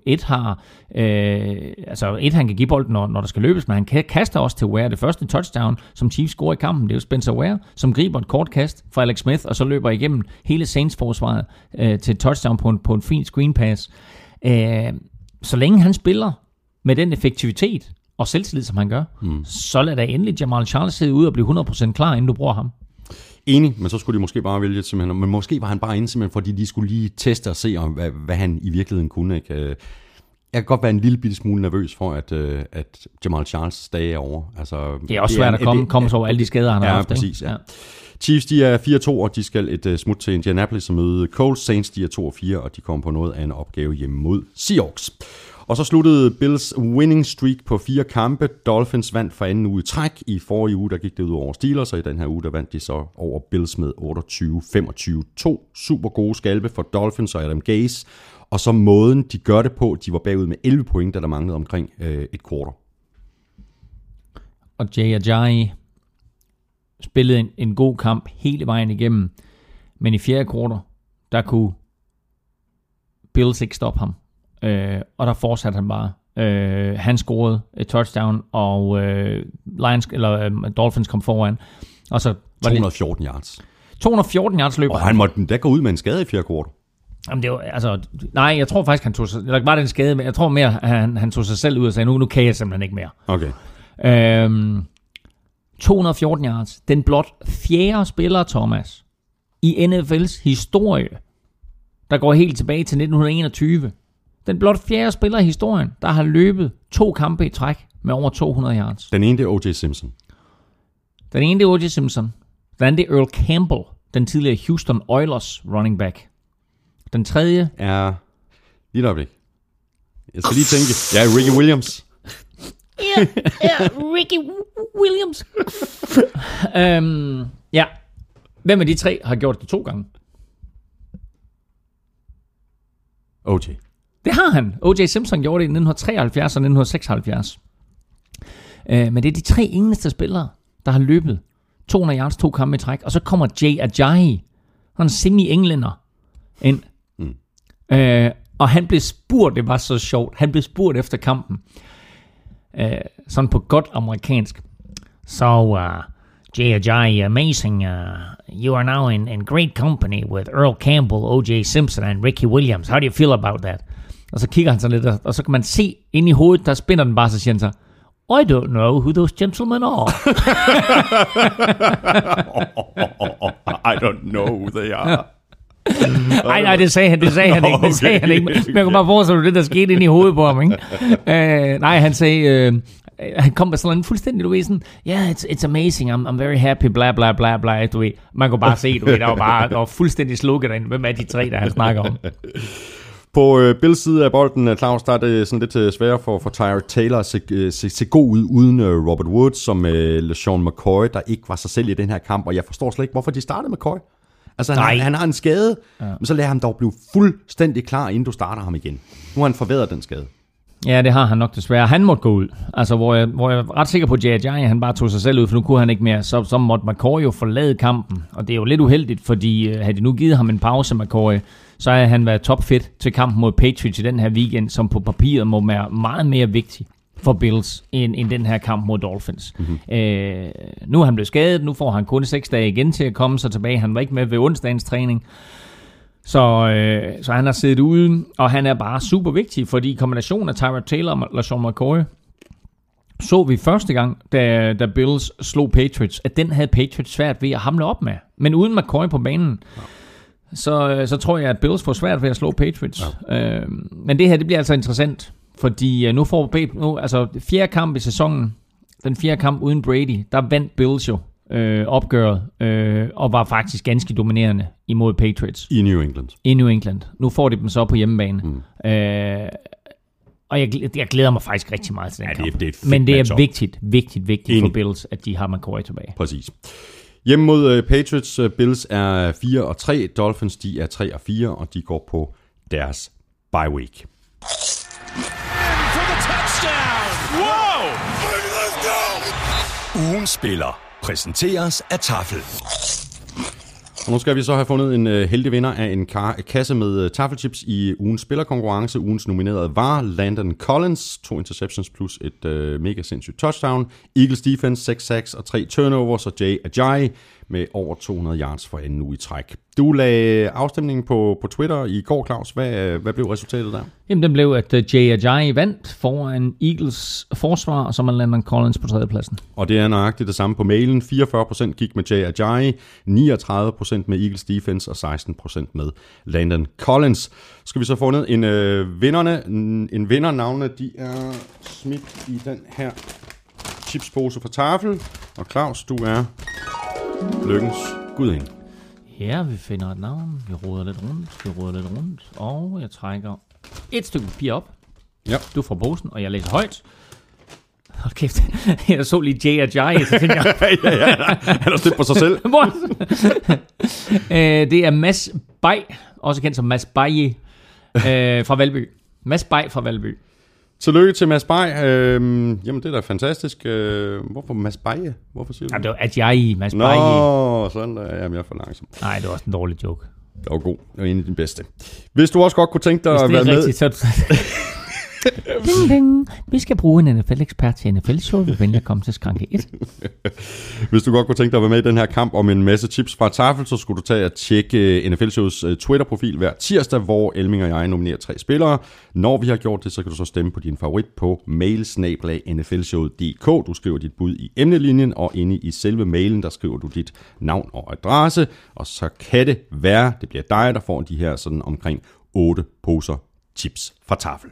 han kan give bolden, når der skal løbes, men han kaster også til Ware. Det første touchdown, som Chiefs scorer i kampen, det er jo Spencer Ware, som griber et kort kast fra Alex Smith, og så løber igennem hele Saints-forsvaret til touchdown på en fin screen pass. Så længe han spiller med den effektivitet, og selvtillid, som han gør, så lad da endelig Jamal Charles sidde ud og blive 100% klar, inden du bruger ham. Enig, men så skulle de måske bare vælge simpelthen, men måske var han bare inde simpelthen, fordi de skulle lige teste og se, hvad han i virkeligheden kunne. Ikke? Jeg kan godt være en lille bitte smule nervøs for, at Jamal Charles dage er over. Altså, det er også svært at komme så over alle de skader, han har haft. Præcis, ja. Chiefs, de er 4-2, og de skal et smut til Indianapolis og møde Colts. Saints, de er 2-4, og de kommer på noget af en opgave hjemme mod Seahawks. Og så sluttede Bills winning streak på 4 kampe. Dolphins vandt for anden uge i træk. I forrige uge, der gik det ud over Steelers, og i den her uge, der vandt de så over Bills med 28-25. 2 super gode skalpe for Dolphins og Adam Gase. Og så måden, de gør det på, de var bagud med 11 point, da der manglede omkring et quarter. Og Jay Ajayi spillede en god kamp hele vejen igennem. Men i fjerde kvartal, der kunne Bills ikke stoppe ham. Og der fortsatte han bare. Han scorede et touchdown, og Dolphins kom foran. Og så var 214 yards. 214 yards løber. Og han måtte da gå ud med en skade i fjerde kvartal. Jamen det var, altså, nej, jeg tror faktisk, han tog sig, eller var det en skade, men jeg tror mere, han tog sig selv ud og sagde, nu kan jeg simpelthen ikke mere. Okay. 214 yards. Den blot 4. spiller, Thomas, i NFL's historie, der går helt tilbage til 1921. Den blot 4. spiller i historien, der har løbet 2 kampe i træk med over 200 yards. Den ene, det er O.J. Simpson. Den ene, det er O.J. Simpson. Den anden, det er Earl Campbell, den tidligere Houston Oilers running back. Den tredje er... Lige et øjeblik. Jeg skal lige tænke. Ja, Ricky Williams. Ja, Ricky Williams. Ja. Hvem af de 3 har gjort det 2 gange? O.J. Det har han. O.J. Simpson gjorde det i 1973 og 1976. Men det er de 3 eneste spillere, der har løbet 200 yards 2 kampe i træk. Og så kommer Jay Ajayi, han er semi-englænder, ind. Og han blev spurgt, det var så sjovt, han blev spurgt efter kampen, sådan på godt amerikansk. So, Jay Ajayi, amazing. You are now in great company with Earl Campbell, O.J. Simpson and Ricky Williams. How do you feel about that? Og så kigger han så lidt, og så kan man se ind i hovedet, der spænder den bare, så siger han så, I don't know who those gentlemen are. I don't know who they are. Nej, det sagde han ikke. Men jeg kunne bare forestille det, der skete ind i hovedet på ham, ikke? Nej, han sagde, han kom med sådan en fuldstændig, du ved, sådan, yeah, it's amazing, I'm very happy, bla bla bla bla, du ved. Man kunne bare se, du ved, der var fuldstændig slukket derinde. Hvem er de 3, der han snakker om? På Bills side af bolden, Claus, der er det sådan lidt sværere for Tyrod Taylor at se god ud uden Robert Woods, som LeSean McCoy, der ikke var sig selv i den her kamp, og jeg forstår slet ikke, hvorfor de startede McCoy. Altså, han har en skade, men så lader ham dog blive fuldstændig klar, inden du starter ham igen. Nu har han forværret den skade. Ja, det har han nok desværre. Han måtte gå ud. Altså, hvor jeg er ret sikker på, at Jay Ajayi, han bare tog sig selv ud, for nu kunne han ikke mere. Så måtte McCoy jo forlade kampen. Og det er jo lidt uheldigt, fordi havde de nu givet ham en pause, McCoy, så havde han været topfit til kampen mod Patriots i den her weekend, som på papiret må være meget mere vigtig for Bills end den her kamp mod Dolphins. Mm-hmm. Nu er han blevet skadet, nu får han kun 6 dage igen til at komme sig tilbage. Han var ikke med ved onsdagens træning. Så han har siddet ude, og han er bare super vigtig, fordi kombinationen af Tyrod Taylor og LeSean McCoy så vi første gang, da Bills slog Patriots, at den havde Patriots svært ved at hamle op med. Men uden McCoy på banen, så tror jeg, at Bills får svært ved at slå Patriots. Ja. Men det her, det bliver altså interessant, fordi nu får altså 4. kamp i sæsonen, den 4. kamp uden Brady, der vandt Bills jo opgøret, og var faktisk ganske dominerende imod Patriots. I New England. Nu får de dem så på hjemmebane. Og jeg glæder mig faktisk rigtig meget til den kamp. Men det er vigtigt for Bills, at de har McCoy tilbage. Præcis. Hjemme mod Patriots, Bills er 4-3, Dolphins de er 3-4, og de går på deres bye week. Ugen spiller præsenteres af Tafel. Og nu skal vi så have fundet en heldig vinder af en kasse med taffelchips i ugens spillerkonkurrence. Ugens nominerede var Landon Collins, 2 interceptions plus et mega sindssygt touchdown. Eagles defense, 6 sacks og 3 turnovers, og Jay Ajayi med over 200 yards for anden uge i træk. Du lagde afstemningen på Twitter i går, Claus. Hvad blev resultatet der? Jamen, den blev, at Jay Ajayi vandt foran Eagles forsvar, og så man Landon Collins på 3. pladsen. Og det er nøjagtigt det samme på mailen. 44% gik med Jay Ajayi, 39% med Eagles defense og 16% med Landon Collins. Skal vi så få ned en vinder. Navnene, de er smidt i den her chipspose fra Tafel. Og Claus, du er lykkens gudinde. Ja, vi finder et navn. Vi roder lidt rundt. Og jeg trækker et stykke papir op. Ja. Du får posen, og jeg læser højt. Hold kæft, jeg så lige Jay Ajayi, så tænkte jeg... ja, han har styrt på sig selv. Det er Mads Bay, også kendt som Mads Baye fra Valby. Mads Bay fra Valby. Tillykke til Mads Bay. Jamen, det er da fantastisk. Hvorfor Mads Bay? Hvorfor siger du Jamen, det var Ajayi, Mads Bay. Nå, sådan der. Jamen, jeg er for langsom. Nej, det var også en dårlig joke. Det var god. Det var en af dine bedste. Hvis du også godt kunne tænke dig at være med... Rigtigt, så ding, ding. Vi skal bruge en NFL-ekspert til NFL-show. Vi vælger at komme til skranke 1. Hvis du godt kunne tænke dig at være med i den her kamp om en masse tips fra Tafel, så skulle du tage og tjekke NFL-shows Twitter-profil hver tirsdag, hvor Elming og jeg nominerer 3 spillere. Når vi har gjort det, så kan du så stemme på din favorit på mail@nflshowet.dk. Du skriver dit bud i emnelinjen, og inde i selve mailen, der skriver du dit navn og adresse. Og så kan det være, det bliver dig, der får de her sådan omkring 8 poser chips fra Tafel.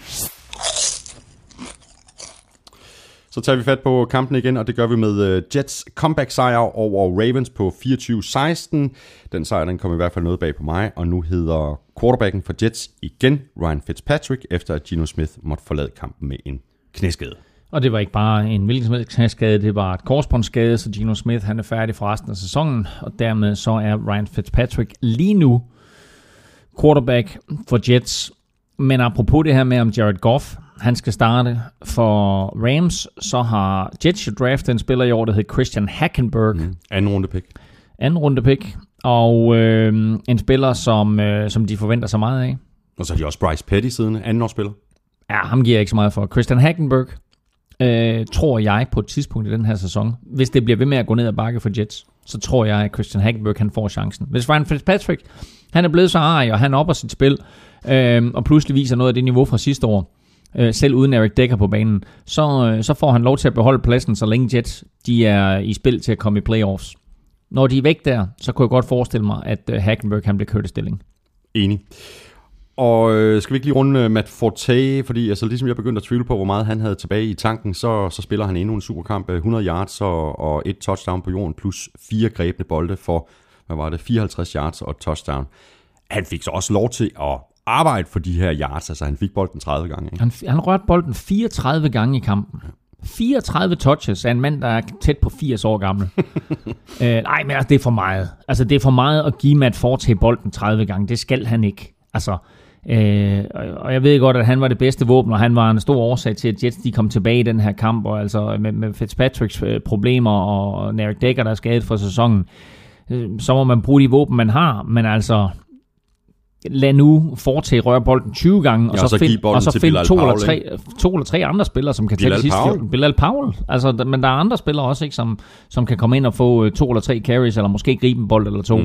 Så tager vi fat på kampen igen, og det gør vi med Jets comeback-sejr over Ravens på 24-16. Den sejr, den kom i hvert fald noget bag på mig, og nu hedder quarterbacken for Jets igen Ryan Fitzpatrick, efter at Geno Smith måtte forlade kampen med en knæskade. Og det var ikke bare en hvilken som helst knæskade, det var et korsbåndsskade, så Geno Smith han er færdig for resten af sæsonen, og dermed så er Ryan Fitzpatrick lige nu quarterback for Jets. Men apropos det her med, om Jared Goff, han skal starte for Rams, så har Jets jo draftet en spiller i år, der hedder Christian Hackenberg. Anden runde pick. Og en spiller, som de forventer så meget af. Og så har de også Bryce Petty siddende, andenårsspiller. Ja, ham giver jeg ikke så meget for. Christian Hackenberg, tror jeg på et tidspunkt i den her sæson, hvis det bliver ved med at gå ned ad bakke for Jets, så tror jeg, at Christian Hackenberg han får chancen. Hvis Ryan Fitzpatrick, han er blevet så arg, og han opper sit spil, og pludselig viser noget af det niveau fra sidste år, selv uden Eric Decker på banen, så får han lov til at beholde pladsen, så længe Jets de er i spil til at komme i playoffs. Når de er væk der, så kunne jeg godt forestille mig, at Hackenberg kan blive kørt i stilling. Enig. Og skal vi ikke lige runde Matt Forte, fordi altså, ligesom jeg begyndte at tvivle på, hvor meget han havde tilbage i tanken, så spiller han endnu en superkamp, 100 yards og et touchdown på jorden, plus 4 grebne bolde for, 54 yards og et touchdown. Han fik så også lov til at arbejde for de her yards, altså han fik bolden 30 gange. Ikke? Han rørte bolden 34 gange i kampen. 34 touches af en mand, der er tæt på 80 år gammel. Nej, men det er for meget. Altså det er for meget at give Matt Forte bolden 30 gange. Det skal han ikke. Altså, og jeg ved godt, at han var det bedste våben, og han var en stor årsag til, at Jets de kom tilbage i den her kamp, og altså med Fitzpatricks problemer og Eric Decker, der er skadet for sæsonen, så må man bruge de våben, man har, men altså lad nu Forte røre bolden 20 gange, og så find to eller tre andre spillere, som kan tage det sidste. Bilal Powell. Altså, men der er andre spillere også, ikke, som kan komme ind og få 2 eller 3 carries, eller måske gribe en bold eller 2.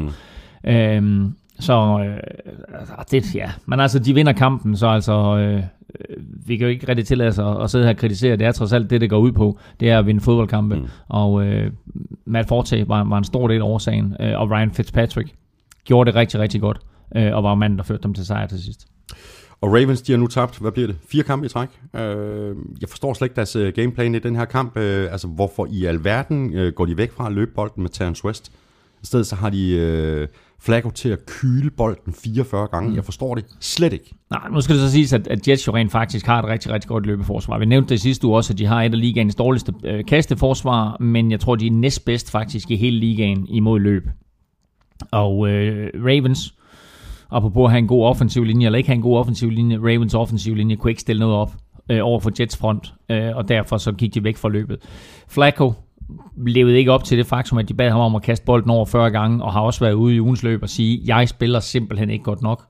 Det, ja. Men altså, de vinder kampen, så altså, vi kan jo ikke rigtig tillade sig at sidde her og kritisere. Det er trods alt det går ud på. Det er at vinde fodboldkampe. Og Matt Forte var en stor del af årsagen, og Ryan Fitzpatrick gjorde det rigtig, rigtig godt, og var manden, der førte dem til sejr til sidst. Og Ravens, de har nu tabt, hvad bliver det? 4 kampe i træk. Jeg forstår slet ikke deres gameplan i den her kamp. Altså, hvorfor i alverden går de væk fra at løbe bolden med Terrence West? I stedet så har de Flacco til at kyle bolden 44 gange. Jeg forstår det slet ikke. Nej, nu skal det så siges, at Jets jo rent faktisk har et rigtig, rigtig godt løbeforsvar. Vi nævnte det sidste uge også, at de har et af ligaens dårligste kasteforsvar, men jeg tror, de er næstbedst faktisk i hele ligaen imod løb. Og Ravens, apropos at have en god offensiv linje, eller ikke have en god offensiv linje, Ravens offensiv linje kunne ikke stille noget op over for Jets front, og derfor så gik de væk fra løbet. Flacco levede ikke op til det faktum, at de bad ham om at kaste bolden over 40 gange, og har også været ude i ugens løb og sige, jeg spiller simpelthen ikke godt nok.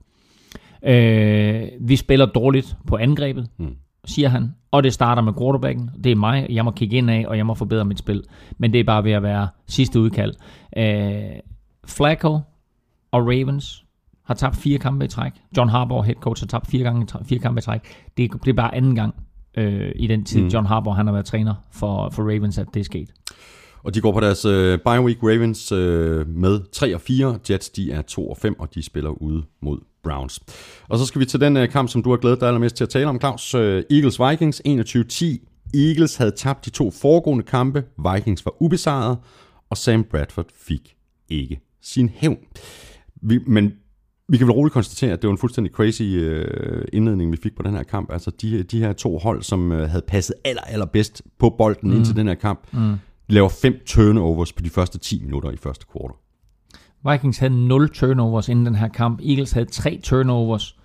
Vi spiller dårligt på angrebet, siger han, og det starter med quarterbacken. Det er mig, jeg må kigge ind af, og jeg må forbedre mit spil. Men det er bare ved at være sidste udkald. Flacco og Ravens har tabt 4 kampe i træk. John Harbaugh, head coach, har tabt 4 kampe i træk. Det er bare anden gang i den tid, John Harbaugh han har været træner for Ravens, at det er sket. Og de går på deres bye week, Ravens med 3-4. Jets, de er 2-5, og de spiller ude mod Browns. Og så skal vi til den kamp, som du har glædet dig allermest til at tale om, Claus. Eagles-Vikings 21-10. Eagles havde tabt de 2 foregående kampe. Vikings var ubesejret, og Sam Bradford fik ikke sin hævn. Men vi kan vel roligt konstatere, at det var en fuldstændig crazy indledning, vi fik på den her kamp. Altså de her 2 hold, som havde passet allerbedst på bolden indtil den her kamp, laver 5 turnovers på de første 10 minutter i første kvartal. Vikings havde 0 turnovers inden den her kamp. Eagles havde 3 turnovers. Det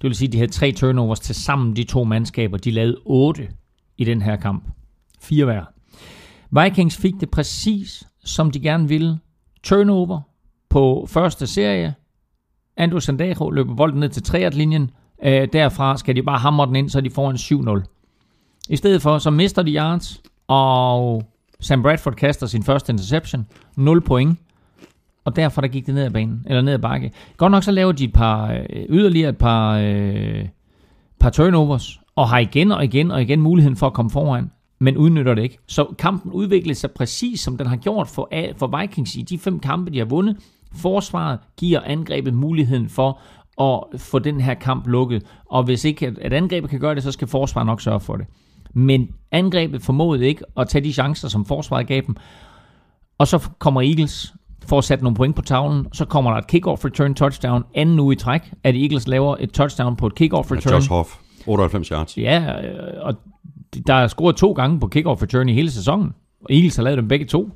Det vil sige, at de havde 3 turnovers til sammen, de 2 mandskaber. De lavede 8 i den her kamp. 4 hver. Vikings fik det præcis, som de gerne ville. Turnover på første serie. Andrew Sandajo løber bolden ned til 3-linjen. Derfra skal de bare hamre den ind, så de får en 7-0. I stedet for, så mister de yards, og Sam Bradford kaster sin første interception. 0 point. Og derfor der gik det ned ad banen, eller ned ad bakke. Godt nok så laver de yderligere et par turnovers, og har igen og igen muligheden for at komme foran, men udnytter det ikke. Så kampen udviklede sig præcis, som den har gjort for Vikings i de 5 kampe, de har vundet. Forsvaret giver angrebet muligheden for at få den her kamp lukket, og hvis ikke at angrebet kan gøre det, så skal forsvaret nok sørge for det. Men angrebet formåede ikke at tage de chancer, som forsvaret gav dem, og så kommer Eagles for at sætte nogle point på tavlen, så kommer der et kick-off return touchdown, anden uge i træk, at Eagles laver et touchdown på et kick-off return. Josh Hoff, 98 yards. Ja, og der er scoret 2 gange på kick-off return i hele sæsonen, og Eagles har lavet dem begge 2.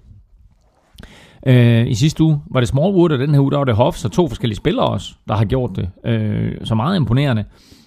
I sidste uge var det Smallwood, og den her uge der var det Hoff, så 2 forskellige spillere også, der har gjort det. Så meget imponerende.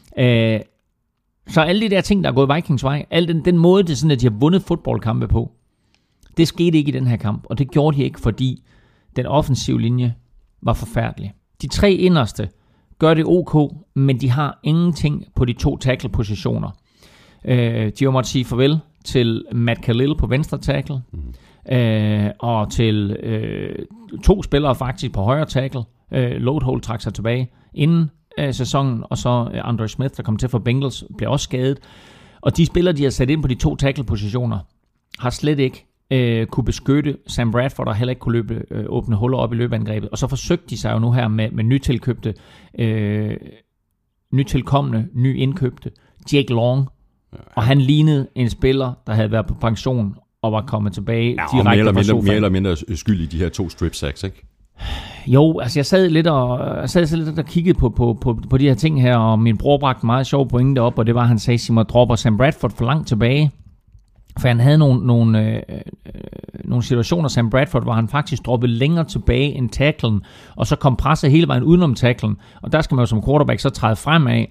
Så alle de der ting, der er gået Vikings vej, al den måde, det er sådan, at de har vundet fodboldkampe på, det skete ikke i den her kamp, og det gjorde de ikke, fordi den offensive linje var forfærdelig. De 3 inderste gør det ok, men de har ingenting på de 2 tackle-positioner. De har måttet sige farvel til Matt Kalil på venstre tackle, og til 2 spillere faktisk på højre tackle. Loadhold trak sig tilbage inden sæsonen, og så Andre Smith, der kom til for Bengals, blev også skadet. Og de spillere, de har sat ind på de 2 tackle-positioner, har slet ikke kunne beskytte Sam Bradford, og heller ikke kunne åbne huller op i løbeangrebet. Og så forsøgte de sig jo nu her med nytilkommende, nyindkøbte Jake Long. Og han lignede en spiller, der havde været på pension og var kommet tilbage direkte fra sofaen. Mere eller mindre skyld i de her 2 strip sacks, ikke? Jo, altså jeg sad lidt og kiggede på de her ting her, og min bror bragte meget sjov pointe op, og det var, at han sagde, at man dropper Sam Bradford for langt tilbage. For han havde nogle situationer, Sam Bradford, hvor han faktisk droppede længere tilbage end tacklen, og så kom presset hele vejen udenom tacklen. Og der skal man jo som quarterback så træde fremad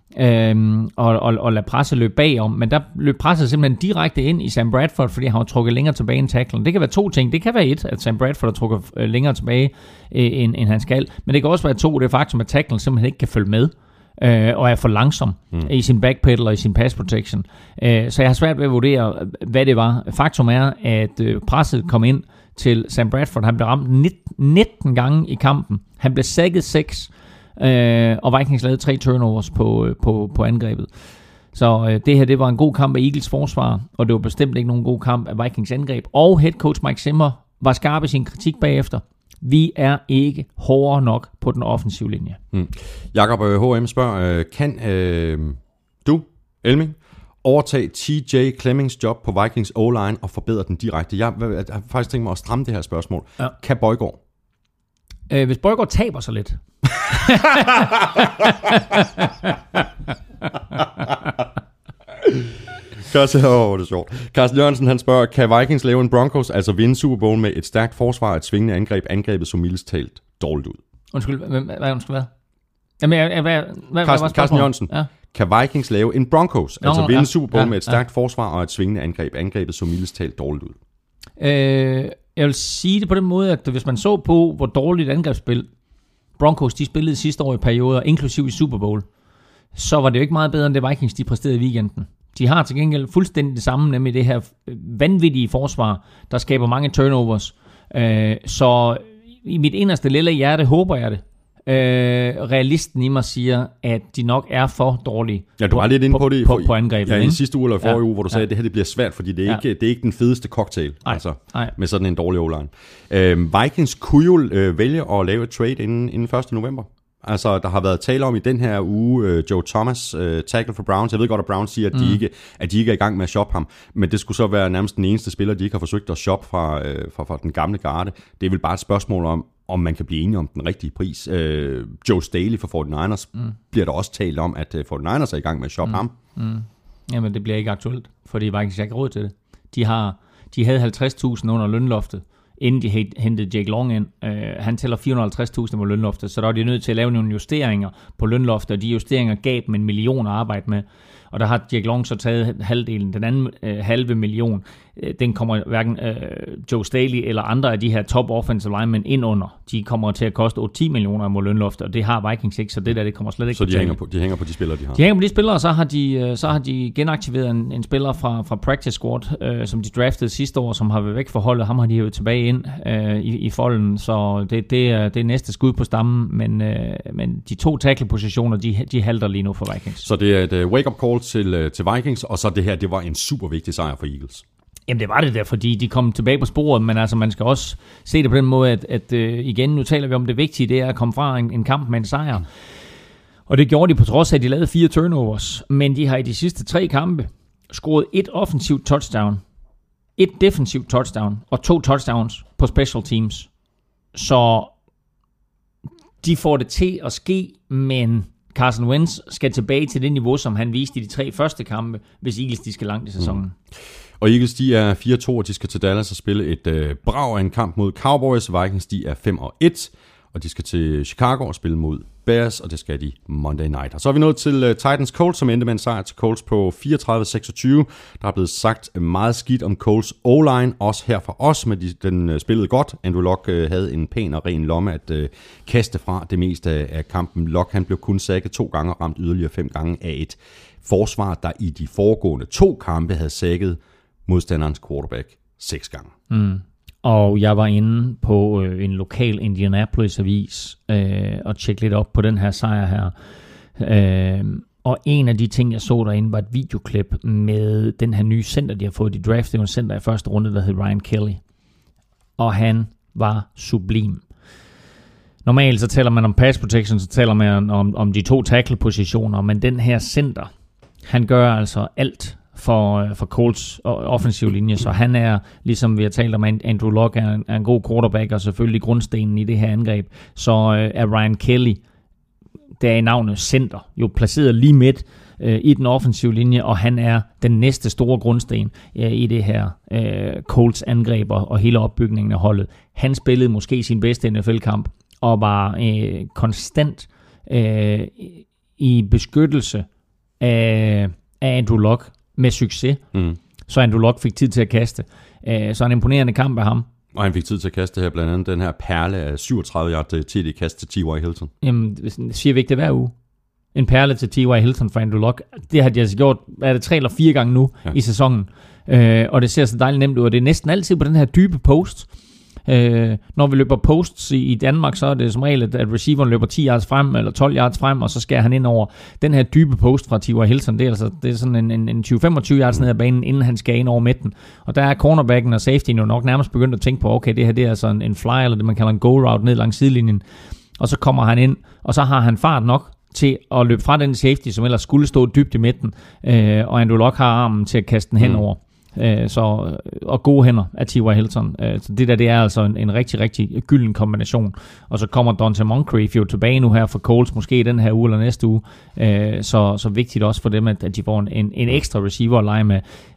og lade presset løbe bagom. Men der løb presset simpelthen direkte ind i Sam Bradford, fordi han har trukket længere tilbage end tacklen. Det kan være 2 ting. Det kan være at Sam Bradford har trukket længere tilbage, end han skal. Men det kan også være 2, det er faktum, at tacklen simpelthen ikke kan følge med. Og er for langsom i sin backpedal og i sin pass protection. Så jeg har svært ved at vurdere, hvad det var. Faktum er, at presset kom ind til Sam Bradford. Han blev ramt 19 gange i kampen. Han blev sacket 6, og Vikings lavede 3 turnovers på angrebet. Så det her, det var en god kamp af Eagles forsvar, og det var bestemt ikke nogen god kamp af Vikings angreb. Og head coach Mike Zimmer var skarp i sin kritik bagefter. Vi er ikke hårdere nok på den offensive linje. Jakob H.M. spørger, kan du, Elming, overtage TJ Clemmings job på Vikings O-line og forbedre den direkte? Jeg har faktisk tænkt mig at stramme det her spørgsmål. Ja. Kan Bøjgaard? Hvis Bøjgaard taber sig lidt. Carsten Jørgensen, han spørger, kan Vikings lave en Broncos, altså vinde Super Bowl med et stærkt forsvar, et svingende angreb, angrebet så mildest talt dårligt ud? Undskyld, hvad? Jamen, Carsten Jørgensen, ja. Kan Vikings lave en Broncos, altså vinde Super Bowl med et stærkt forsvar og et svingende angreb, angrebet så mildest talt dårligt ud? Jeg vil sige det på den måde, at hvis man så på, hvor dårligt angrebsspil Broncos de spillede sidste år i perioder, inklusiv i Super Bowl, så var det jo ikke meget bedre, end det Vikings de præsterede i weekenden. De har til gengæld fuldstændig det samme, nemlig det her vanvittige forsvar, der skaber mange turnovers. Så i mit inderste lille hjerte håber jeg det. Realisten i mig siger, at de nok er for dårlige. Ja, du var lidt inde på det på angrebet. Ja, i sidste uge eller forrige uge, hvor du sagde, at det her det bliver svært, fordi det er ikke den fedeste cocktail, med sådan en dårlig O-line. Vikings kunne jo vælge at lave et trade inden 1. november. Altså, der har været tale om i den her uge, Joe Thomas, tackle for Browns. Jeg ved godt, at Browns siger, at de ikke er i gang med at shoppe ham, men det skulle så være nærmest den eneste spiller, de ikke har forsøgt at shoppe fra den gamle garde. Det er vel bare et spørgsmål om man kan blive enige om den rigtige pris. Joe Staley for 49ers bliver der også talt om, at 49ers er i gang med at shoppe ham. Jamen, det bliver ikke aktuelt, fordi Vikings ikke råd til det. De havde 50.000 under lønloftet inden de hentede Jake Long ind. Han tæller 450.000 på lønloftet, så der var de nødt til at lave nogle justeringer på lønloftet, og de justeringer gav dem 1 million at arbejde med. Og der har Jake Long så taget halvdelen. Den anden halve million, den kommer hverken Joe Staley eller andre af de her top offensive linemen ind under. De kommer til at koste 8-10 millioner mod lønloftet, og det har Vikings ikke, så det kommer slet ikke så til. Så de hænger på de spillere, de har? De hænger på de spillere, og så har de genaktiveret en spiller fra practice squad, som de draftede sidste år, som har været væk fra holdet. Ham har de jo tilbage ind i folden, så det er næste skud på stammen, men de 2 tackle-positioner, de halter lige nu for Vikings. Så det er et wake-up call til Vikings, og så det her, det var en super vigtig sejr for Eagles. Jamen det var det der, fordi de kom tilbage på sporet, men altså man skal også se det på den måde, at igen, nu taler vi om det vigtige, det er at komme fra en kamp med en sejr. Og det gjorde de på trods af, at de lavede 4 turnovers, men de har i de sidste 3 kampe scoret 1 offensivt touchdown, 1 defensivt touchdown og 2 touchdowns på special teams. Så de får det til at ske, men Carson Wentz skal tilbage til det niveau, som han viste i de 3 første kampe, hvis Eagles de skal langt i sæsonen. Og Eagles de er 4-2, og de skal til Dallas og spille et brag af en kamp mod Cowboys. Vikings de er 5-1, og de skal til Chicago og spille mod Bears, og det skal de Monday Night. Og så er vi nået til Titans Colts, som endte med en sejr til Colts på 34-26. Der er blevet sagt meget skidt om Colts O-line, også her for os, men den spillede godt. Andrew Luck havde en pæn og ren lomme at kaste fra det meste af kampen. Luck han blev kun sacket 2 gange og ramt yderligere 5 gange af et forsvar, der i de foregående 2 kampe havde sacket modstanderens quarterback 6 gange. Og jeg var inde på en lokal Indianapolis-avis og tjekke lidt op på den her sejr her. Og en af de ting, jeg så derinde, var et videoklip med den her nye center, de har fået. De draftede en center i første runde, der hed Ryan Kelly. Og han var sublim. Normalt så taler man om pass protection, så taler man om de 2 tackle-positioner, men den her center, han gør altså alt for Colts offensiv linje, så han er, ligesom vi har talt om, Andrew Luck er en god quarterback, og selvfølgelig grundstenen i det her angreb, så er Ryan Kelly, der er i navnet center, jo placeret lige midt i den offensive linje, og han er den næste store grundsten i det her Colts angreb og hele opbygningen af holdet. Han spillede måske sin bedste NFL-kamp, og var konstant i beskyttelse af Andrew Luck, med succes, så Andrew Luck fik tid til at kaste. Så en imponerende kamp af ham. Og han fik tid til at kaste her, blandt andet den her perle af 37 yard TD-kast til T.Y. Hilton. Jamen, siger vi ikke det hver uge? En perle til T.Y. Hilton for Andrew Luck. Det har de altså gjort, er det 3 eller 4 gange nu i sæsonen. Og det ser så dejligt nemt ud, og det er næsten altid på den her dybe post. Når vi løber posts i Danmark, så er det som regel, at receiveren løber 10 yards frem, eller 12 yards frem, og så skærer han ind over den her dybe post fra T.Y. Hilton. Det er sådan en 20-25 yards ned ad banen, inden han skærer ind over midten. Og der er cornerbacken og safetyen jo nok nærmest begyndt at tænke på, okay, det her det er altså en fly, eller det man kalder en go route ned langs sidelinjen. Og så kommer han ind, og så har han fart nok til at løbe fra den safety, som ellers skulle stå dybt i midten, og Andrew Luck har armen til at kaste den henover. Og gode hænder af T.Y. Hilton. Så det er altså en rigtig, rigtig gylden kombination. Og så kommer Donte Moncrief jo tilbage nu her for Colts, måske i den her uge eller næste uge. Så vigtigt også for dem, at de får en ekstra receiver at lege med.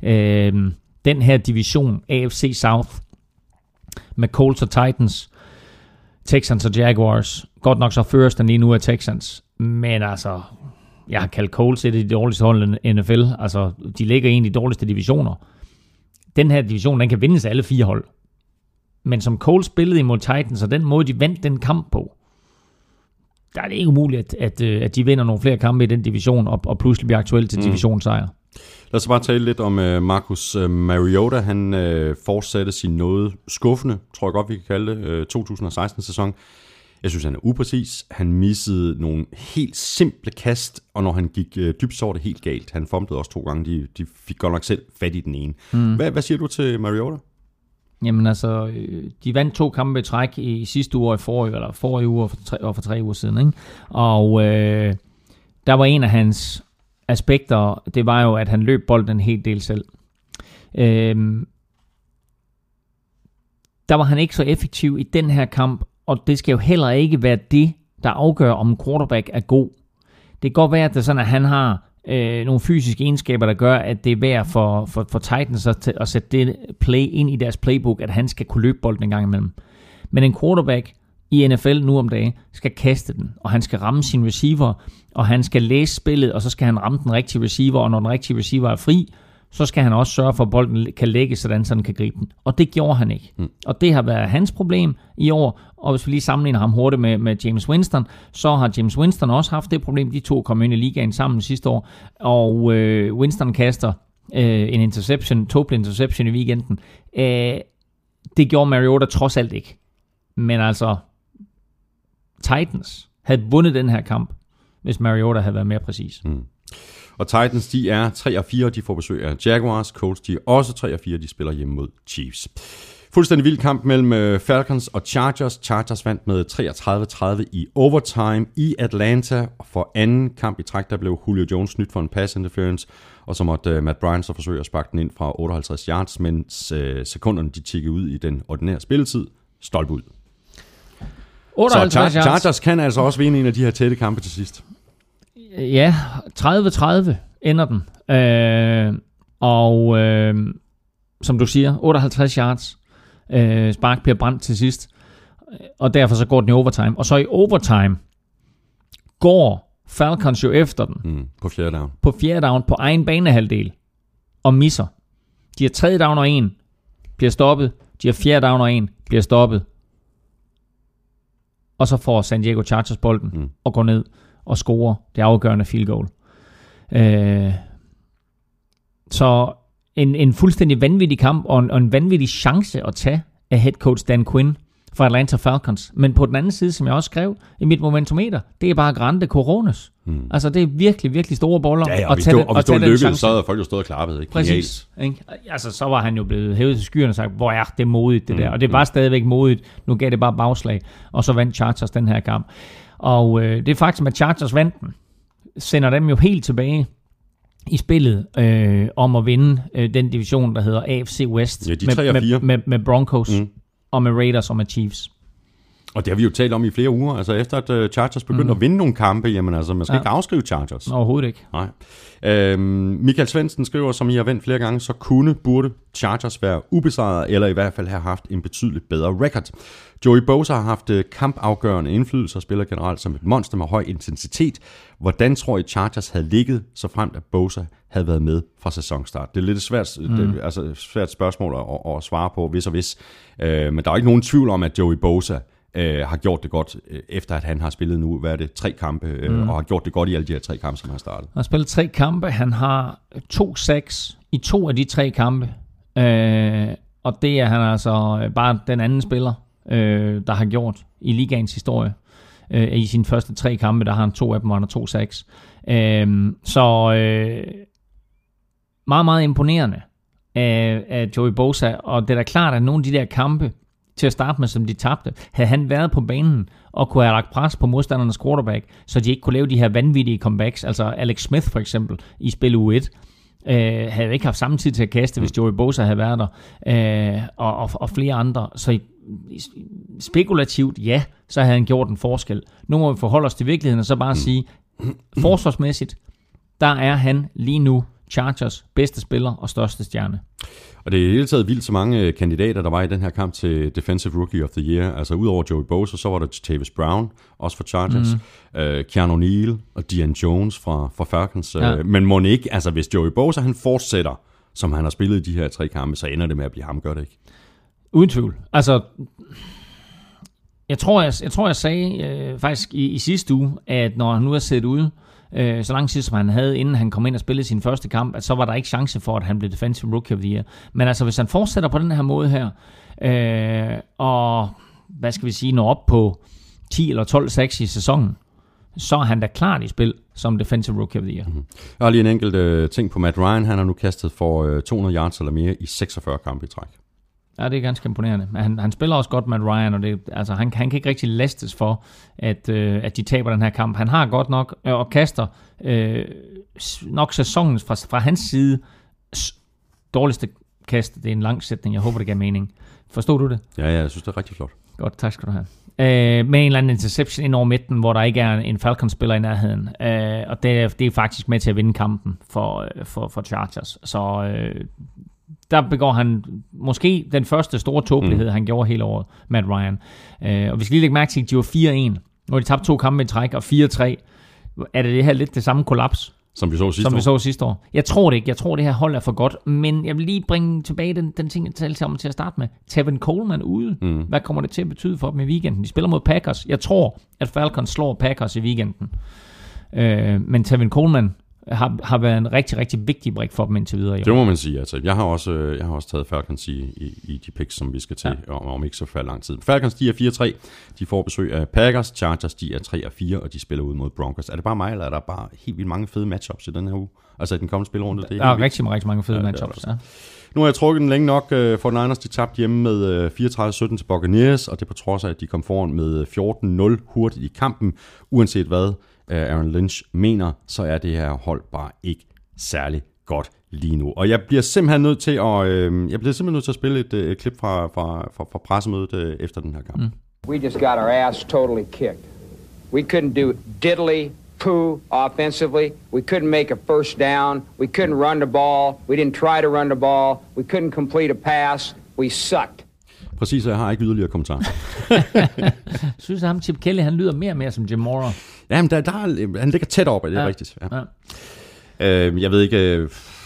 Den her division, AFC South, med Colts og Titans, Texans og Jaguars. Godt nok så føres den lige nu af Texans. Men altså, jeg har kaldt Colts et af de dårligste hold i NFL. Altså, de ligger i en af de dårligste divisioner. Den her division, den kan vindes af alle 4 hold. Men som Colts spillede imod Titans, og den måde, de vandt den kamp på, der er det ikke umuligt, at de vinder nogle flere kampe i den division, og pludselig bliver aktuelt til divisionssejr. Lad os bare tale lidt om Marcus Mariota. Han fortsatte sin noget skuffende, tror jeg godt, vi kan kalde det, 2016-sæson. Jeg synes, han er upræcis. Han missede nogle helt simple kast, og når han gik dybt, så var det helt galt. Han fumblede også 2 gange. De fik godt nok selv fat i den ene. Hvad siger du til Mariota? Jamen altså, de vandt 2 kampe i træk i sidste uge og forrige uge og for 3 uger siden. Ikke? Og der var en af hans aspekter, det var jo, at han løb bolden en hel del selv. Der var han ikke så effektiv i den her kamp, og det skal jo heller ikke være det, der afgør, om en quarterback er god. Det kan godt være, at det er sådan, at han har nogle fysiske egenskaber, der gør, at det er værd for Titans at sætte det play ind i deres playbook, at han skal kunne løbe bolden en gang imellem. Men en quarterback i NFL nu om dagen skal kaste den, og han skal ramme sin receiver, og han skal læse spillet, og så skal han ramme den rigtige receiver, og når den rigtige receiver er fri, så skal han også sørge for, at bolden kan lægge, så han kan gribe den. Og det gjorde han ikke. Og det har været hans problem i år, og hvis vi lige sammenligner ham hurtigt med James Winston, så har James Winston også haft det problem. De to kom ind i ligaen sammen sidste år, og Winston kaster en interception, total interception i weekenden. Det gjorde Mariota trods alt ikke. Men altså, Titans havde vundet den her kamp, hvis Mariota havde været mere præcis. Og Titans, de er 3-4, de får besøg af Jaguars. Colts, de er også 3-4, de spiller hjemme mod Chiefs. Fuldstændig vild kamp mellem Falcons og Chargers. Chargers vandt med 33-30 i overtime i Atlanta. For anden kamp i træk, der blev Julio Jones snydt for en pass interference, og så måtte Matt Bryant så forsøge at sparke den ind fra 58 yards, mens sekunderne de tikkede ud i den ordinære spilletid. Stolpe ud. Så Chargers kan altså også vinde en af de her tætte kampe til sidst. Ja, 30-30 ender den. Som du siger, 58 yards. Spark bliver brændt til sidst. Og derfor så går den i overtime. Og så i overtime går Falcons jo efter den. På fjerde down. På fjerde down på egen banehalvdel. Og misser. De har tredje down og en. Bliver stoppet. De har fjerde down og en. Bliver stoppet. Og så får San Diego Chargers bolden og går ned og scorer det afgørende field goal. Så en fuldstændig vanvittig kamp og en vanvittig chance at tage af head coach Dan Quinn fra Atlanta Falcons. Men på den anden side, som jeg også skrev i mit momentometer, det er bare grande coronas. Altså det er virkelig, virkelig store boller. Ja, og hvis det lykkedes, så havde folk jo stået og klappet. Ikke? Præcis. Ikke? Altså så var han jo blevet hævet til skyerne og sagt, hvor er det modigt det der. Og det var stadigvæk modigt. Nu gav det bare bagslag. Og så vandt Chargers den her kamp. Og det faktum, at Chargers vandt den, sender dem jo helt tilbage i spillet om at vinde den division, der hedder AFC West. Ja, de med Broncos og med Raiders og med Chiefs. Og det har vi jo talt om i flere uger. Altså efter at Chargers begyndte at vinde nogle kampe, jamen altså, man skal ikke afskrive Chargers. Overhovedet ikke. Nej. Michael Svendsen skriver, som I har vendt flere gange, så burde Chargers være ubesejret, eller i hvert fald have haft en betydeligt bedre record. Joey Bosa har haft kampafgørende indflydelse og spiller generelt som et monster med høj intensitet. Hvordan tror I Chargers havde ligget, så fremt at Bosa havde været med fra sæsonstart? Det er lidt et svært spørgsmål at svare på, hvis og hvis. Men der er ikke nogen tvivl om, at Joey Bosa har gjort det godt, efter at han har spillet nu, 3 kampe, og har gjort det godt i alle de her 3 kampe, som han har startet. Han har spillet 3 kampe, han har 2 sacks i 2 af de 3 kampe, og det er han altså bare den anden spiller, der har gjort i ligaens historie. I sine første 3 kampe, der har han 2 af dem, og han har 2 sacks. Meget, meget imponerende af Joey Bosa, og det er da klart, at nogle af de der kampe, til at starte med, som de tabte, havde han været på banen og kunne have lagt pres på modstandernes quarterback, så de ikke kunne lave de her vanvittige comebacks. Altså Alex Smith for eksempel i spil U1 havde ikke haft samme tid til at kaste, hvis Joey Bosa havde været der, og flere andre. Så spekulativt, ja, så havde han gjort en forskel. Nu må vi forholde os til virkeligheden og så bare sige, forsvarsmæssigt, der er han lige nu Chargers bedste spiller og største stjerne. Og det er i hele taget vildt så mange kandidater, der var i den her kamp til Defensive Rookie of the Year. Altså udover Joey Bosa, så var der Tavis Brown, også for Chargers, Keanu Neal og Dion Jones fra Falcons. Ja. Men må ikke, altså hvis Joey Bosa han fortsætter, som han har spillet i de her 3 kampe, så ender det med at blive ham, gør det ikke? Uden tvivl. Altså, jeg tror, jeg sagde faktisk i sidste uge, at når han nu er set ude, så lang tid som han havde, inden han kom ind og spillede sin første kamp, at så var der ikke chance for, at han blev Defensive Rookie of the Year. Men altså, hvis han fortsætter på den her måde her, og hvad skal vi sige, når op på 10 eller 12 sacks i sæsonen, så er han da klart i spil som Defensive Rookie of the Year. Jeg har lige en enkelt ting på Matt Ryan. Han har nu kastet for 200 yards eller mere i 46 kampe i træk. Ja, det er ganske imponerende. Han spiller også godt, Matt Ryan, og det, altså, han kan ikke rigtig lastes for, at de taber den her kamp. Han har godt nok, og kaster nok sæsonen fra hans side dårligste kast. Det er en lang sætning. Jeg håber, det giver mening. Forstod du det? Ja, jeg synes, det er rigtig flot. Godt, tak skal du have. Med en eller anden interception ind over midten, hvor der ikke er en Falcons-spiller i nærheden. Og det er faktisk med til at vinde kampen for Chargers. Så der begår han måske den første store tåbelighed, han gjorde hele året, Matt Ryan. Og vi skal lige lægge mærke til, at de var 4-1. Nu har de tabt 2 kampe i træk, og 4-3. Er det her lidt det samme kollaps? Som vi så sidste år? Jeg tror det ikke. Jeg tror, det her hold er for godt. Men jeg vil lige bringe tilbage den ting, jeg talte om til at starte med. Tevin Coleman ude. Hvad kommer det til at betyde for dem i weekenden? De spiller mod Packers. Jeg tror, at Falcons slår Packers i weekenden. Men Tevin Coleman har været en rigtig, rigtig vigtig brik for dem indtil videre. Det må man sige. Altså. Jeg har også taget Falcons i de picks, som vi skal til om ikke så lang tid. Falcons, de er 4-3. De får besøg af Packers. Chargers, de er 3-4, og de spiller ud mod Broncos. Er det bare mig, eller er der bare helt vildt mange fede matchups i den her uge? Altså i den kommende spilrunde? Der er rigtig mange fede matchups, ja. Nu har jeg trukket den længe nok. For Niners, de tabte hjemme med 34-17 til Buccaneers, og det på trods af, at de kom foran med 14-0 hurtigt i kampen. Uanset hvad Aaron Lynch mener, så er det her hold bare ikke særlig godt lige nu. Og jeg bliver simpelthen nødt til at spille et klip fra pressemødet efter den her kamp. We just got our ass totally kicked. We couldn't do diddly poo offensively. We couldn't make a first down. We couldn't run the ball. We didn't try to run the ball. We couldn't complete a pass. We sucked. Præcis, jeg har ikke yderligere kommentarer. Jeg synes, at ham Chip Kelly, han lyder mere og mere som Jim Mora. Jamen, han ligger tæt op, det er rigtigt. Ja. Jeg ved ikke...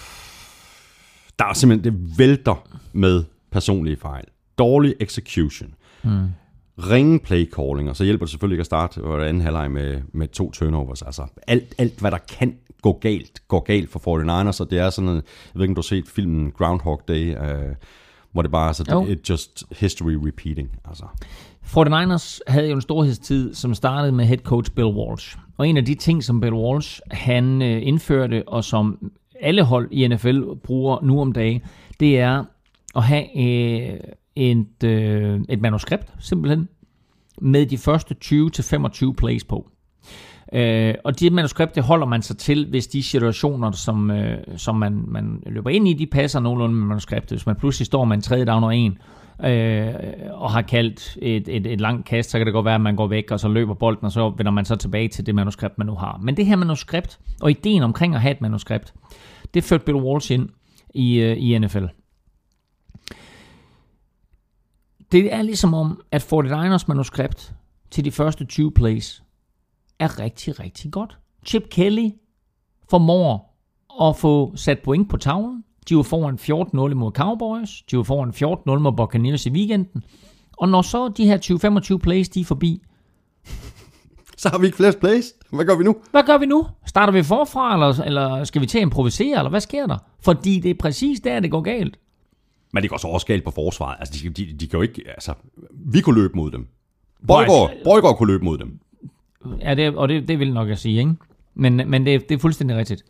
Der er simpelthen, det vælter med personlige fejl. Dårlig execution. Ringe play calling, og så hjælper det selvfølgelig ikke at starte anden halvleg med 2 turnovers. Altså alt, hvad der kan gå galt for 49ers, og det er sådan, jeg ved ikke, om du har set filmen Groundhog Day, hvor det bare er så it just history repeating. Altså. 49ers havde jo en storhedstid, som startede med head coach Bill Walsh. Og en af de ting, som Bill Walsh han indførte, og som alle hold i NFL bruger nu om dagen, det er at have et manuskript, simpelthen, med de første 20-25 plays på. Og det manuskript, det holder man sig til, hvis de situationer, som man løber ind i, de passer nogenlunde med manuskriptet. Hvis man pludselig står med en 3. down og 1, og har kaldt et langt kast, så kan det godt være, at man går væk, og så løber bolden, og så vender man så tilbage til det manuskript, man nu har. Men det her manuskript, og ideen omkring at have et manuskript, det førte Bill Walsh ind i NFL. Det er ligesom om, at 49ers manuskript til de første 20 plays er rigtig, rigtig godt. Chip Kelly formår at få sat point på tavlen. De var foran 14-0 mod Cowboys. De var foran 14-0 mod Buccaneers i weekenden. Og når så de her 20-25 plays, de er forbi, så har vi ikke flere plays. Hvad gør vi nu? Starter vi forfra, eller skal vi til at improvisere, eller hvad sker der? Fordi det er præcis der, det går galt. Men det går så også galt på forsvaret. Altså, de kan jo ikke... Altså, vi kunne løbe mod dem. Bøjgaard kunne løbe mod dem. Ja, det vil nok at sige, ikke? Men det er fuldstændig rigtigt.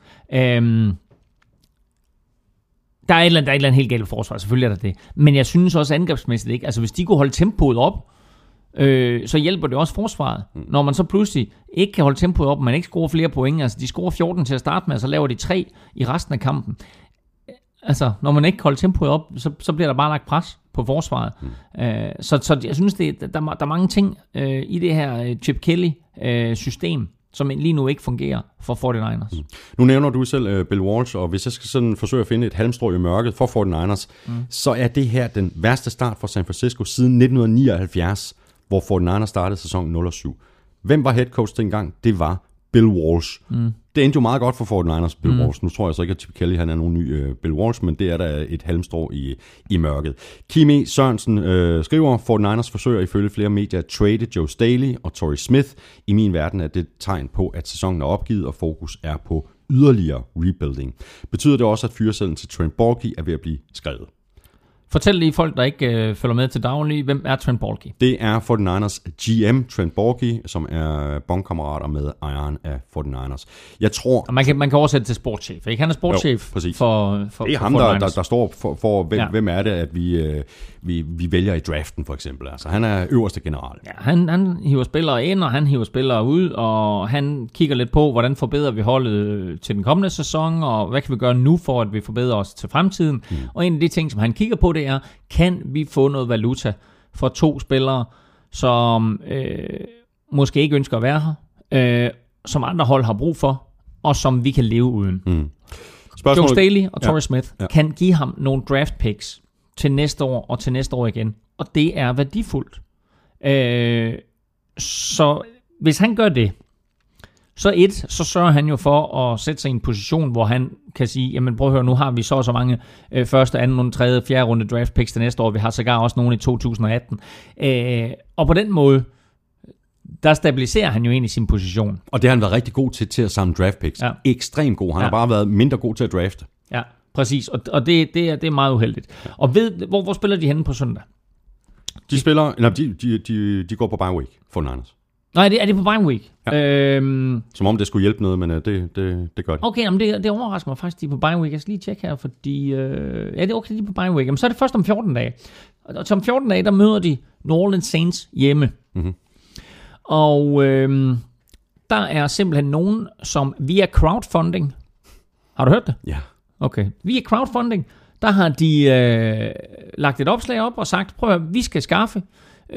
Der er et eller andet helt galt på forsvaret, selvfølgelig er der det. Men jeg synes også angrebsmæssigt ikke. Altså, hvis de kunne holde tempoet op, så hjælper det også forsvaret. Når man så pludselig ikke kan holde tempoet op, og man ikke scorer flere point, altså de scorer 14 til at starte med, og så laver de 3 i resten af kampen. Altså, når man ikke holder tempoet op, så bliver der bare lagt pres på forsvaret. Så jeg synes, der er mange ting i det her Chip Kelly-system, som lige nu ikke fungerer for 49ers. Nu nævner du selv Bill Walsh, og hvis jeg skal sådan forsøge at finde et halmstrå i mørket for 49ers, så er det her den værste start for San Francisco siden 1979, hvor 49ers startede sæsonen 0-7. Hvem var head coach dengang? Det var Bill Walsh. Det endte jo meget godt for 49ers, Bill Walsh. Nu tror jeg så ikke, at Chip Kelly han er nogen ny Bill Walsh, men det er der et halmstrå i mørket. Kimi Sørensen skriver, 49ers forsøger ifølge flere medier at trade Joe Staley og Torrey Smith. I min verden er det et tegn på, at sæsonen er opgivet, og fokus er på yderligere rebuilding. Betyder det også, at fyresedlen til Trent Baalke er ved at blive skrevet? Fortæl lige folk, der ikke følger med til daglig, hvem er Trent Baalke? Det er 49ers GM, Trent Baalke, som er bondkammerater med ejeren af 49ers. Jeg tror... Og man kan oversætte til sportschef, ikke? Han er sportschef for det er ham, 49ers. der står for hvem er det, at vi vælger i draften, for eksempel. Altså, han er øverste general. Ja, han hiver spillere ind, og han hiver spillere ud, og han kigger lidt på, hvordan forbedrer vi holdet til den kommende sæson, og hvad kan vi gøre nu, for at vi forbedrer os til fremtiden. Og en af de ting, som han kigger på, det er, kan vi få noget valuta for 2 spillere, som måske ikke ønsker at være her, som andre hold har brug for, og som vi kan leve uden. Joe Staley og Torrey Smith kan give ham nogle draft picks til næste år og til næste år igen, og det er værdifuldt. Så hvis han gør det, så sørger han jo for at sætte sig i en position, hvor han kan sige, jamen prøv at høre, nu har vi så mange første, anden runde, tredje, fjerde runde draft picks til næste år. Vi har sågar også nogle i 2018. Og på den måde, der stabiliserer han jo egentlig sin position. Og det har han været rigtig god til at samle draft picks. Ja. Ekstremt god. Han har bare været mindre god til at drafte. Ja, præcis. Og det er meget uheldigt. Ja. Og hvor spiller de henne på søndag? De går på bye week for Niners. Nej, er det på bye week? Ja. Som om det skulle hjælpe noget, men det gør det. Okay, men det overrasker mig faktisk, de er på bye week. Jeg skal lige tjekke her, fordi... det er okay, de er på bye week. Men så er det først om 14 dage. Og om 14 dage, der møder de New Orleans Saints hjemme. Mm-hmm. Og der er simpelthen nogen, som via crowdfunding... Har du hørt det? Ja. Okay. Via crowdfunding, der har de lagt et opslag op og sagt, prøv at vi skal skaffe $1,100.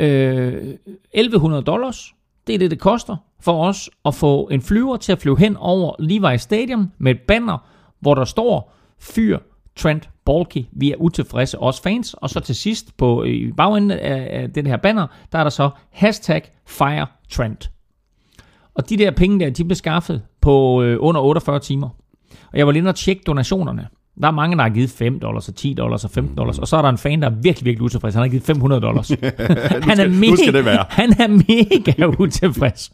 Det er det koster for os at få en flyver til at flyve hen over Levi's Stadium med et banner, hvor der står, fyr Trent Baalke, vi er utilfredse, os fans. Og så til sidst i bagenden af den her banner, der er der så #FireTrent. Og de der penge der, de blev skaffet på under 48 timer. Og jeg var lige inde og tjekke donationerne. Der er mange, der har givet $5 og $10 og $15, og så er der en fan, der er virkelig, virkelig utilfreds. Han har givet $500. Han er mega utilfreds.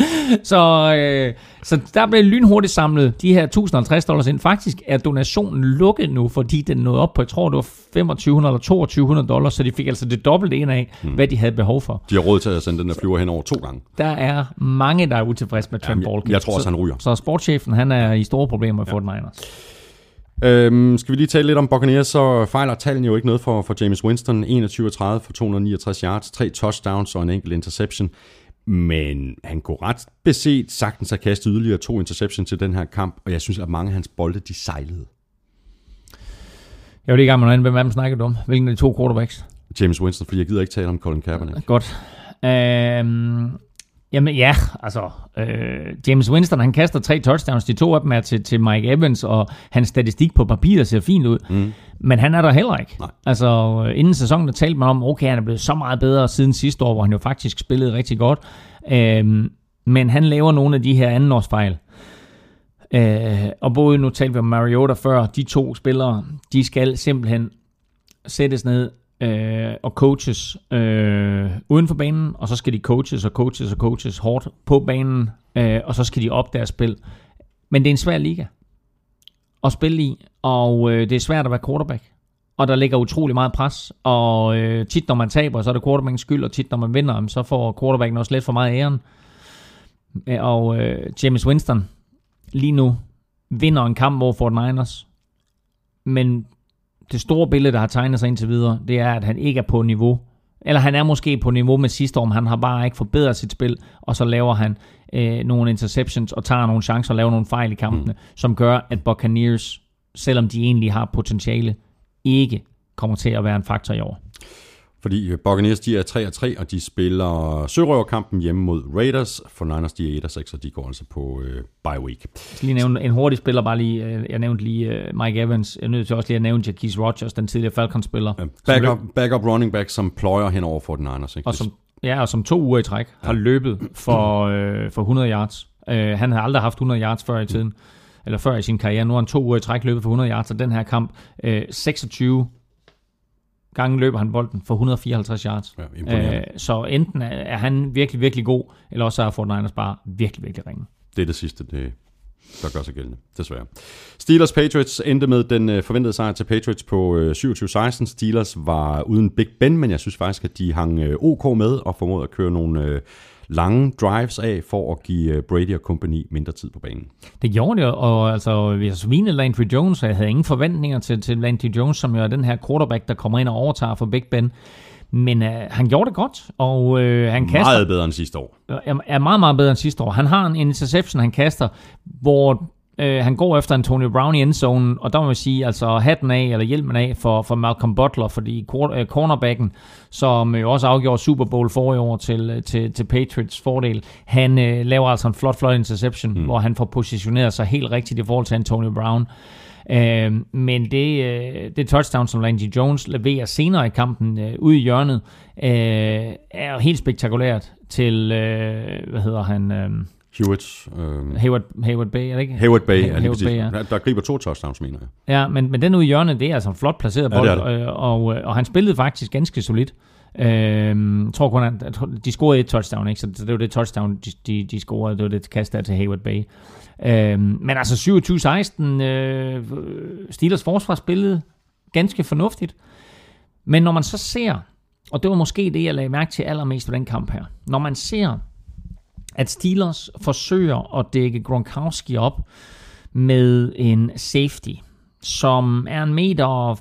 Så der blev lynhurtigt samlet de her $1.050 ind. Faktisk er donationen lukket nu, fordi den nåede op på, jeg tror, det var $2,500 eller $2,200, så de fik altså det dobbelte ind af, hvad de havde behov for. De har råd til at sende den der flyver hen over 2 gange. Der er mange, der er utilfredse med Trent Baalke. Jeg tror også, han ryger. Så sportschefen, han er i store problemer i 49ers. Skal vi lige tale lidt om Buccaneers, så fejler tallene jo ikke noget for Jameis Winston. 21-30 for 269 yards, 3 touchdowns og en enkelt interception. Men han kunne ret beset sagtens have kastet yderligere 2 interceptions til den her kamp, og jeg synes, at mange af hans bolde, de sejlede. Jeg vil lige i gang med noget andet. Hvem er dem snakker du om? Hvilken af de 2 quarterbacks? Jameis Winston, fordi jeg gider ikke tale om Colin Kaepernick. Godt. Jamen ja, altså Jameis Winston, han kaster 3 touchdowns, de 2 af dem er til Mike Evans, og hans statistik på papiret ser fint ud, men han er der heller ikke. Nej. Altså inden sæsonen der talte man om, okay, han er blevet så meget bedre siden sidste år, hvor han jo faktisk spillede rigtig godt, men han laver nogle af de her andenårsfejl. Og både nu talte vi om Mariota før, de 2 spillere, de skal simpelthen sættes ned og coaches uden for banen, og så skal de coaches hårdt på banen, og så skal de op deres spil. Men det er en svær liga at spille i, og det er svært at være quarterback, og der ligger utrolig meget pres, og tit når man taber, så er det quarterbackens skyld, og tit når man vinder, så får quarterbacken også lidt for meget æren. Og Jameis Winston lige nu vinder en kamp over 49ers, men det store billede, der har tegnet sig indtil videre, det er, at han ikke er på niveau. Eller han er måske på niveau med sidste år, men han har bare ikke forbedret sit spil, og så laver han nogle interceptions og tager nogle chancer og laver nogle fejl i kampene, som gør, at Buccaneers, selvom de egentlig har potentiale, ikke kommer til at være en faktor i år. Fordi Buccaneers, de er 3-3, og de spiller sørøverkampen hjemme mod Raiders. For Niners, de er 1-6, og de går altså på bye week. Jeg skal lige nævne en hurtig spiller, bare lige. Jeg nævnte lige Mike Evans. Jeg er nødt til også lige at nævne Jacquizz Rodgers, den tidligere Falcons-spiller. Backup running back, som pløjer hen over for Niners. Ikke? Og som 2 uger i træk har løbet for 100 yards. Han har aldrig haft 100 yards før i tiden, eller før i sin karriere. Nu har han 2 uger i træk løbet for 100 yards, og den her kamp 26 gange løber han bolden for 154 yards. Ja, så enten er han virkelig, virkelig god, eller også er 49ers bare virkelig, virkelig ringe. Det er det sidste. der gør sig gældende, desværre. Steelers-Patriots endte med den forventede sejr til Patriots på 27-16. Steelers var uden Big Ben, men jeg synes faktisk, at de hang OK med og formåede at køre nogle lange drives af for at give Brady og kompagni mindre tid på banen. Det gjorde det, og altså, vi har svinet Landry Jones, og jeg havde ingen forventninger til Landry Jones, som jo er den her quarterback, der kommer ind og overtager for Big Ben. Men han gjorde det godt, og han kaster... Meget bedre end sidste år. Er meget, meget bedre end sidste år. Han har en interception, han kaster, hvor han går efter Antonio Brown i endzonen, og der må man sige, altså hatten af, eller hjelmen af for Malcolm Butler, fordi cornerbacken, som jo også afgjorde Super Bowl forrige år til Patriots fordel, han laver altså en flot interception, hvor han får positioneret sig helt rigtigt i forhold til Antonio Brown. Men det touchdown, som Landry Jones leverer senere i kampen ude i hjørnet, er jo helt spektakulært til, hvad hedder han... Hayward Bay, er det ikke? Hayward Bay, ja. Der griber 2 touchdowns, mener jeg. Ja, men den ude i hjørnet, det er altså en flot placeret bold, og han spillede faktisk ganske solidt. Tror kun, de scorede 1 touchdown, ikke? Så det var det touchdown, de scorede, det var det kast der til Hayward Bay. Men altså 27-16, Steelers forsvar spillede ganske fornuftigt. Men når man så ser, og det var måske det, jeg lagde mærke til allermest ved den kamp her, når man ser, at Steelers forsøger at dække Gronkowski op med en safety, som er 1,85 meter,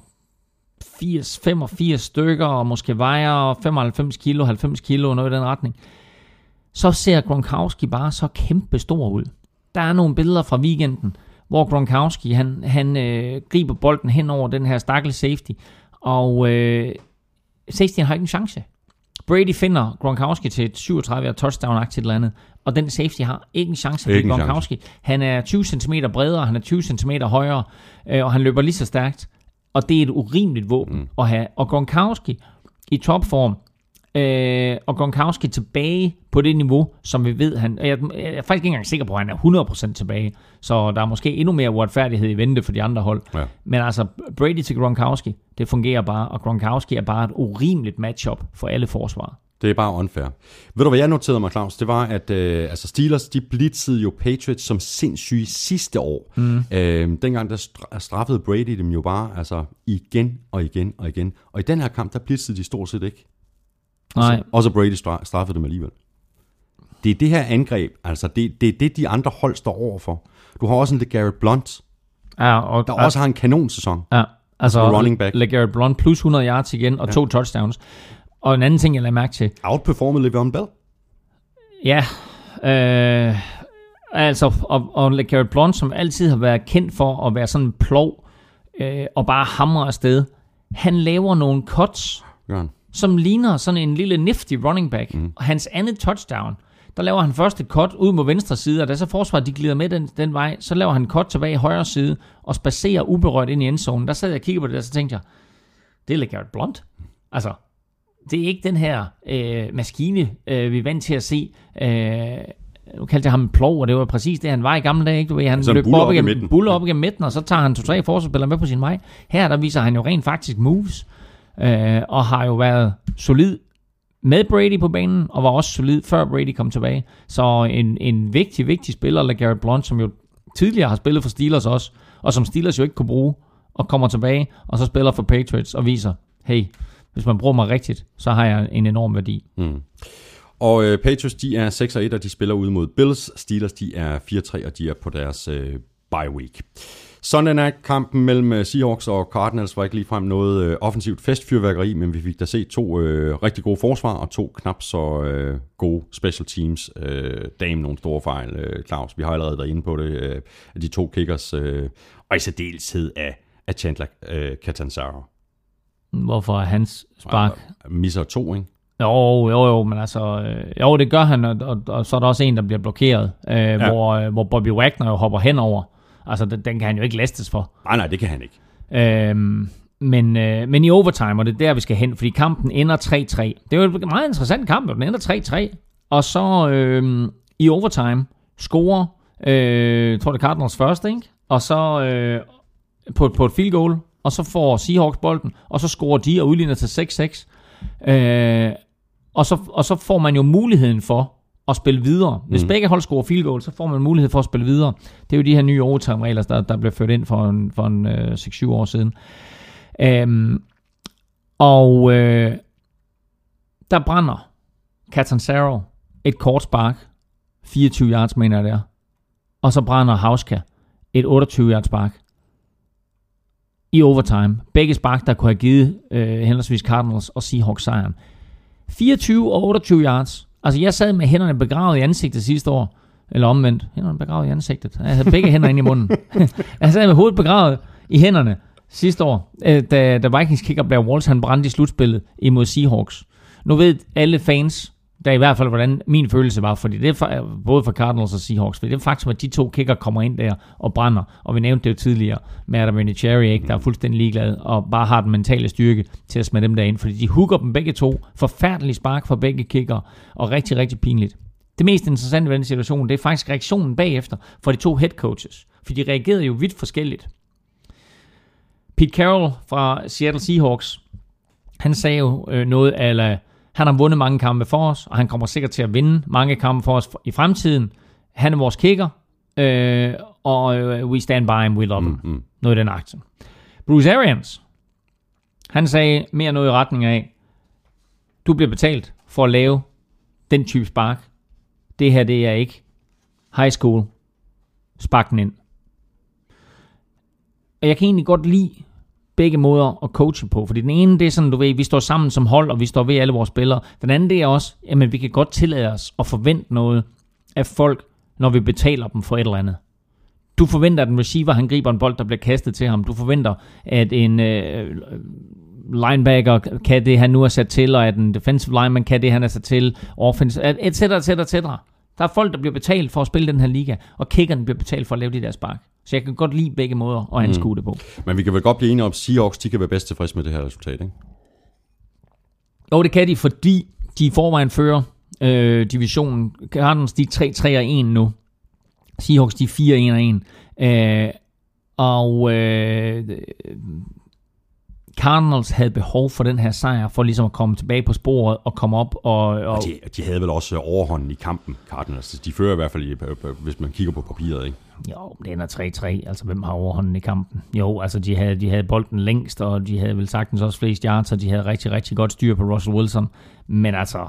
85 stykker, og måske vejer 95 kilo, 90 kilo, noget i den retning, så ser Gronkowski bare så kæmpe stor ud. Der er nogle billeder fra weekenden, hvor Gronkowski, han griber bolden hen over den her stakkels safety, og safetyen har ikke en chance. Brady finder Gronkowski til et 37 touchdown-agtigt eller andet, og den safety har ikke en chance for Gronkowski. Han er 20 cm bredere, han er 20 cm højere, og han løber lige så stærkt, og det er et urimeligt våben at have. Og Gronkowski i topform, og Gronkowski tilbage på det niveau, som vi ved, jeg er faktisk ikke engang sikker på, at han er 100% tilbage, så der er måske endnu mere uretfærdighed i vente for de andre hold. Ja. Men altså, Brady til Gronkowski, det fungerer bare, og Gronkowski er bare et urimeligt matchup for alle forsvar. Det er bare unfair. Ved du, hvad jeg noterede mig, Claus? Det var, at Steelers, de blitzede jo Patriots som sindssyge sidste år. Dengang, der straffede Brady dem jo bare igen og igen og igen. Og i den her kamp, der blitzede de stort set ikke. Nej. Også Brady straffede dem alligevel. Det er det her angreb, altså det er det, de andre hold står overfor. Du har også en LeGarrette Blount, der også har en kanonsæson. Ja, altså running back. LeGarrette Blount plus 100 yards igen, og 2 touchdowns. Og en anden ting, jeg lagde mærke til. Outperformed Le'Veon Bell. Ja, og LeGarrette Blount, som altid har været kendt for at være sådan en plov, og bare hamre afsted, han laver nogle cuts, som ligner sådan en lille nifty running back. Og hans andet touchdown, der laver han først et cut ud mod venstre side, og da så forsvaret de glider med den vej, så laver han en cut tilbage i højre side, og spacerer uberørt ind i endzonen. Der sad jeg og kiggede på det, og så tænkte jeg, det er LeGarrette Blount. Altså, det er ikke den her maskine, vi er vant til at se. Nu kaldte jeg ham en plov, og det var præcis det, han var i gamle dage. Ikke? Du ved, han løb buller op igennem midten, og så tager han 2-3 forsvarsspillere med på sin vej. Her der viser han jo rent faktisk moves, og har jo været solid med Brady på banen, og var også solid før Brady kom tilbage. Så en vigtig spiller, LeGarrette Blount, som jo tidligere har spillet for Steelers også, og som Steelers jo ikke kunne bruge, og kommer tilbage, og så spiller for Patriots, og viser, hey, hvis man bruger mig rigtigt, så har jeg en enorm værdi. Og Patriots, de er 6-1, og de spiller ude mod Bills. Steelers, de er 4-3, og de er på deres bye week. Sunday night-kampen mellem Seahawks og Cardinals var ikke ligefrem noget offensivt festfyrværkeri, men vi fik da se 2 rigtig gode forsvar og 2 knap så gode special teams. Dame nogle store fejl, Claus. Vi har allerede været inde på det, af de 2 kickers, og i særdeleshed af Chandler Catanzaro. Hvorfor er hans spark? Misser 2, ikke? Jo, men altså, det gør han, og så er der også en, der bliver blokeret, hvor Bobby Wagner jo hopper henover. Altså, den kan han jo ikke lastes for. Nej, det kan han ikke. Men i overtime, og det er der, vi skal hen, fordi kampen ender 3-3. Det er jo en meget interessant kamp, og den ender 3-3. Og så i overtime scorer, tror det Cardinals første, ikke? Og så på et field goal, og så får Seahawks bolden, og så scorer de og udligner til 6-6. Og så får man jo muligheden for at spille videre. Hvis begge hold scorer field goal, så får man mulighed for at spille videre. Det er jo de her nye overtime-regler, der blev ført ind for en 6-7 år siden. Der brænder Catanzaro et kort spark, 24 yards mener jeg der, og så brænder Hauska et 28 yards spark i overtime. Begge spark, der kunne have givet henholdsvis Cardinals og Seahawks sejren. 24 og 28 yards. Altså jeg sad med hænderne begravet i ansigtet sidste år, eller omvendt, hænderne begravet i ansigtet. Jeg havde begge hænder inde i munden. Jeg sad med hovedet begravet i hænderne sidste år, da Vikings kicker Blair Walsh, han brændte i slutspillet imod Seahawks. Nu ved alle fans, der i hvert fald, hvordan min følelse var, fordi det er både for Cardinals og Seahawks, fordi det er faktisk, at de to kicker kommer ind der og brænder, og vi nævnte det jo tidligere med Adam Vinatieri, ikke, der er fuldstændig ligeglad, og bare har den mentale styrke til at smide dem derind, fordi de hooker dem begge to, forfærdelig spark for begge kicker, og rigtig, rigtig pinligt. Det mest interessante ved den situation, det er faktisk reaktionen bagefter for de to head coaches, for de reagerede jo vidt forskelligt. Pete Carroll fra Seattle Seahawks, han sagde jo noget ala, han har vundet mange kampe for os, og han kommer sikkert til at vinde mange kampe for os i fremtiden. Han er vores kicker, og we stand by him, we love him. Noget i den aktie. Bruce Arians, han sagde mere noget i retning af, du bliver betalt for at lave den type spark. Det her, det er ikke high school. Spark den ind. Og jeg kan egentlig godt lide begge måder at coache på. Fordi den ene, det er sådan, du ved, vi står sammen som hold, og vi står ved alle vores spillere. Den anden, det er også, jamen vi kan godt tillade os at forvente noget af folk, når vi betaler dem for et eller andet. Du forventer, at en receiver, han griber en bold, der bliver kastet til ham. Du forventer, at en linebacker kan det, han nu er sat til, og at en defensive lineman kan det, han er sat til, offensive, etc. Der er folk, der bliver betalt for at spille den her liga, og kickerne bliver betalt for at lave de der spark. Så jeg kan godt lide begge måder at anskue det på. Men vi kan vel godt blive enige om, at Seahawks, de kan være bedst tilfreds med det her resultat, ikke? Jo, det kan de, fordi de i forvejen fører divisionen. Cardinals, de er 3-3-1 nu. Seahawks, de er 4-1. Cardinals havde behov for den her sejr, for ligesom at komme tilbage på sporet og komme op. Og de havde vel også overhånden i kampen, Cardinals. De fører i hvert fald, hvis man kigger på papiret, ikke? Jo, det ender 3-3. Altså, hvem har overhånden i kampen? Jo, altså, de havde bolden længst, og de havde vel sagtens også flest yards, og de havde rigtig, rigtig godt styr på Russell Wilson. Men altså,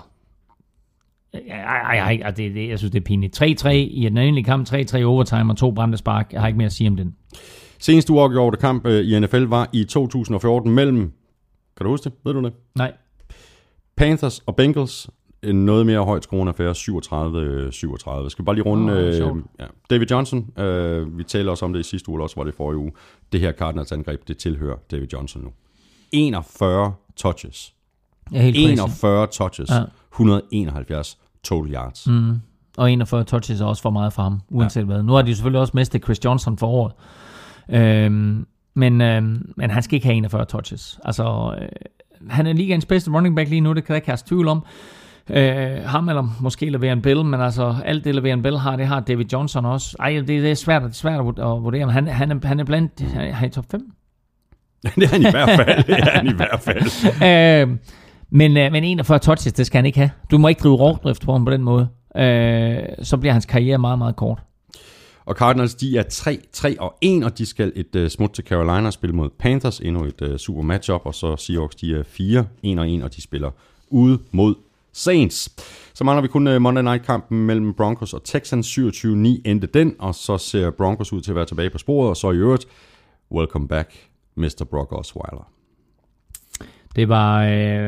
jeg synes, det er pinligt. 3-3 i den endelige kamp, 3-3 overtime og 2 brændte spark. Jeg har ikke mere at sige om den. Seneste uafgjorte kamp i NFL var i 2014 mellem, kan du huske det? Ved du det? Nej. Panthers og Bengals, en noget mere højt scorende affære, 37-37. Skal vi bare lige runde David Johnson. Vi talte også om det i sidste uge, også var det forrige uge. Det her Cardinals angreb, det tilhører David Johnson nu. 41 touches. 41 touches. 171 total yards. Og 41 touches er også for meget for ham, uanset hvad. Nu har de selvfølgelig også mistet Chris Johnson for året. Men han skal ikke have 41 touches. Altså, han er ligaens bedste running back lige nu, det kan der ikke have tvivl om. Ham eller måske Le'Veon Bell, men altså alt det Le'Veon Bell har, det har David Johnson også. Det er svært at vurdere, men han er blandt, han er i top 5. Det er han i hvert fald. Men 41 touches, det skal han ikke have. Du må ikke drive rovdrift på ham på den måde. Så bliver hans karriere meget, meget kort. Og Cardinals, de er 3-3-1, og de skal et smut til Carolina og spille mod Panthers, endnu et super matchup, og så Seahawks, de er 4-1-1, og de spiller ude mod Saints. Så mangler vi kun Monday Night-kampen mellem Broncos og Texans. 27-9 endte den, og så ser Broncos ud til at være tilbage på sporet, og så i øvrigt, welcome back, Mr. Brock Osweiler. Det var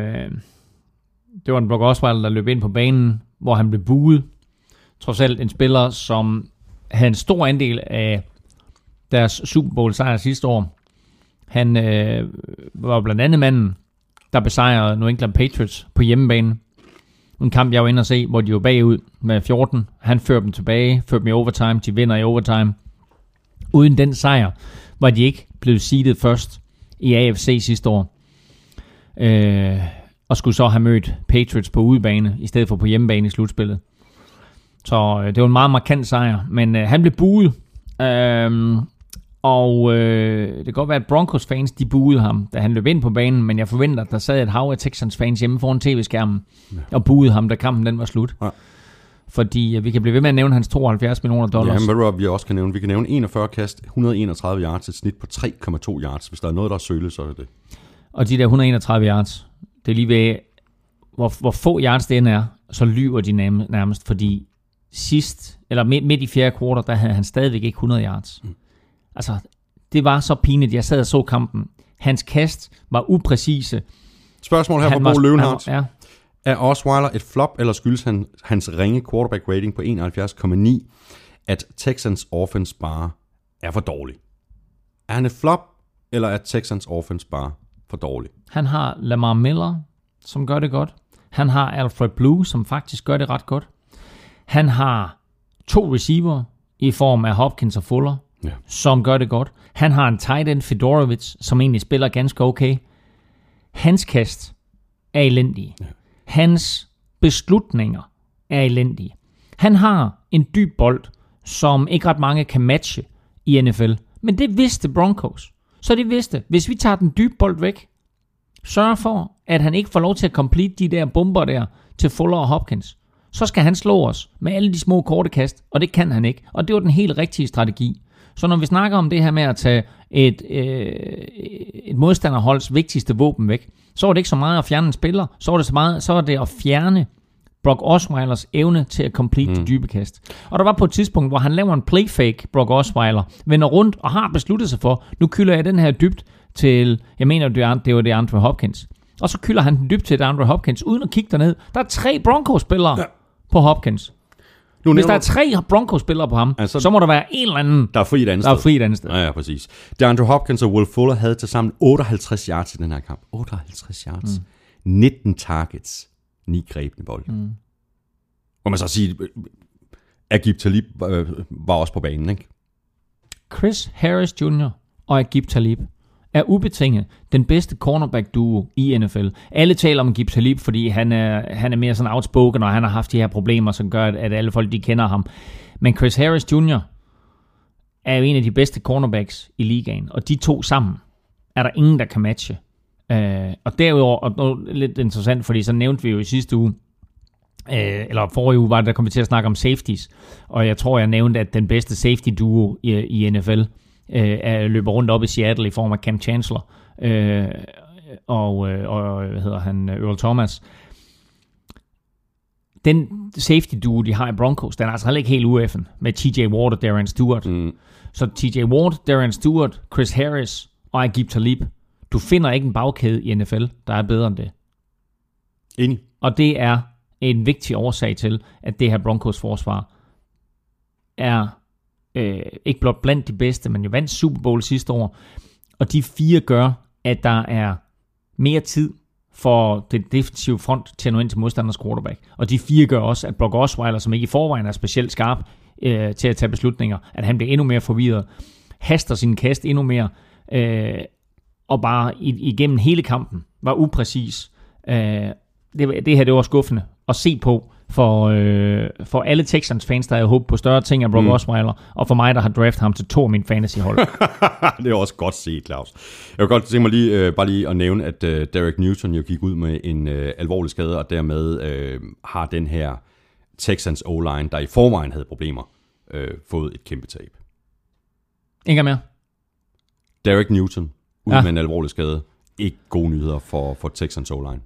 en Brock Osweiler, der løb ind på banen, hvor han blev buet. Trods alt en spiller, som havde en stor andel af deres Super Bowl sejr sidste år. Han var blandt andet manden, der besejrede New England Patriots på hjemmebane. En kamp, jeg var inde og se, hvor de var bagud med 14. Han førte dem tilbage, førte dem i overtime. De vinder i overtime. Uden den sejr var de ikke blevet seedet først i AFC sidste år. Og skulle så have mødt Patriots på udebane, i stedet for på hjemmebane i slutspillet. Så det var en meget markant sejr, men han blev buet. Det kan godt være, at Broncos-fans, de buede ham, da han løb ind på banen, men jeg forventer, at der sad et hav af Texans-fans hjemme foran tv-skærmen og buede ham, da kampen den var slut. Ja. fordi vi kan blive ved med at nævne hans $72 million. Ja, men vi også kan nævne. Vi kan nævne 41 kast, 131 yards, et snit på 3,2 yards. Hvis der er noget, der er sølle, så er det det. Og de der 131 yards, det er lige ved, hvor få yards det end er, så lyver de nærmest, fordi midt i fjerde kvartal, der havde han stadigvæk ikke 100 yards. Altså, det var så pinligt. Jeg sad og så kampen. Hans kast var upræcise. Spørgsmål her fra Bo Løvenhardt. Ja. Er Osweiler et flop, eller skyldes hans ringe quarterback rating på 71,9, at Texans offense bare er for dårlig? Er han et flop, eller er Texans offense bare for dårlig? Han har Lamar Miller, som gør det godt. Han har Alfred Blue, som faktisk gør det ret godt. Han har 2 receiver i form af Hopkins og Fuller, som gør det godt. Han har en tight end, Fedorovic, som egentlig spiller ganske okay. Hans kast er elendige. Ja. Hans beslutninger er elendige. Han har en dyb bold, som ikke ret mange kan matche i NFL. Men det vidste Broncos. Så de vidste, hvis vi tager den dybe bold væk, sørg for, at han ikke får lov til at complete de der bomber der til Fuller og Hopkins, så skal han slå os med alle de små korte kast, og det kan han ikke. Og det var den helt rigtige strategi. Så når vi snakker om det her med at tage et modstanderholds vigtigste våben væk, så var det ikke så meget at fjerne en spiller, så var det at fjerne Brock Osweilers evne til at complete de dybe kast. Og der var på et tidspunkt, hvor han laver en playfake, Brock Osweiler, vender rundt og har besluttet sig for, nu kylder jeg den her dybt til, jeg mener, det var DeAndre Hopkins. Og så kylder han den dybt til DeAndre Hopkins, uden at kigge derned. Der er 3 Broncos-spillere på Hopkins. Hvis der er 3 Broncos-spillere på ham, altså, så må der være en eller anden, der er fri et andet sted. Ja, præcis. DeAndre Hopkins og Will Fuller havde til sammen 58 yards i den her kamp. 58 yards. 19 targets. 9 grebne bolde. Må man så sige, Aqib Talib var også på banen, ikke? Chris Harris Jr. og Aqib Talib er ubetinget den bedste cornerback-duo i NFL. Alle taler om Aqib Talib, fordi han er mere sådan outspoken, og han har haft de her problemer, som gør, at alle folk de kender ham. Men Chris Harris Jr. er jo en af de bedste cornerbacks i ligaen, og de to sammen er der ingen, der kan matche. Og derudover, og lidt interessant, fordi så nævnte vi jo i sidste uge, eller forrige uge var det, der kom vi til at snakke om safeties, og jeg tror, jeg nævnte, at den bedste safety duo i NFL løber rundt op i Seattle i form af Cam Chancellor og hvad hedder han, Earl Thomas. Den safety duo, de har i Broncos, den er altså heller ikke helt UF'en med TJ Ward og Darren Stewart. Så TJ Ward, Darren Stewart, Chris Harris og Aqib Talib. Du finder ikke en bagkæde i NFL, der er bedre end det. Enig. Og det er en vigtig årsag til, at det her Broncos forsvar er ikke blot blandt de bedste, men jo vandt Super Bowl sidste år. Og de 4 gør, at der er mere tid for det defensive front til at nå ind til modstanders quarterback. Og de 4 gør også, at Brock Osweiler, som ikke i forvejen er specielt skarp til at tage beslutninger, at han bliver endnu mere forvirret, haster sin kast endnu mere, og bare igennem hele kampen var upræcis. Det her, det var skuffende at se på for alle Texans fans, der havde håbet på større ting af Brock Osweiler, og for mig, der har draftet ham til 2 af mine fantasyhold. Det er også godt set, Claus. Jeg vil godt tænke mig bare lige at nævne, at Derek Newton jo gik ud med en alvorlig skade, og dermed har den her Texans O-line, der i forvejen havde problemer, fået et kæmpe tab. Ingen mere. Derek Newton ud med en alvorlig skade. Ikke gode nyheder for Texans O-line.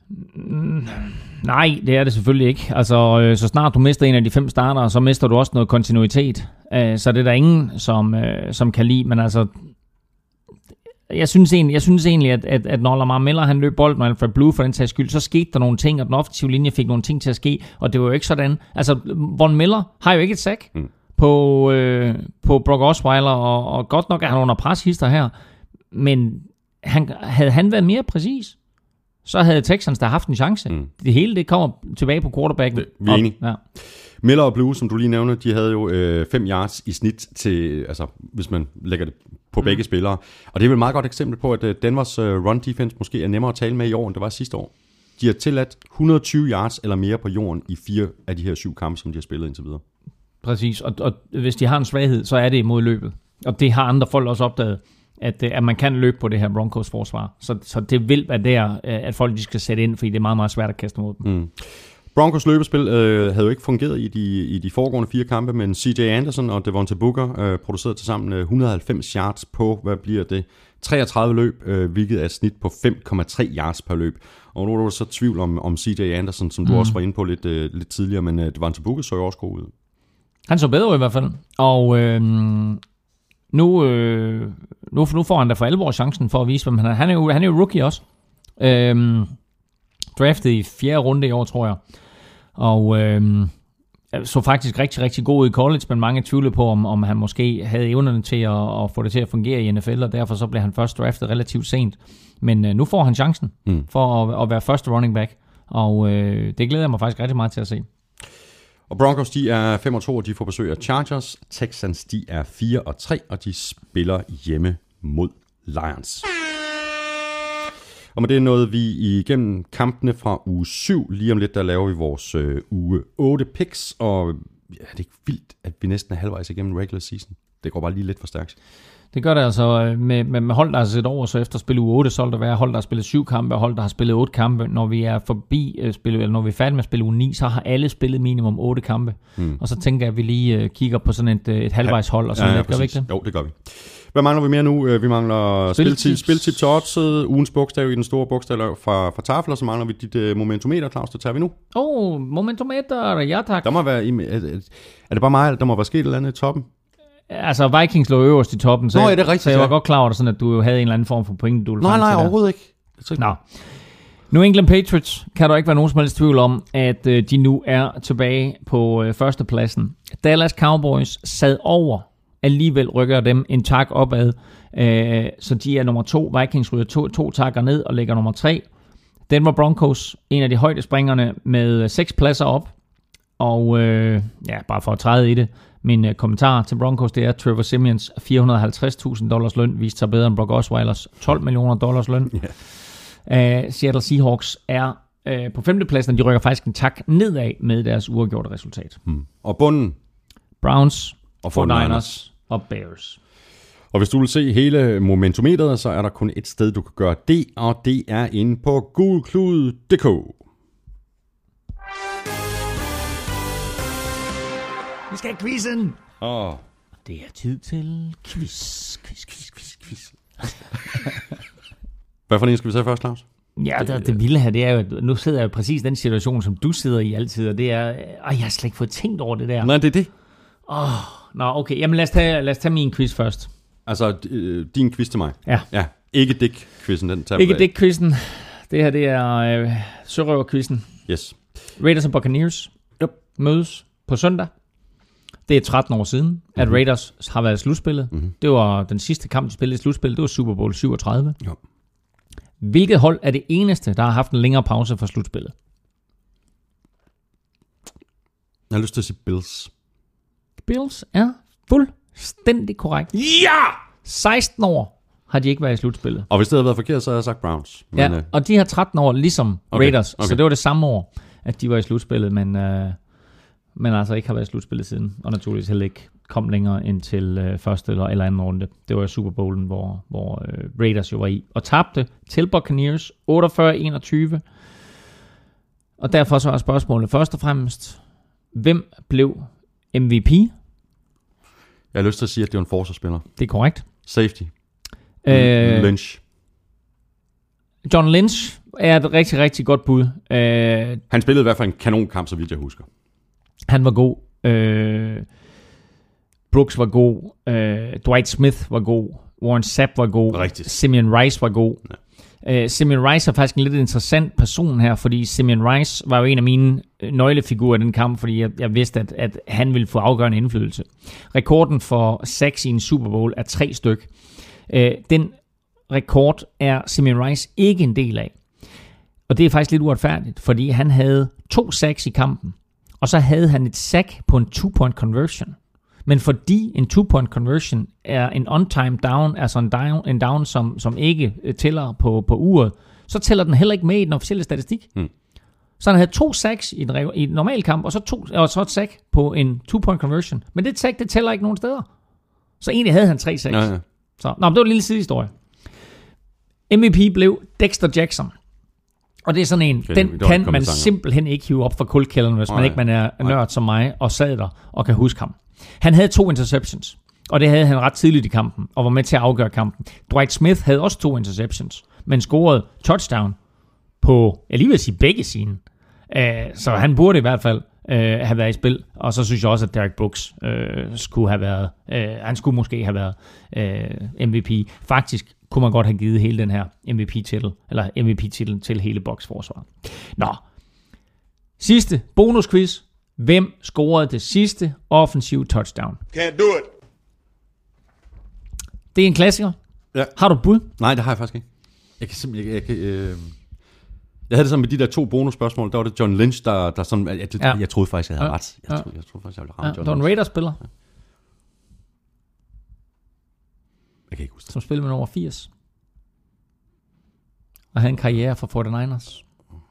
Nej, det er det selvfølgelig ikke. Altså, så snart du mister en af de 5 starter, så mister du også noget kontinuitet. Så det er der ingen, som kan lide. Men altså, jeg synes egentlig, at når Lamar Miller han løb bolden, og Alfred Blue for den sags skyld, så skete der nogle ting, og den offensive linje fik nogle ting til at ske, og det var jo ikke sådan. Altså, Von Miller har jo ikke et sack på Brock Osweiler, og godt nok er han under pres hister her, men havde han været mere præcis, så havde Texans der haft en chance. Det hele det kommer tilbage på quarterbacken. Vi er enige. Ja. Miller og Blue, som du lige nævner, de havde jo 5 yards i snit til, altså hvis man lægger det på begge spillere. Og det er vel et meget godt eksempel på, at Denvers run defense måske er nemmere at tale med i år, end det var sidste år. De har tilladt 120 yards eller mere på jorden i 4 af de her 7 kampe, som de har spillet indtil videre. Præcis, og hvis de har en svaghed, så er det imod løbet. Og det har andre folk også opdaget, at man kan løbe på det her Broncos forsvar. Så det vil være der, at folk de skal sætte ind, fordi det er meget, meget svært at kaste mod dem. Broncos løbespil havde jo ikke fungeret i de foregående 4 kampe, men CJ Anderson og Devontae Booker producerede tilsammen 190 yards på, hvad bliver det, 33 løb, hvilket er et snit på 5,3 yards per løb. Og nu er der så tvivl om CJ Anderson, som du også var inde på lidt tidligere, men Devontae Booker så jo også god ud. Han så bedre i hvert fald, og nu får han da for alvor chancen for at vise, hvem han er. Han er jo rookie også. Draftet i 4. runde i år, tror jeg. Og så faktisk rigtig, rigtig god ud i college, men mange tvivler på, om han måske havde evnerne til at få det til at fungere i NFL, og derfor så blev han først draftet relativt sent. Men nu får han chancen for at være første running back, og det glæder jeg mig faktisk rigtig meget til at se. Og Broncos, de er 5-2, og de får besøg af Chargers. Texans, de er 4-3, og de spiller hjemme mod Lions. Og med det nåede vi igennem kampene fra uge 7. Lige om lidt, der laver vi vores uge 8 picks. Og ja, det er ikke vildt, at vi næsten er halvvejs igennem regular season. Det går bare lige lidt for stærkt. Det gør det altså med hold, der har set over, så efter at spille uge 8, så vil der være hold, der har spillet 7 kampe, og hold, der har spillet 8 kampe. Når vi er forbi eller når vi er færdige med at spille uge 9, så har alle spillet minimum 8 kampe. Og så tænker jeg, at vi lige kigger på sådan et halvvejshold, og sådan lidt. Gør vi ikke det? Jo, det gør vi. Hvad mangler vi mere nu? Vi mangler spiltip til oddset, ugens bogstav i den store bogstav fra Tafel, og så mangler vi dit momentometer, Claus. Det tager vi nu. Momentometer, ja tak. Der må være, er det bare mig, der må være sket et eller andet i toppen? Altså, Vikings lå øverst i toppen, så, det er rigtigt, så jeg var godt klar over det, sådan at du havde en eller anden form for point, du ville Nej, overhovedet ikke. Nå. New England Patriots kan der ikke være nogen som helst tvivl om, at de nu er tilbage på førstepladsen. Dallas Cowboys sad over, alligevel rykker dem en tak opad, så de er nummer 2. Vikings ryger 2 takker ned og ligger nummer 3. Denver Broncos, en af de højdespringerne med 6 pladser op, og bare for at træde i det, min kommentar til Broncos, det er Trevor Siemians $450,000 løn, viste sig bedre end Brock Osweilers $12 million løn. Yeah. Seattle Seahawks er på 5. pladsen, og de rykker faktisk en tak nedad med deres uafgjorte resultat. Og bunden? Browns, og 49ers og Bears. Og hvis du vil se hele momentometeret, så er der kun et sted, du kan gøre det, og det er inde på gulklud.dk. Vi skal have quizzen. Det er tid til quiz. Hvad for en skal vi tage først, Claus? Ja, det vilde her, det er jo, nu sidder jeg jo præcis i den situation, som du sidder i altid, og det er, jeg har slet ikke fået tænkt over det der. Nej, det er det. Okay, jamen lad os tage min quiz først. Altså, din quiz til mig? Ja. Ikke Dick-quizzen, den tager ikke Dick-quizzen. Det her, det er Sørøver-quizzen. Yes. Raiders og Buccaneers mødes på søndag. Det er 13 år siden, at Raiders har været i slutspillet. Det var den sidste kamp, de spillede i slutspillet. Det var Super Bowl 37. Jo. Hvilket hold er det eneste, der har haft en længere pause for slutspillet? Jeg har lyst til at sige Bills. Bills er fuldstændig korrekt. Ja! 16 år har de ikke været i slutspillet. Og hvis det havde været forkert, så havde jeg sagt Browns. Men, ja, og de har 13 år ligesom Raiders. Okay. Så det var det samme år, at de var i slutspillet, men altså ikke har været i slutspillet siden. Og naturligvis heller ikke kom længere ind til første eller anden runde. Det var Super Bowlen, hvor Raiders jo var i. Og tabte til Buccaneers 48-21. Og derfor så er spørgsmålet først og fremmest, hvem blev MVP? Jeg har lyst til at sige, at det var en forsvarsspiller. Det er korrekt. Safety. Lynch. John Lynch er et rigtig, rigtig godt bud. Han spillede i hvert fald en kanonkamp, så vidt jeg husker. Han var god. Brooks var god. Dwight Smith var god. Warren Sapp var god. Rigtigt. Simeon Rice var god. Ja. Simeon Rice er faktisk en lidt interessant person her, fordi Simeon Rice var jo en af mine nøglefigurer i den kamp, fordi jeg vidste, at han ville få afgørende indflydelse. Rekorden for sacks i en Super Bowl er 3 styk. Den rekord er Simeon Rice ikke en del af. Og det er faktisk lidt uretfærdigt, fordi han havde 2 sacks i kampen, og så havde han et sack på en 2-point conversion. Men fordi en 2-point conversion er en on-time down, altså en down som ikke tæller på uret, så tæller den heller ikke med i den officielle statistik. Så han havde 2 sacks i en normal kamp, og så et sack på en 2-point conversion. Men det sack, det tæller ikke nogen steder. Så egentlig havde han 3 sacks. Ja. Så, det var en lille sidehistorie. MVP blev Dexter Jackson. Og det er sådan en, Okay, den det var kan ikke man kommet i tanke om. simpelthen ikke hive op fra kuldkælderen, hvis man ikke er Nej. nørd som mig, og sad der og kan huske ham. Han havde 2 interceptions, og det havde han ret tidligt i kampen, og var med til at afgøre kampen. Dwight Smith havde også 2 interceptions, men scorede touchdown på, jeg lige vil sige, begge sine. Så han burde i hvert fald have været i spil, og så synes jeg også, at Derek Brooks skulle have været, han skulle måske have været MVP. Faktisk kunne man godt have givet hele den her MVP-titel til hele Bucs-forsvaret. Nå, sidste bonusquiz. Hvem scorede det sidste offensive touchdown? Can't do it. Det er en klassiker. Ja. Har du et bud? Nej, det har jeg faktisk ikke. Jeg kan simpelthen jeg havde det sådan med de der 2 bonusspørgsmål. Der var det John Lynch, der sådan... Jeg troede faktisk, jeg havde ret. Jeg troede faktisk, jeg ville ramme John Det var en Lynch. Raiders-spiller, Jeg kan ikke huske det. som spillede med over 80. Og havde en karriere for 49ers.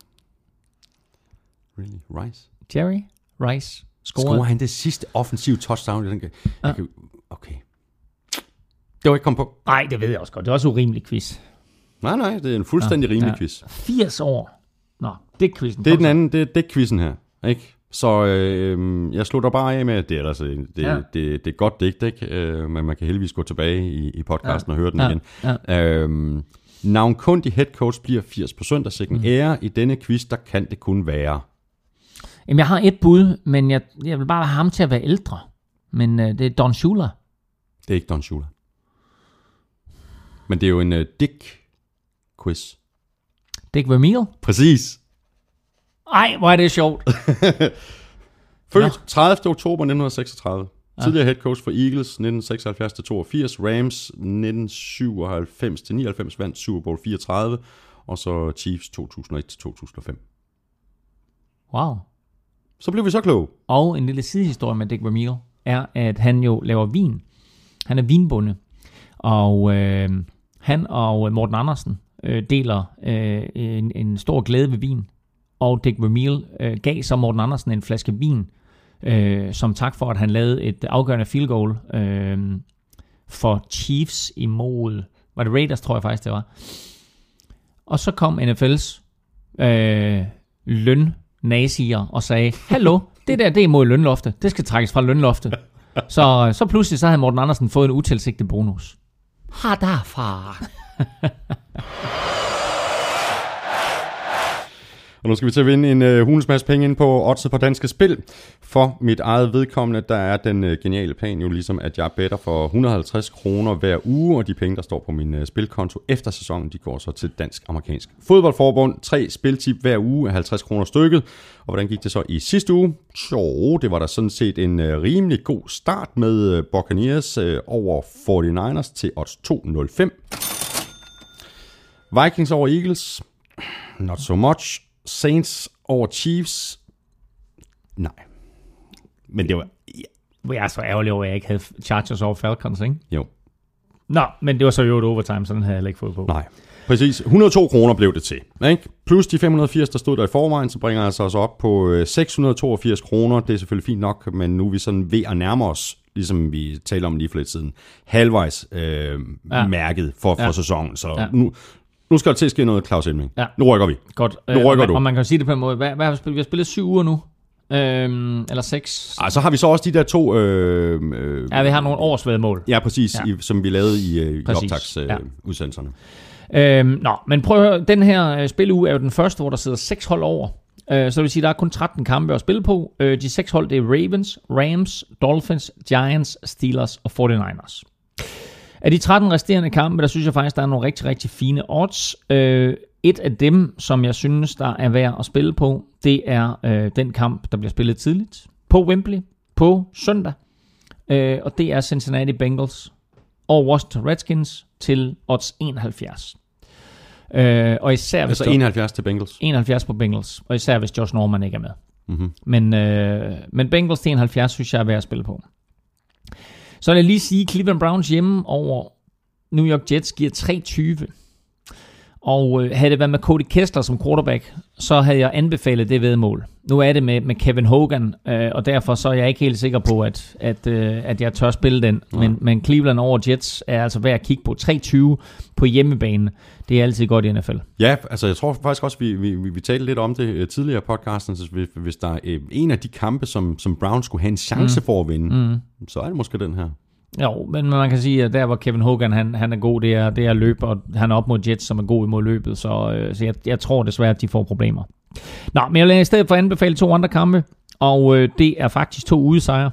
Really? Rice? Jerry Rice Scorer scorede. han det sidste offensive touchdown? Okay. Det var ikke kommet på. Nej, det ved jeg også godt. Det er også urimelig quiz. Nej, det er en fuldstændig rimelig quiz. 80 år. Nå, det er quizzen. Det er den anden, det er quizzen her, ikke? Så jeg slutter bare af med, at det er, altså, det er godt digt, ikke? Men man kan heldigvis gå tilbage i podcasten og høre den igen. Ja. Navnkundig head coach bliver 80% af sikken ære. I denne quiz, der kan det kun være. Jamen, jeg har et bud, men jeg vil bare have ham til at være ældre. Men det er Don Shula. Det er ikke Don Shula. Men det er jo en Dick-quiz. Dick Vermeil. Præcis. Ej, hvor er det sjovt. Født 30. oktober 1936. Tidligere head coach for Eagles 1976-82, Rams 1997-99 vandt Super Bowl 34, og så Chiefs 2001-2005. Wow. Så blev vi så kloge. Og en lille sidehistorie med Dick Vermeil er, at han jo laver vin. Han er vinbonde. Og han og Morten Andersen deler en stor glæde ved vin. Og Dick Vermeil gav så Morten Andersen en flaske vin, som tak for, at han lavede et afgørende field goal for Chiefs imod, var det Raiders, tror jeg faktisk det var. Og så kom NFL's lønnazier og sagde, hallo, det der, det er imod lønloftet. Det skal trækkes fra lønloftet. Så pludselig så havde Morten Andersen fået en utilsigtet bonus. Ha derfra. Og nu skal vi til at vinde en hulens masse penge ind på oddset på Danske Spil. For mit eget vedkommende, der er den geniale plan jo ligesom, at jeg better for 150 kroner hver uge, og de penge, der står på min spilkonto efter sæsonen, de går så til Dansk-Amerikansk Fodboldforbund. 3 spiltip hver uge af 50 kroner stykket. Og hvordan gik det så i sidste uge? Jo, det var der sådan set en rimelig god start med Buccaneers over 49ers til odds 2,05. Vikings over Eagles, not so much. Saints over Chiefs, nej. Men det var... Jeg er så ærgerlig over, at jeg ikke havde Chargers over Falcons, ikke? Jo. Nå, men det var så jo et overtime, så den havde jeg heller ikke fået på. Nej. Præcis. 102 kroner blev det til. Ikke? Plus de 580, der stod der i forvejen, så bringer altså os op på 682 kroner. Det er selvfølgelig fint nok, men nu er vi sådan ved at nærme os, ligesom vi talte om lige for lidt siden, halvvejs mærket for sæsonen. Så nu skal der til at ske noget, Claus Elming. Ja. Nu rykker vi. Godt. Nu rykker du. Og man kan sige det på en måde. Hvad har vi spillet? Vi har spillet 7 uger nu. Eller 6. Så har vi så også de der 2... vi har nogle årsvedmål. Ja, præcis. Som vi lavede i optagsudsendelserne. Men prøv at høre. Den her spiluge er jo den første, hvor der sidder 6 hold over. Så det vil sige, der er kun 13 kampe at spille på. De 6 hold, det er Ravens, Rams, Dolphins, Giants, Steelers og 49ers. Af de 13 resterende kampe, der synes jeg faktisk, der er nogle rigtig, rigtig fine odds. Et af dem, som jeg synes, der er værd at spille på, det er den kamp, der bliver spillet tidligt på Wembley på søndag. Og det er Cincinnati Bengals og Washington Redskins til odds 71. Og især hvis 71 til Bengals. 71 på Bengals, og især hvis Josh Norman ikke er med. Mm-hmm. Men Bengals til 71 synes jeg er værd at spille på. Så vil jeg lige sige, Cleveland Browns hjemme over New York Jets giver 3,20. Og havde det været med Cody Kessler som quarterback, så havde jeg anbefalet det væddemål. Nu er det med Kevin Hogan, og derfor så er jeg ikke helt sikker på, at jeg tør spille den. Men Cleveland over Jets er altså værd at kigge på. 3-20 på hjemmebane. Det er altid godt i NFL. Ja, altså jeg tror faktisk også, vi talte lidt om det tidligere i podcasten. Så hvis der er en af de kampe, som Browns skulle have en chance for at vinde, så er det måske den her. Jo, men man kan sige, at der hvor Kevin Hogan han er god, det er løb, og han er op mod Jets, som er god imod løbet, så jeg tror desværre, at de får problemer. Nå, men jeg vil i stedet for anbefale 2 andre kampe, og det er faktisk 2 udesejre.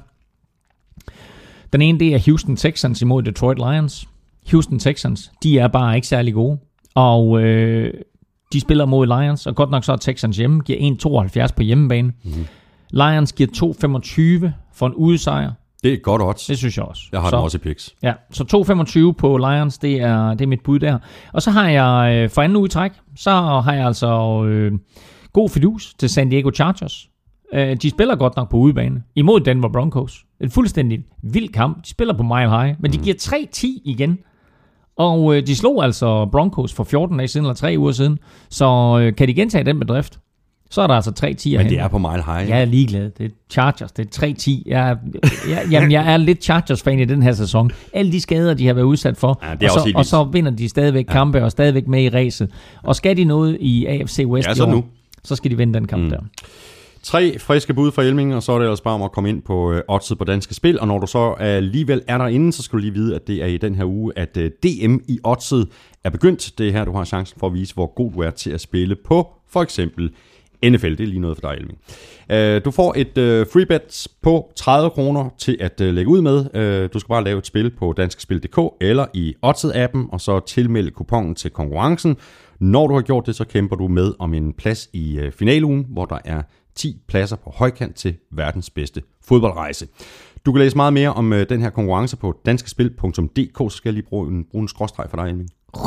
Den ene, det er Houston Texans imod Detroit Lions. Houston Texans, de er bare ikke særlig gode, og de spiller mod Lions, og godt nok så er Texans hjemme, giver 1,72 på hjemmebane. Lions giver 2,25 for en udesejr. Det er et godt odds. Det synes jeg også. Jeg har den også i picks. Ja, så 2,25 på Lions, det er mit bud der. Og så har jeg for anden uge i træk, så har jeg altså god fidus til San Diego Chargers. De spiller godt nok på udebane imod Denver Broncos. Et fuldstændig vild kamp. De spiller på Mile High, men de giver 3-10 igen. Og de slog altså Broncos for 14 dage siden, eller 3 uger siden. Så kan de gentage den bedrift, så er der altså 3-10. Men det er på Mile High. Jeg er ligeglad. Det er Chargers. Det er 3-10. Jeg er lidt Chargers-fan i den her sæson. Alle de skader, de har været udsat for. Ja, og så vinder de stadigvæk kampe og stadigvæk med i ræset. Og skal de noget i AFC West i år, så skal de vinde den kamp der. 3 friske bud fra Elming, og så er det ellers bare om at komme ind på oddset på Danske Spil. Og når du så alligevel er derinde, så skal du lige vide, at det er i den her uge, at DM i oddset er begyndt. Det er her, du har chancen for at vise, hvor god du er til at spille på for eksempel NFL. Det er lige noget for dig, Elming. Du får et free bet på 30 kroner til at lægge ud med. Du skal bare lave et spil på danskespil.dk eller i Oddset-appen, og så tilmelde kuponen til konkurrencen. Når du har gjort det, så kæmper du med om en plads i finalugen, hvor der er 10 pladser på højkant til verdens bedste fodboldrejse. Du kan læse meget mere om den her konkurrence på danskespil.dk, så skal jeg lige bruge en skråstreg for dig, Elming.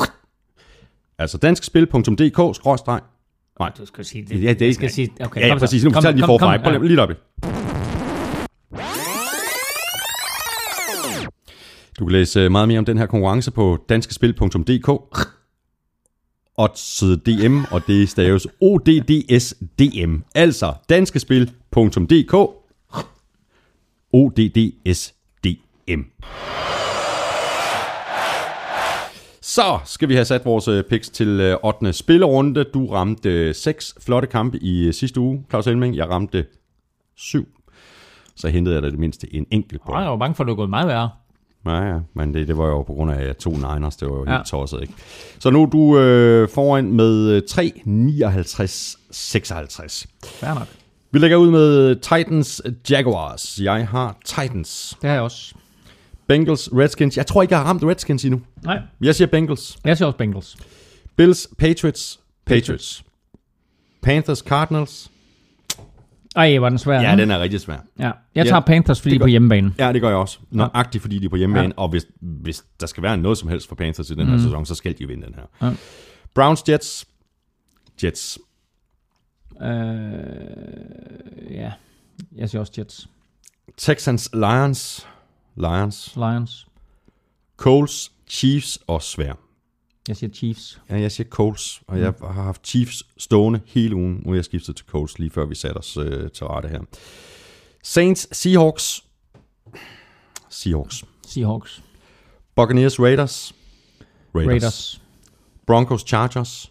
Altså danskespil.dk skråstreg. Nej, du skal sige det. Ja, det skal sige. Okay, ja, præcis. Nu kan vi tage lige forfra. Prøv lige op. Du kan læse meget mere om den her konkurrence på danskespil.dk. Oddset DM, og det staves ODDSDM. Altså danskespil.dk. ODDSDM. Så skal vi have sat vores picks til 8. spillerunde. Du ramte 6 flotte kampe i sidste uge, Claus Elming. Jeg ramte 7. Så hentede jeg da det mindste en enkelt på. Jeg var bange for, at du er gået meget værre. Ja, men det var jo på grund af 2 Niners. Det var jo helt tosset, ikke? Så nu er du foran med 3,59-56. Fair nok. Vi lægger ud med Titans Jaguars. Jeg har Titans. Det har jeg også. Bengals Redskins. Jeg tror ikke, jeg har ramt Redskins endnu. Nej. Jeg siger Bengals. Jeg siger også Bengals. Bills Patriots. Panthers Cardinals. Ej, var den svær. Ja, den er rigtig svær. Ja. Jeg tager Panthers, fordi de er på hjemmebane. Ja, det gør jeg også. Nøjagtigt, fordi de er på hjemmebane. Ja. Og hvis der skal være noget som helst for Panthers i den her sæson, så skal de vinde den her. Ja. Browns Jets. Ja, jeg siger også Jets. Texans Lions. Colts Chiefs og svær. Jeg siger Chiefs. Ja, jeg siger Colts, og jeg har haft Chiefs stående hele ugen. Nu er jeg skiftet til Colts, lige før vi satte os til rette her. Saints Seahawks. Buccaneers Raiders. Broncos Chargers.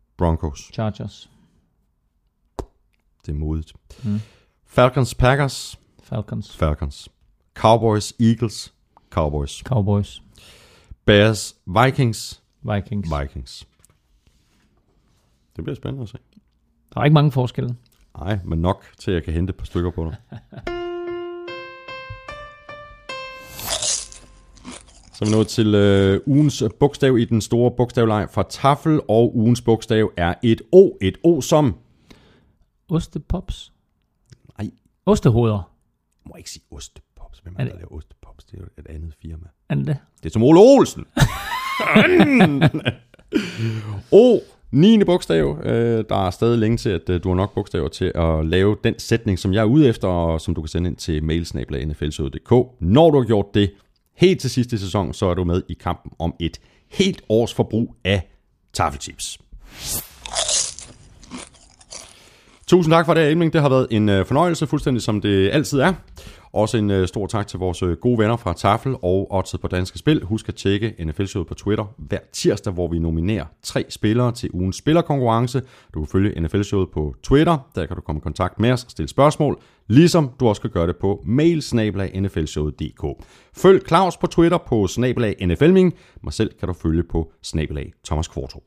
Det er modigt. Falcons Packers. Falcons. Cowboys Eagles. Cowboys. Bears Vikings. Det bliver spændende at se. Der er ikke mange forskelle. Nej, men nok til at jeg kan hente et par stykker på dig. Så er vi nået til ugens bogstav i den store bogstavleg fra Tafel, og ugens bogstav er et O. Et O som... Ostepops? Nej. Ostehoveder? Jeg må ikke sige ostepops. Hvem er der laver ostepops? Det er jo et andet firma. Er det? Det er som Ole Olsen. O, 9. bogstav. Der er stadig længe til, at du har nok bogstaver til at lave den sætning, som jeg er ude efter, og som du kan sende ind til mailsnabla.nflshowet.dk. Når du har gjort det helt til sidste sæson, så er du med i kampen om et helt års forbrug af Taffelchips. Tusind tak for det, Elming. Det har været en fornøjelse, fuldstændig som det altid er. Også en stor tak til vores gode venner fra Tafel og Oddset på Danske Spil. Husk at tjekke NFL-showet på Twitter hver tirsdag, hvor vi nominerer 3 spillere til ugens spillerkonkurrence. Du kan følge NFL-showet på Twitter. Der kan du komme i kontakt med os og stille spørgsmål, ligesom du også kan gøre det på mail@nflshowet.dk. Følg Claus på Twitter på @nflming. Mig selv kan du følge på @Thomas Kvartrup.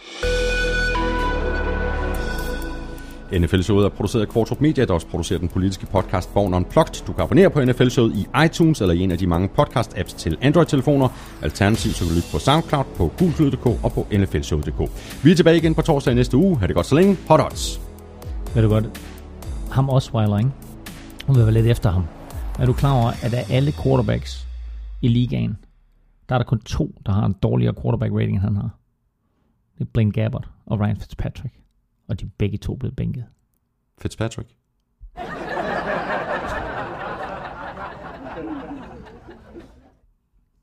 NFL-showet er produceret af Kvartrup Media, der også producerer den politiske podcast Born Unplugged. Du kan abonnere på NFL-showet i iTunes eller i en af de mange podcast-apps til Android-telefoner. Alternativt så kan du lytte på SoundCloud, på gulklyd.dk og på nflshowet.dk. Vi er tilbage igen på torsdag næste uge. Ha' det godt så længe. Hot odds. Ved du godt, ham Osweiler, ikke? Hun vil være lidt efter ham. Er du klar over, at af alle quarterbacks i ligaen, der er der kun 2, der har en dårligere quarterback rating, end han har? Det er Blaine Gabbert og Ryan Fitzpatrick. Og de er begge 2 blevet bænket. Fitzpatrick?